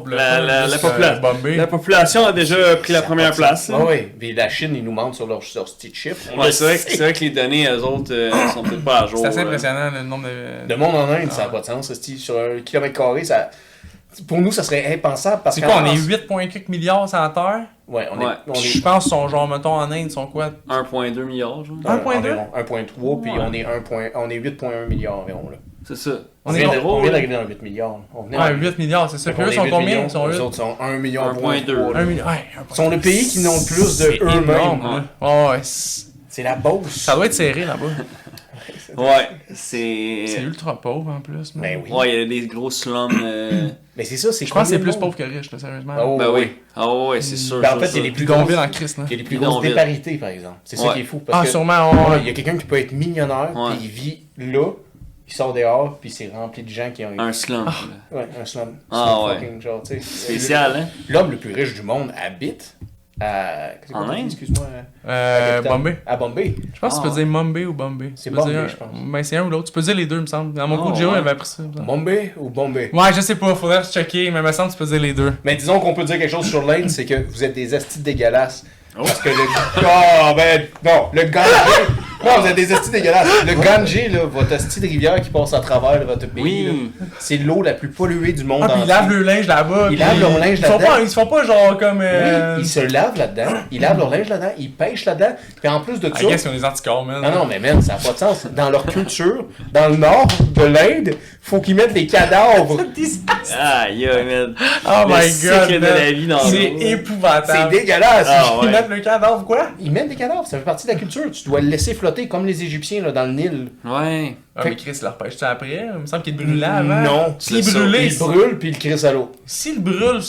la La population a déjà pris la Ça a première pas de place. sens. Ah oui, puis la Chine, ils nous mentent sur leur petit chiffre. Ouais, c'est vrai que les données, eux autres, sont peut-être pas à jour. C'est assez impressionnant le nombre de. Le monde en Inde, ça n'a pas de sens. hostie. Sur un kilomètre carré, ça... pour nous, ça serait impensable. Parce C'est qu'en quoi, on est France- 8,4 milliards sur la Terre? Ouais, on est... Ouais. On Je est... pense qu'ils sont genre, mettons, en Inde, ils sont quoi? 1,2 milliard, genre. 1,2? environ 1,3, puis Ouais. on est 8,1 milliards environ. Là. C'est ça. On On est vient zéro, vient là. d'arriver dans 8 milliards. On venait Ouais, 8 milliards, c'est ça. Puis eux sont combien? Ils sont Les 8. autres sont 1 million. 1,2. 1 million. Ouais, Ils sont le pays qui n'ont le plus de c'est eux-mêmes. énorme, là. Ouais, ouais. C'est la Beauce. Ça doit être serré là-bas. Ouais, C'est c'est. ultra pauvre en plus. man. Ben oui. Ouais, il y a des gros slums. Mais c'est ça, c'est Je pense que c'est combien plus de pauvre que riche, là, sérieusement. monde? Oh, Ben oui. oui. Ah ouais, c'est sûr. Ben, en sûr, fait, il y a les sûr. plus Bidonville grosses... en Christ, là. Il y a les plus grosses Bidonville. disparités, par exemple. C'est ça Ouais. qui est fou. Parce Ah, que sûrement, il y a quelqu'un qui peut être millionnaire, Ouais. puis il vit là, il sort dehors, puis c'est rempli de gens qui ont... Un slum. là. Ouais, un slum. Ah, C'est ouais. fucking genre, tu sais. Spécial, hein? L'homme le plus riche du monde habite à... qu'est-ce qu'on En dit, Inde? excuse-moi. La capitale. Bombay. À Bombay. Je pense que tu Ah. peux dire Bombay ou Bombay. C'est Tu peux Bombay, dire- je pense. Ben, c'est un ou l'autre. Tu peux dire les deux, me semble. Dans mon Ah, cours de géo, ouais. il avait appris ça. me semble. Bombay ou Bombay? Ouais, je sais pas, faudrait checker, mais il me semble que tu peux dire les deux. Mais disons qu'on peut dire quelque chose sur l'Inde, c'est que vous êtes des astis dégueulasses. Oh. Parce que le... Oh, ben, non, le Gange... Non, vous êtes des astis dégueulasses. Le Gange, là, votre asti de rivière qui passe à travers votre pays, Oui. là, c'est l'eau la plus polluée du monde Ah, puis ils entier. lavent le linge là-bas. Ils puis lavent leur linge ils font là-dedans. pas- Ils se font pas genre comme. Oui, ils se lavent là-dedans, ils lavent leur linge là-dedans, ils pêchent là-dedans, puis en plus de I ça... guess qu'ils ont des anticorps, man. Non, non, mais man, ça n'a pas de sens. Dans leur culture, dans le nord de l'Inde, faut qu'ils mettent les cadavres. Aïe, aïe, man. Oh Le my cycle god, de man. la vie dans C'est l'eau. C'est épouvantable. dégueulasse. Ah, Ils ouais. mettent le cadavre, quoi? Ils mettent des cadavres, ça fait partie de la culture. Tu dois le laisser flotter comme les Égyptiens là, dans le Nil. Ouais. Ah, mais Chris, il le repêche-tu après? Il me semble qu'il est brûlé avant. Non. S'il est C'est ça. brûlé, Il brûle puis il crisse à l'eau. s'il brûle,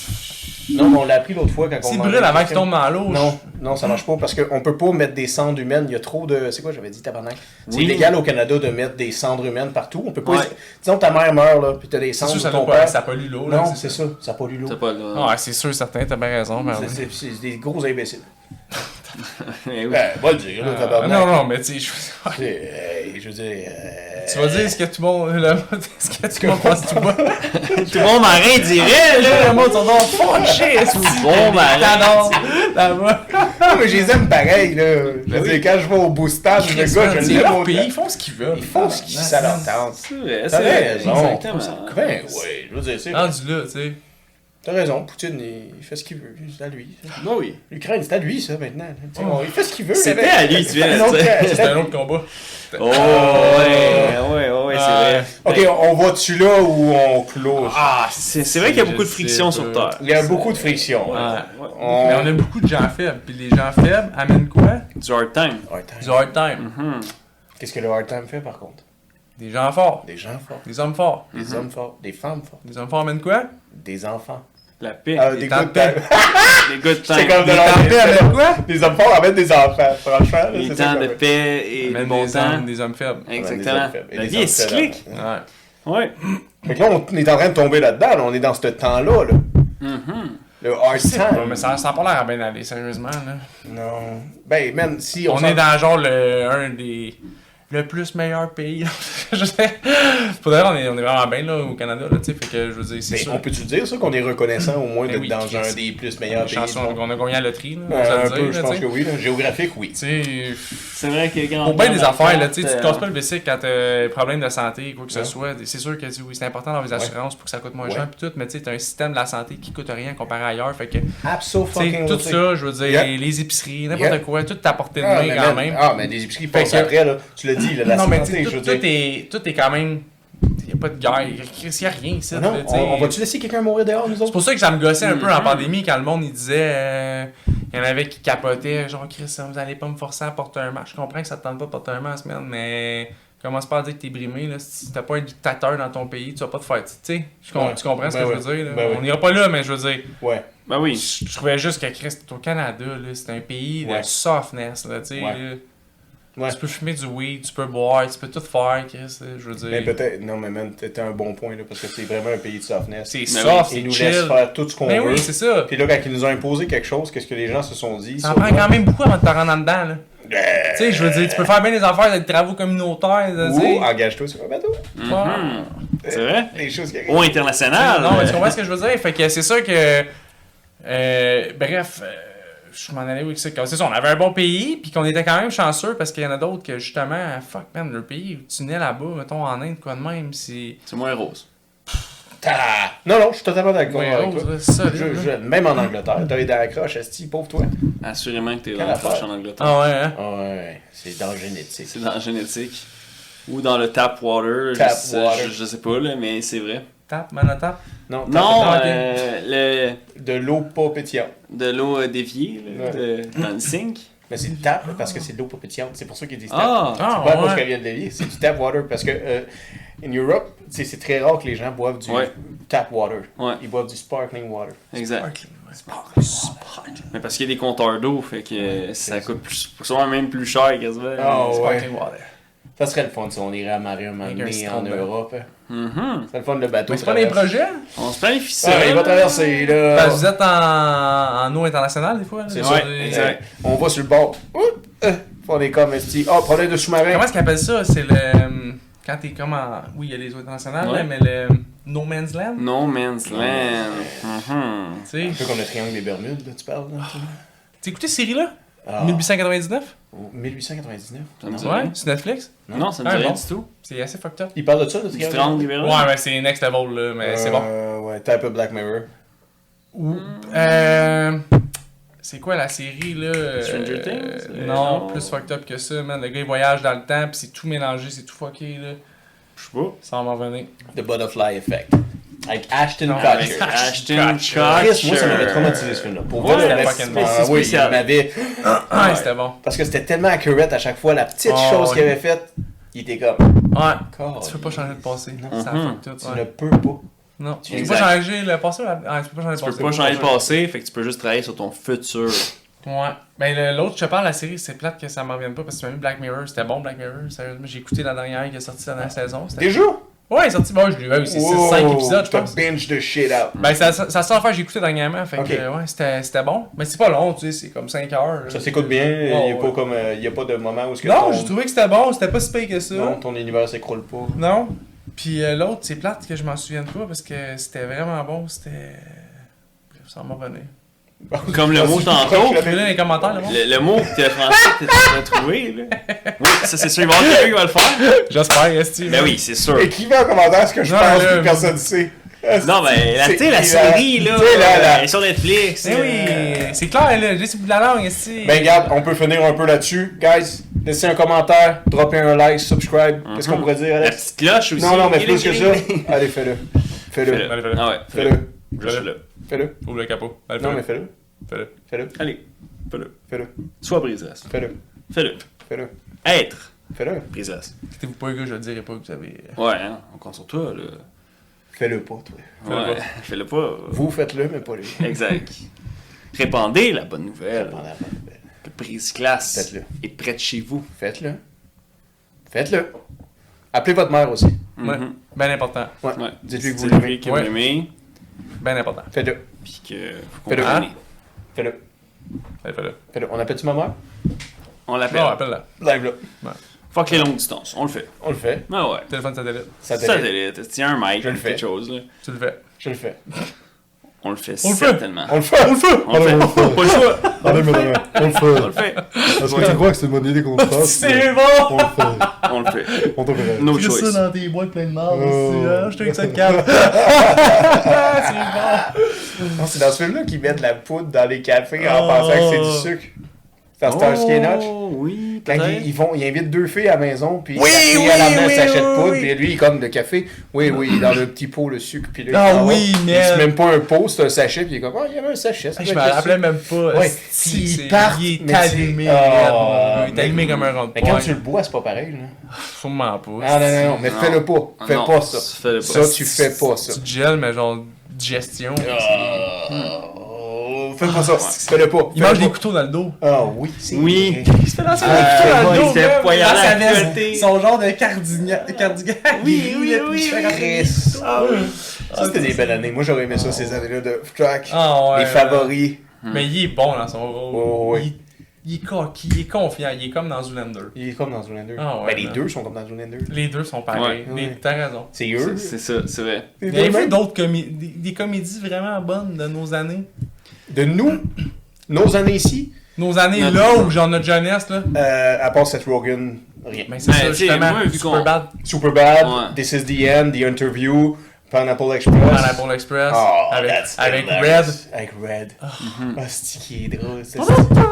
Non, mais on l'a appris l'autre fois quand on s'il mangeait brûle du avant qu'il chicken. tombe dans l'eau. Non, non, ça marche pas parce qu'on peut pas mettre des cendres humaines. Il y a trop de. C'est quoi, j'avais dit, tabarnak? C'est Oui. illégal au Canada de mettre des cendres humaines partout. On peut pas. Ouais. Disons, ta mère meurt, là, puis t'as des C'est cendres sûr, de ça ton doit pas, père. ça pollue l'eau. là, Non, c'est ça, ça pollue l'eau. C'est pas là. Ouais, c'est sûr, certain, t'as bien raison. Ben, C'est des gros imbéciles. Eh oui. Ben, va le dire, là, tabarnak. non, non, mais tu sais, Je veux dire. tu vas dire ce que tout le monde, ce que tout le monde pense tout bas. Tout le monde marin dirait, là. Le monde sont donc fâchés, Bon marin. là-bas. Non, mais je les aime pareil, là. Je veux oui. dire, quand je vais au boostage, le gars, je C'est l'aime leur au pays, ils font ce qu'ils veulent. Ils font ce qu'ils ça leur tente. C'est vrai, T'as c'est vrai. raison. Exactement. Ben, ouais, je veux dire, c'est. Rendu là, tu sais. T'as raison, Poutine, il fait ce qu'il veut. C'est à lui. Bah oui. L'Ukraine, c'est à lui, ça, maintenant. Tu sais, bon, il fait ce qu'il veut. C'était mais- à lui, tu viens de Non, dire. c'est C'est à un lui. autre combat. Oh, ouais, c'est vrai. Ok, on va-tu là ou on close? Ah, c'est vrai qu'il y a beaucoup de friction sur Terre. Il y a beaucoup de friction. Ouais. On- Mais on a beaucoup de gens faibles. Puis les gens faibles amènent quoi? Du hard time. Hard time. Du hard time. Mhm. Qu'est-ce que le hard time fait, par contre? Des gens forts. Des gens forts. Des hommes forts. Des hommes forts. Des femmes fortes. Des hommes forts amènent quoi? Des enfants. La paix. Des temps de good paix. time. Les good C'est times. comme de Des l'ordre temps de des paix amènent quoi? Des hommes forts amènent des enfants, franchement. là, Les c'est ça temps qu'on de veut. paix et de Amènent bon des temps. hommes, des hommes faibles. Exactement. des hommes faibles et La des vie hommes est cyclique. Ouais. Ouais. Fait que là, on est en train de tomber là-dedans. Là. On est dans ce temps-là. Là. Mhm. Le hard Ouais, time. mais ça a pas l'air à bien aller, sérieusement. Là. Non. Ben, man, si on, On est dans genre un des. Le plus meilleur pays. Je sais. Pour d'ailleurs, on est vraiment bien là au Canada, là, tu sais. Fait que je veux dire, c'est Ben, sûr. on peut-tu dire ça qu'on est reconnaissant au moins Ben d'être oui, dans Chris. un des plus meilleurs pays du Chanson, monde? on a gagné à la loterie, là. on va Un le peu, dire, je là, pense tu que sais. oui. Là. Géographique, oui. Tu sais, C'est vrai que quand Pour bien des affaires, là, tu sais, tu te casses casses pas le bicycle quand t'as un problème de santé, quoi que ce soit. C'est sûr que oui, c'est important d'avoir des assurances pour que ça coûte moins cher, pis tout, mais tu sais, t'as un système de la santé qui coûte rien comparé à ailleurs, fait que, tu sais, tout ça, je veux dire, les épiceries, n'importe quoi, tout à portée de main quand même. Ah, mais les épiceries passent après, là. Tu l'as dit, là, la non, mais santé, je veux dire. tout est quand même. Il n'y a pas de guerre, il n'y a rien ici. Non, on va-tu laisser quelqu'un mourir dehors, nous autres? C'est pour ça que ça me gossait un peu en pandémie quand le monde il disait. Il y en avait qui capotaient, genre Chris, vous allez pas me forcer à porter un masque. Je comprends que ça te tente pas de porter un masque, man, mais commence pas à dire que t'es brimé. Là. Si t'as pas un dictateur dans ton pays, tu vas pas te faire. Tu sais, tu comprends ce que je veux dire? Là? On n'ira pas là, mais je veux dire. Ouais. Ben oui. Je trouvais juste que Chris, au Canada, là, c'est un pays de softness. Là, tu sais, Ouais. Tu peux fumer du weed, tu peux boire, tu peux tout faire, Chris, je veux dire. Mais peut-être, non, mais man, t'as un bon point, là, parce que c'est vraiment un pays de softness. C'est soft, c'est ils nous chill. laissent faire tout ce qu'on veut. Oui, c'est ça. Puis là, quand ils nous ont imposé quelque chose, qu'est-ce que les gens se sont dit? Ça prend quand même beaucoup avant de te rendre en dedans, là. Tu sais, je veux dire, tu peux faire bien des affaires, des travaux communautaires, tu sais. Ou engage-toi sur un bateau. C'est vrai? Les choses qui arrivent. Ou international. Non, mais tu comprends ce que je veux dire? Fait que c'est sûr que. Bref. Je m'en allais où c'est ça, on avait un bon pays, puis qu'on était quand même chanceux parce qu'il y en a d'autres que justement, fuck man, le pays où tu nais là-bas, mettons en Inde, quoi de même, c'est moins rose. Non, je suis totalement d'accord ouais, avec toi. c'est ça. Même en Angleterre, t'as eu dans la croche, esti, pauvre toi. Assurément que t'es dans Quelle la croche affaire. en Angleterre. Ah ouais, hein? Ouais, c'est dans le génétique. C'est dans la génétique. Ou dans le tap water. Tap water. Je sais pas, là, mais c'est vrai. Tap, manotap? Non, Non, ok. de l'eau pas pétillante. de l'eau déviée là, dans le sink. Mais c'est du tap parce que c'est de l'eau pas pétillante. C'est pour ça qu'ils disent tap. Ah! C'est pas à cause qu'elle vient de l'évier, c'est du tap water parce que in Europe, c'est très rare que les gens boivent du tap water. Ouais. Ils boivent du sparkling water. Exact. Mais parce qu'il y a des compteurs d'eau, fait que ça coûte souvent même plus cher quasiment. Oh, Sparkling water. Ça serait le fun si on irait à Marie un moment donné en Europe. Mm-hmm. C'est le fun le bateau. Mais c'est pas des projets? On se planifie ça. Il va traverser là. Parce que vous êtes en eau internationale des fois? Là, C'est ça. Exact. On va sur le bord. On est comme esti. Oh, problème de sous-marin. Comment est-ce qu'ils appellent ça? C'est le... Quand t'es comme en... Oui, il y a les eaux internationales, là, mais le No Man's Land? No Man's Land. Mm-hmm. Tu sais... Un peu comme le triangle des Bermudes, là, tu parles. Là, T'as écouté cette série-là? Ah. 1899? 1899. Ça me dit Ouais, rien. sur Netflix? Non, ça me Ah, dit rien bon. du tout. C'est assez fucked up. Il parle de ça, le Du triangle? triangle des Bermudes? Ouais, mais c'est next level, là, mais c'est bon. Ouais, t'as un peu Black Mirror. C'est quoi la série, là? Stranger Things? Non, plus fucked up que ça, man. Le gars, il voyage dans le temps, pis c'est tout mélangé, c'est tout fucké, là. Je sais pas. Ça va m'en revenir. The Butterfly Effect. Avec Ashton Avec Kutcher. Ashton Chris, moi, ça m'avait Kutcher. traumatisé ce film-là. Pour Ouais, vrai, c'était là, fucking bon. oui, il spécial. m'avait... Ouais, c'était bon. Parce que c'était tellement accurate à chaque fois. La petite Oh, chose ouais. qu'il avait faite, il était comme... Ouais. God, Tu peux pas changer le passé. Non. Ça Mhm. fuck tout. tu ne Ouais. peux pas. Non. Tu peux Exact. pas changer le passé? Ah, tu peux pas changer le Tu passé. peux pas changer le passé, fait que tu peux juste travailler sur ton futur. Ouais. Ben, l'autre, je te parle de la série, c'est plate que ça m'en revienne pas parce que tu m'as mis Black Mirror. C'était bon, Black Mirror. Sérieusement, j'ai écouté la dernière qui est sortie la dernière saison. C'était... Déjà? Ouais, il est sorti. Bon, je l'ai vu. C'est 5 épisodes, je pense. T'as binge de shit out. Ben, ça sort à faire, j'ai écouté dernièrement. Fait Ok. que, ouais, c'était bon. Mais c'est pas long, tu sais, c'est comme 5 heures. Ça s'écoute bien, il Ouais, n'y a, ouais. pas comme, il y a pas de moment où... Non, j'ai trouvé que c'était bon, c'était pas si pire que ça. Non, ton univers s'écroule pas. Non. Puis l'autre, c'est plate que je m'en souvienne pas parce que c'était vraiment bon. C'était. Ça m'a revenu. Comme le mot tantôt. Puis là, dans les commentaires, là, bon. Le mot que t'as français que t'as trouvé, là. Oui, ça c'est sûr, il va y avoir quelqu'un qui va le faire. J'espère, Esti. Ben oui, c'est sûr. Écrivez en commentaire ce que je Non, pense là, que personne ne sait. Non, ben, tu sais, la C'est série, là, tu sais, la- elle est sur Netflix. Mais oui, c'est clair, là, j'ai sur le bout de la langue, Esti. Ben regarde, on peut finir un peu là-dessus. Guys, laissez un commentaire, droppez un like, subscribe. Qu'est-ce qu'on pourrait dire, La Alex? petite cloche aussi. Non, mais plus que ça. Allez, fais-le. Fais-le. Fais-le. Allez, fais-le. Ah ouais, Fais-le. Je suis là. Fais-le. Ouvre le capot. Allez, Non, fais-le. mais fais-le. Fais-le. Fais-le. Allez, fais-le. Fais-le. Sois brise-glace. Fais-le. Fais-le. Fais-le. Être Fais-le. brise-glace. Inquiétez-vous pas, les gars, je le dirai pas que vous avez. Ouais, hein, on compte sur toi, là. Fais-le pas, toi. Fais-le Ouais, pas. fais-le pas. Vous faites-le, mais pas lui. Exact. Répandez la bonne nouvelle. Pendant la bonne nouvelle. Que Brise-glace Faites-le. est près de chez vous. Faites-le. Faites-le. Appelez votre mère aussi. Ouais. Mhm. Ben important. Ouais. Ouais. Dites-lui que vous Dites-lui l'aimez. que vous Ouais. l'aimez, Ben important. Faites-le. puis que vous Fais-le. comprenez. Fais-le. Allez, fais-le. Fais-le. On appelle-tu ma mère? On l'appelle. Non, appelle-la. Live là. Fuck les longues distances, on le fait. On le fait. Ah ouais. Téléphone satellite. Satellite. Satellite, tiens un mic, Je le fais. quelque chose, là. Tu le fais. Je le fais. On le fait On le fait. certainement. On le fait! On le fait. On le fait. Pas le choix. Allez, mais non, on le On le fait. fait. Est-ce que tu crois que c'est une bonne idée qu'on le fasse? C'est bon! On le fait. On le fait. On te verra. No Fais ça choice. dans tes boîtes pleines de marde, Oh. je te avec cette cave. C'est bon! Non, c'est dans ce film-là qu'ils mettent la poudre dans les cafés en pensant que c'est du sucre. C'est dans Starsky et Hutch. Oh, oui, Quand peut-être. ils invitent deux filles à la maison, puis Oui, la fille oui, à la main oui, s'achète oui, poudre, oui. puis lui, il est comme le café. Oui, dans le petit pot, le sucre, puis là, il Ah s'en va. oui, mais- C'est même pas un pot, c'est un sachet, puis il est comme, il y avait un sachet. Ça Je doit me être le rappelais sucre. même pas. Ouais, Si, puis c'est- ils partent, il est mais c'est- allumé, Ah, raide, mon gars. Il est mais- allumé comme un rond de Mais quand poing. tu le bois, c'est pas pareil, là. Sûrement pas. Ah non, mais Non. fais-le pas. Fais Non, pas ça. fais-le pas. Ça, tu fais pas ça. Tu gèles, mais genre digestion. Fais pas ça. Fais-le pas. Il mange des couteaux dans le dos. Ah oui, c'est Oui. vrai. Il se fait lancer Ah, des couteaux dans ouais, le dos. il s'est man, poignardé dans sa à la veste. tête. Son genre de cardigan. Chris. Ça, c'était des belles années. Moi, j'aurais aimé ça, ces années-là de track. Ah ouais. Les favoris. Mais il est bon dans son rôle. Oh, ouais. Il est coquille, il est confiant, il est comme dans Zoolander. Il est comme dans Zoolander. Ah ouais, Ben, les man. deux sont comme dans Zoolander. Les deux sont pareils. Ouais. Ouais. T'as raison. C'est eux. C'est ça, c'est vrai. Vous avez vu d'autres des comédies vraiment bonnes de nos années? De nous, nos années ici, Nos années Notre- là où genre notre jeunesse là? à part Seth Rogen, rien. Ben c'est Ben, ça tu sais, justement, moi, vu qu'on- Superbad, Superbad, Ouais. This is the End, The Interview, Pineapple Express. Pineapple Express, Oh, avec that's Red. hilarious. Avec Red. Mhm. Ah, c'est qui est drôle. ça.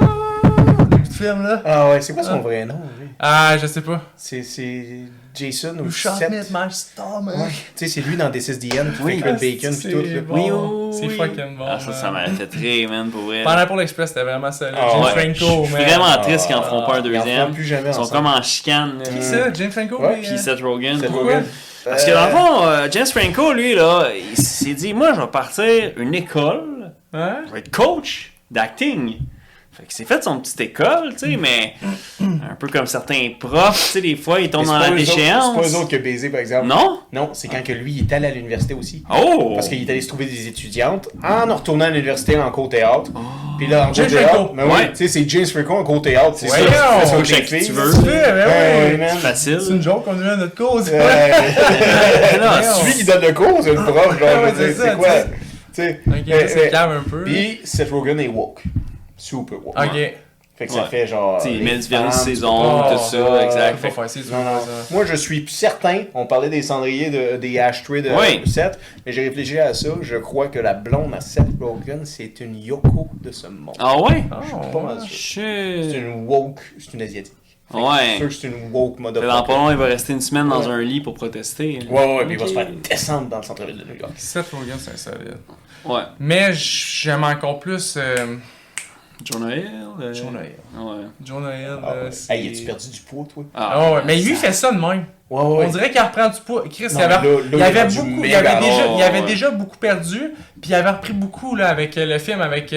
Ce film là. Ah ouais, c'est quoi son vrai nom, lui? Ah, je sais pas. C'est Jason ou You shot Seth? me at my stomach. Ouais. Tu sais, c'est lui dans This is the End qui Oui. fait cuire le bacon C'est pis tout. Là. bon. Oui, oui, C'est oui. fucking bon. Ah, ça m'a fait rire, man, pour vrai. Pineapple Express, c'était vraiment solide. Ah, James ouais. Franco, Je suis man. vraiment triste qu'ils en feront pas un Ils en feront deuxième. plus jamais Ils sont ensemble. comme en chicane. là. Qui ça? James Franco? Ouais, mais, Puis Seth Rogen. Seth Pourquoi? Rogen. Parce que dans le fond, James Franco, lui, là, il s'est dit, moi, je vais partir une école, Hein? je vais être coach d'acting. Fait qu'il s'est fait son petite école, tu sais, mais un peu comme certains profs, tu sais, des fois, ils Mais tombent c'est dans pas la eux autres- déchéance. C'est pas eux autres qui ont baisé, par exemple. Non? Non, c'est quand que lui, il est allé à l'université aussi. Oh! Parce qu'il est allé se trouver des étudiantes en retournant à l'université en cours théâtre. Puis là, en cours James théâtre, Franco. mais oui, Ouais. tu sais, c'est James Franco en cours théâtre. C'est Ouais, ça. non, Tu fais ça couche avec avec les qui filles. tu veux. Tu fais, ben Ouais, oui. man. C'est Facile. une joke qu'on a eu à notre cause. Ouais. Non, C'est lui qui donne le cours, c'est le prof, genre, Ouais, je veux c'est dire, ça, c'est quoi? Tu sais. Ok, là, c'est calme un peu. Puis Seth Rogen est woke. Super woke. Ok. Fait que ça Ouais. fait genre. Tu sais, il les met différentes femmes, saisons, Oh, tout ça, exact. Faut faire ça, tu Non, vois, non. ça. Moi, je suis certain, on parlait des cendriers, des ashtrays de Oui. Seth, mais j'ai réfléchi à ça. Je crois que la blonde à Seth Rogen, c'est une Yoko de ce monde. Ah ouais? pas mal sûr. C'est Shit. une woke, c'est une asiatique. Fait que Ouais. C'est sûr que c'est une woke Dans motherfucker. pas long, il va rester une semaine dans Ouais. un lit pour protester. Ouais, puis il va se Ok. faire descendre dans le centre-ville de New York. Seth Rogen, c'est un solide. Ouais. Mais j'aime encore plus Jonah Hill. Jonah Hill. Ouais. Jonah Hill, Ah, ouais. c'est... Hey, as-tu perdu du poids, toi? Ah ouais, mais lui, il fait ça de même. Ouais, On dirait qu'il reprend du poids. Chris, Non, il avait, mais là, il avait il est rendu beaucoup, il méga avait déjà, long, il avait ouais. déjà beaucoup perdu, puis il avait repris beaucoup là avec le film avec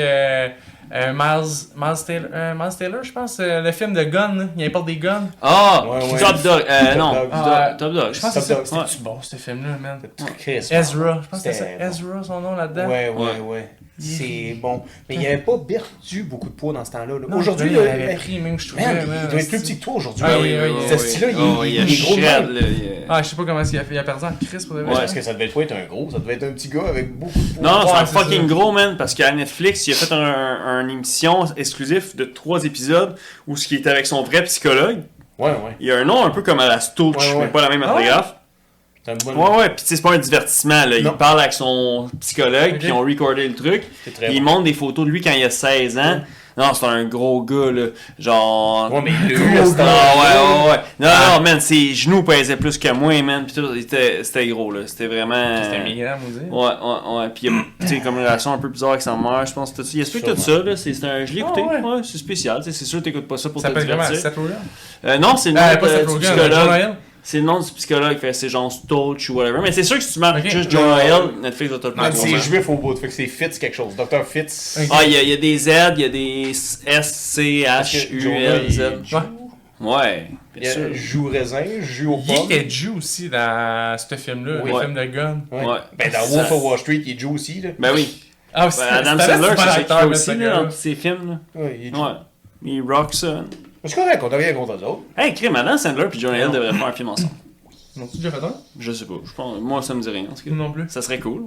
Miles Taylor, je pense, le film de Gun, là. Il importe des guns. Ah! Ouais, ouais. Top Dog. Top Non. Dog. Top Dog. Je pense que Top c'est Dog, ça. ouais. C'était bon ce film-là, man. Chris, Ezra, je pense que c'est ça. C'était Ezra, son nom là-dedans. Ouais. Il- C'est bon. Mais il n'avait pas perdu beaucoup de poids dans ce temps-là. là. Non, Aujourd'hui, il là, avait pris, même, je trouvais. man, man, il doit être plus c'est- petit que toi aujourd'hui. Ah là. oui, oui, Ce style-là, il Oh, est gros de shred, même. là, Ah, je sais pas comment il a perdu en Chris pour de vrai. Ouais, est-ce que ça devait pas être un gros? Ça devait être un petit gars avec beaucoup de poids. Non, c'est Ouais, un c'est fucking ça. gros, man, parce qu'à Netflix, il a fait une émission exclusive de 3 épisodes où ce qui était avec son vrai psychologue. Ouais. Il a un nom un peu comme à la Stouch, Ouais, ouais. mais pas la même Ah ouais? orthographe. C'est un bon. Ouais, puis tu sais, c'est pas un divertissement, là. Il Non. parle avec son psychologue, Ok. puis ils ont recordé le truc. C'est très Puis il bon. montre des photos de lui quand il a 16 ans. Non, c'est un gros gars, là. Genre. Ouais, mais le Gros gars, gars, ouais. Non, Ah. non, man, ses genoux pesaient plus que moi, man. Puis tout, c'était gros, là. C'était vraiment. C'était un migrant, on dit. Ouais. Puis il y a, tu sais, comme une relation un peu bizarre avec sa mère, je pense. Il explique tout ça, là. Je l'ai écouté. Ah, ouais. Ouais, c'est spécial. Tu sais, c'est sûr que t'écoutes pas ça pour Ça te s'appelle comment? divertir. Seth Rogen? Non, c'est le nom Pas Seth du Rogen, psychologue. Jonah Hill. C'est le nom du psychologue, fait que c'est genre Stouch ou whatever. Mais c'est sûr que si tu marques Ok. juste Jonah Hill, Netflix va te le Man, prendre. c'est juif au bout, fait que c'est Fitz quelque chose. Dr. Fitz. Ok. Ah, il y a des Z, il y a des S, C, H, U, L, Z. Ouais, Il bien y sûr. a joue raisin, joue au Il pomme. était Jew aussi dans ce film-là, Oui. le Ouais. film de Gun. Ouais. Ouais. Ben, dans Ça- Wolf of Wall Street, il joue aussi, là. Ben oui. Ah, Ben, Adam Sandler, c'est ça qu'il fait aussi là, dans tous ses films. Ouais, il Là. joue. Ouais. Il rock ça. C'est correct, on n'a rien contre eux autres. Hey, crime, Adam Sandler et Jonah Hill devraient faire un film ensemble. Ils ont-tu déjà fait un? Je sais pas. Je pense, moi, ça me dit rien. En tout cas. Non plus. Ça serait cool.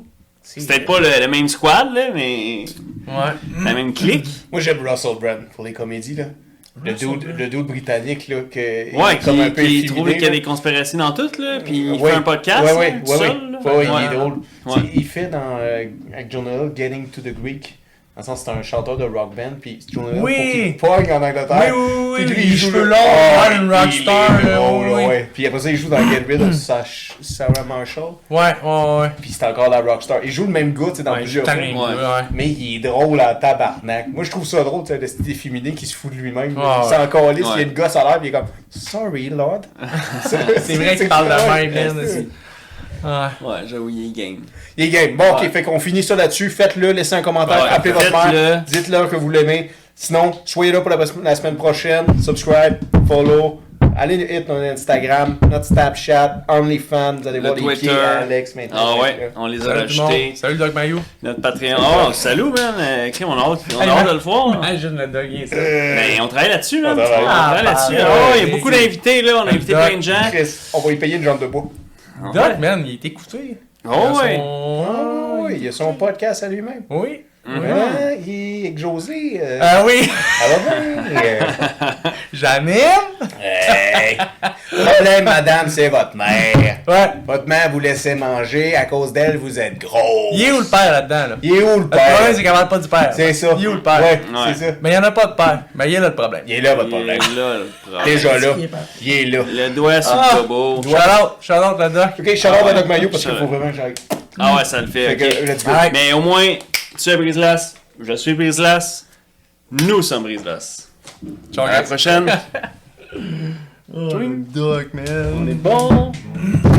C'est peut-être pas le même squad, là, mais Ouais. la même clique. Moi, j'aime Russell Brand pour les comédies, là. Le dude britannique, là, que Ouais, comme un peu qui efféminé, trouve qu'il y a là. des conspirations dans tout, là, puis il Ouais. fait un podcast, Ouais, là, tout seul, là. Ouais, il Ouais. est drôle. Ouais. Tu sais, il fait dans avec Jonah Hill, Getting to the Greek. Dans le sens, c'est un chanteur de rock band, puis Jonah Hill, Oui. faut qu'il pogne en Angleterre. Oui, Puis lui, les il joue cheveux le- longs, Ah, une il rockstar, est là, drôle, oui. ouais. Puis après ça, il joue dans Get Rid of Sarah Marshall. Ouais. Puis c'est encore la rockstar. Il joue le même gars, tu sais, dans Ouais, plusieurs putain, films. Ouais. ouais. Mais il est drôle en tabarnak. Moi, je trouve ça drôle, tu sais, le style efféminé qui se fout de lui-même. Ah, il s'en calisse, ouais. il y a une gosse à l'air, puis il est comme « Sorry, Lord. » C'est vrai qu'il parle de ouais, même, man. c'est- aussi. Ouais. Ouais, j'avoue, il est game. Il est game. Bon, ok, Ouais. fait qu'on finit ça là-dessus. Faites-le, laissez un commentaire, Ouais, appelez votre faites-le. mère, dites-leur que vous l'aimez. Sinon, soyez là pour la semaine prochaine. Subscribe, follow. Allez hit notre Instagram, notre Snapchat, OnlyFans. Vous allez Le voir les Twitter. pieds à Alex maintenant. Ah ouais, on les a Salut tout le monde. rajoutés. Salut Doc Mayou. Notre Patreon. Oh, salut, man. On a hâte de le voir. Ah, je viens de le dogger, ça. Ben, on travaille là-dessus, là. On travaille. On travaille là-dessus. Ah, Oh, il y a ouais, beaucoup c'est- d'invités, là. On a invité Doc. plein de gens. Chris, on va y payer une jambe de bois. Doc, man, il est écouté. Oh, ouais. Ah oui, il a son podcast à lui-même. Oui. Mhm. Ah, il est avec José. Ah oui. Ça va bien. Janine. Hey! Le problème, madame, c'est votre mère. Ouais. Votre mère vous laissait manger, à cause d'elle, vous êtes gros. Il est où le père là-dedans, là? Il est où le Le problème, père? c'est qu'elle parle pas du père. C'est ça. Il est où le père? Ouais, Ouais. c'est ça. Mais il n'y en a pas de père. Mais il est là le problème. Il est là, votre Il est problème. là, le problème. Déjà là. Il est là. Le doigt sur Ah. le bobo. Shout out le Doc. Ok, shout out à Doc Mayo parce qu'il Shout faut out. vraiment que j'aille. Ah ouais, ça le fait. Fait ok. que, let's go. Alright. Mais au moins, tu es Brise-Glace, je suis Brise-Glace, nous sommes Brise-Glace. Ciao, À la guys. prochaine. Doc, man. On est bon.